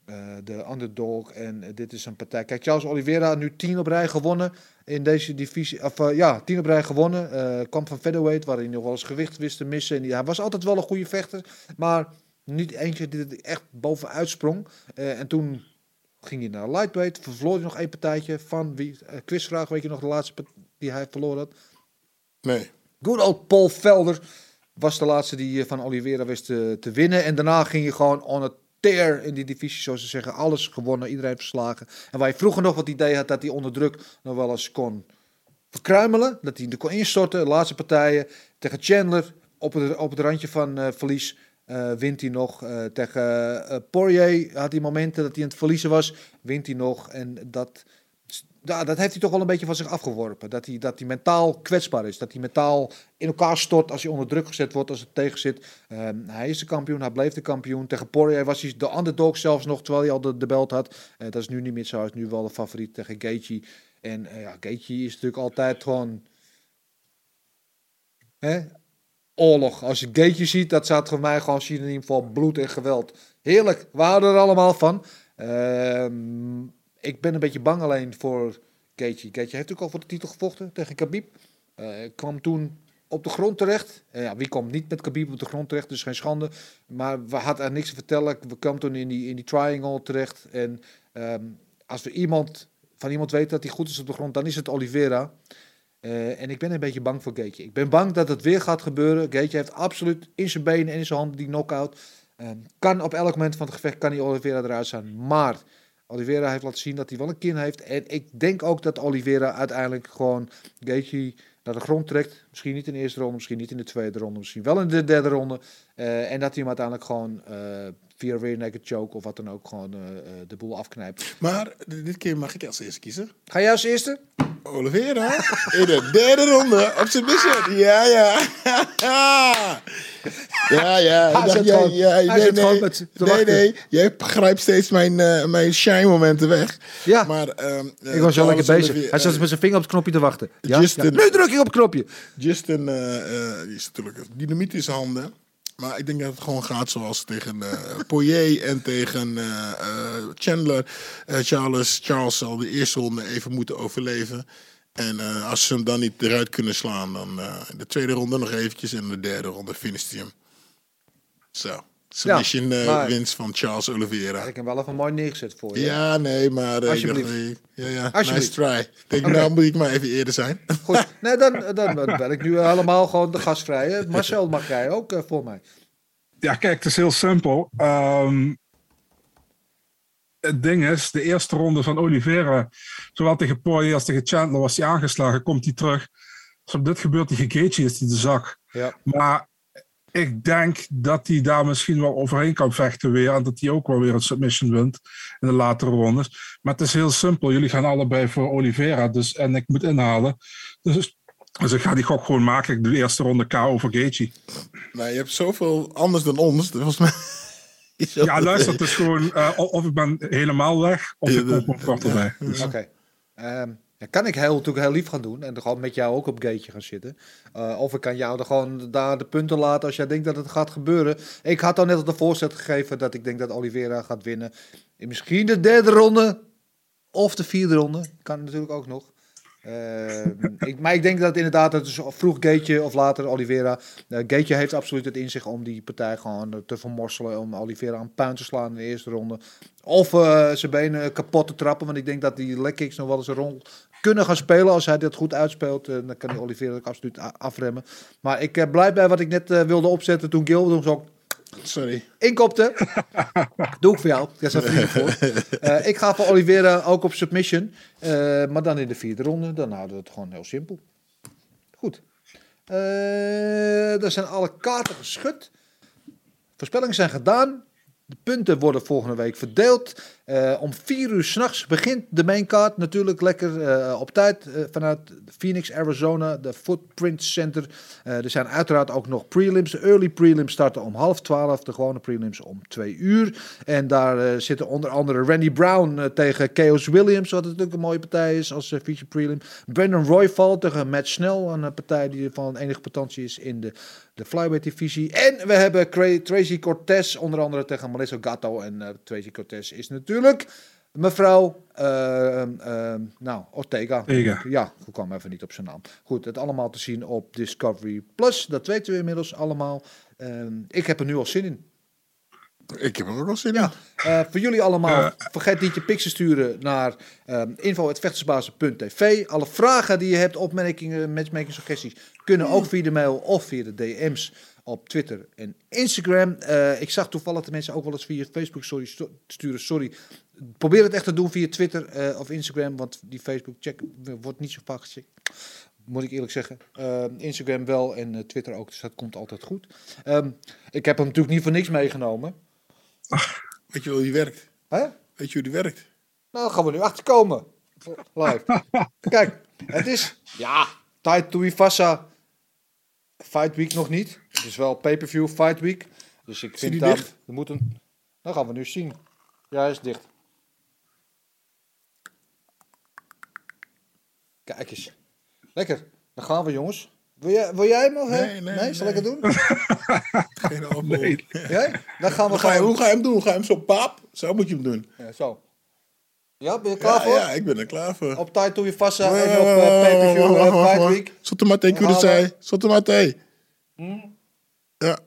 G: de underdog. En dit is een partij. Kijk, Charles Oliveira nu 10 op rij gewonnen in deze divisie. 10 op rij gewonnen. Kwam van featherweight, waarin hij nog wel eens gewicht wist te missen. En hij was altijd wel een goede vechter, maar niet eentje die er echt bovenuit sprong. En toen ging hij naar lightweight, verloor hij nog één partijtje van wie? Quizvraag, weet je nog de laatste die hij verloren had?
E: Nee.
G: Good old Paul Felder was de laatste die van Oliveira wist te winnen. En daarna ging je gewoon on a tear in die divisie, zoals ze zeggen. Alles gewonnen, iedereen verslagen. En waar je vroeger nog wat idee had dat hij onder druk nog wel eens kon verkruimelen. Dat hij er kon instorten. De laatste partijen tegen Chandler op het randje van verlies. Wint hij nog. Tegen Poirier had hij momenten dat hij aan het verliezen was. Wint hij nog. En dat heeft hij toch wel een beetje van zich afgeworpen. Dat hij mentaal kwetsbaar is. Dat hij mentaal in elkaar stort als hij onder druk gezet wordt, als het tegen zit. Hij is de kampioen, hij bleef de kampioen. Tegen Poirier was hij de underdog zelfs nog, terwijl hij al de belt had. Dat is nu niet meer zo. Hij is nu wel de favoriet tegen Gaethje. En Gaethje is natuurlijk altijd gewoon... oorlog. Als je Gaethje ziet, dat staat voor mij gewoon synoniem voor bloed en geweld. Heerlijk, we houden er allemaal van. Ik ben een beetje bang alleen voor Gaethje. Gaethje heeft natuurlijk al voor de titel gevochten tegen Khabib. Kwam toen op de grond terecht. Wie komt niet met Khabib op de grond terecht? Dus geen schande. Maar we hadden er niks te vertellen. We kwamen toen in die triangle terecht. En als we van iemand weten dat hij goed is op de grond, dan is het Oliveira. En ik ben een beetje bang voor Gaethje. Ik ben bang dat het weer gaat gebeuren. Gaethje heeft absoluut in zijn benen en in zijn handen die knockout. Kan op elk moment van het gevecht kan die Oliveira eruit zijn. Maar Oliveira heeft laten zien dat hij wel een kin heeft. En ik denk ook dat Oliveira uiteindelijk gewoon Gaethje naar de grond trekt. Misschien niet in de eerste ronde, misschien niet in de tweede ronde. Misschien wel in de derde ronde. En dat hij hem uiteindelijk gewoon via rear naked choke of wat dan ook gewoon de boel afknijpt.
E: Maar dit keer mag ik als eerste kiezen.
G: Ga jij als eerste?
E: Oliveira in de derde ronde op submission. Ja. Nee. Jij grijpt steeds mijn shine-momenten weg.
G: Ja,
E: maar,
G: ik was wel lekker bezig. Hij zat met zijn vinger op het knopje te wachten. Ja?
E: Justin,
G: Nu druk ik op het knopje.
E: Justin die is natuurlijk dynamiet in zijn handen. Maar ik denk dat het gewoon gaat zoals tegen Poirier en tegen Chandler. Charles zal de eerste ronde even moeten overleven. En als ze hem dan niet eruit kunnen slaan, dan in de tweede ronde nog eventjes. En in de derde ronde finisht hij hem. Zo. Submission winst van Charles Oliveira.
G: Ik heb hem wel even mooi neergezet voor je.
E: Ja, nee, maar...
G: Alsjeblieft.
E: Nice try. Ik denk, nou moet ik maar even eerder zijn.
G: Goed, nee, dan ben ik nu helemaal gewoon de gastvrije. Marcel, mag jij ook voor mij?
H: Ja, kijk, het is heel simpel. Het ding is, de eerste ronde van Oliveira, zowel tegen Poirier als tegen Chandler, was hij aangeslagen, komt hij terug. Als op dit gebeurt, tegen Gaethje is hij de zak.
G: Ja.
H: Maar ik denk dat hij daar misschien wel overheen kan vechten weer. En dat hij ook wel weer een submission wint in de latere rondes. Maar het is heel simpel. Jullie gaan allebei voor Oliveira. En ik moet inhalen. Dus ik ga die gok gewoon maken. Ik doe de eerste ronde KO voor Gaethje.
E: Nou, je hebt zoveel anders dan ons. Volgens mij...
H: Ja, luister, het is gewoon... of ik ben helemaal weg, of ik kom nog kort erbij. Dus.
G: Oké. Kan ik natuurlijk heel lief gaan doen en er gewoon met jou ook op Gaethje gaan zitten. Of ik kan jou er gewoon daar de punten laten als jij denkt dat het gaat gebeuren. Ik had al net al de voorzet gegeven dat ik denk dat Oliveira gaat winnen. Misschien de derde ronde of de vierde ronde. Kan natuurlijk ook nog. Maar ik denk dat inderdaad, het is vroeg Gaethje of later Oliveira. Gaethje heeft absoluut het in zich om die partij gewoon te vermorselen. Om Oliveira aan puin te slaan in de eerste ronde. Of zijn benen kapot te trappen. Want ik denk dat die leg kicks nog wel eens een rol kunnen gaan spelen. Als hij dit goed uitspeelt, dan kan die Oliveira ook absoluut afremmen. Maar ik blijf bij wat ik net wilde opzetten toen Gil zo...
E: Sorry.
G: Inkopte. Doe ik voor jou. Daar zijn vrienden voor. Ik ga voor Oliveira ook op submission. Maar dan in de vierde ronde. Dan houden we het gewoon heel simpel. Goed. Er zijn alle kaarten geschud. Voorspellingen zijn gedaan. De punten worden volgende week verdeeld. Om 4 uur 's nachts begint de maincard. Natuurlijk lekker op tijd vanuit Phoenix, Arizona. De Footprint Center. Er zijn uiteraard ook nog prelims. De early prelims starten om 11:30. De gewone prelims om 2 uur. En daar zitten onder andere Randy Brown tegen Chaos Williams. Wat natuurlijk een mooie partij is als feature prelim. Brandon Royval tegen Matt Snell. Een partij die van enige potentie is in de flyweight divisie. En we hebben Tracy Cortez onder andere tegen Melissa Gatto. En Tracy Cortez is natuurlijk mevrouw Ortega. Ja, ik kwam even niet op zijn naam. Goed, het allemaal te zien op Discovery Plus. Dat weten we inmiddels allemaal. Ik heb er nu al zin in.
E: Ik heb er ook al zin in.
G: Voor jullie allemaal, vergeet niet je pics te sturen naar info@vechtersbazen.tv. Alle vragen die je hebt, opmerkingen, matchmaking suggesties, kunnen ook via de mail of via de DM's op Twitter en Instagram. Ik zag toevallig de mensen ook wel eens via Facebook sturen. Sorry. Probeer het echt te doen via Twitter of Instagram, want die Facebook check wordt niet zo vaak gecheckt. Moet ik eerlijk zeggen. Instagram wel en Twitter ook, dus dat komt altijd goed. Ik heb hem natuurlijk niet voor niks meegenomen.
E: Weet je hoe die werkt?
G: Hè?
E: Weet je hoe die werkt?
G: Nou, dan gaan we nu achterkomen. Live. Kijk, het is... Ja, Tai Tuivasa Fight Week nog niet. Het is wel pay-per-view Fight Week. Dus ik vind dat... We moeten... Dan gaan we nu zien. Ja, hij is dicht. Kijk eens. Lekker. Dan gaan we, jongens. Wil jij hem nog? Nee? Zal ik het doen?
E: Geen opbouw. Nee.
G: Ja? Dan gaan we
E: hoe ga je hem doen? Ga je hem zo paap? Zo moet je hem doen.
G: Ja, zo. Ja, ben je klaar voor?
E: Ja, ik ben er klaar voor.
G: Op Tai Tuivasa en op pay-per-view Fight Week.
E: Sotomate Kudasai. Sotomate. Ja.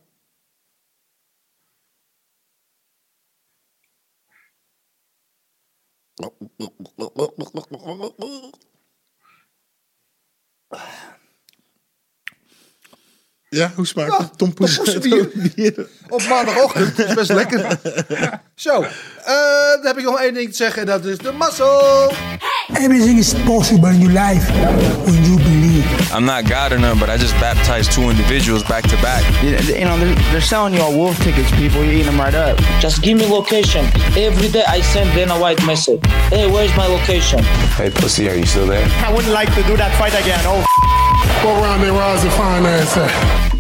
E: Ja, hoe smaakt het? Tompoes-bier.
G: Op maandagochtend. Dat is best lekker. Zo, dan heb ik nog één ding te zeggen en dat is de mazzel.
I: Everything is possible in your life when you believe.
J: I'm not God or none, but I just baptized 2 individuals back to back.
K: You know, they're selling you all wolf tickets, people. You're eating them right up.
L: Just give me location. Every day I send Dana White message. Hey, where's my location?
M: Hey, pussy, are you still there?
N: I wouldn't like to do that fight again. Oh,
E: What round they rise to finance at?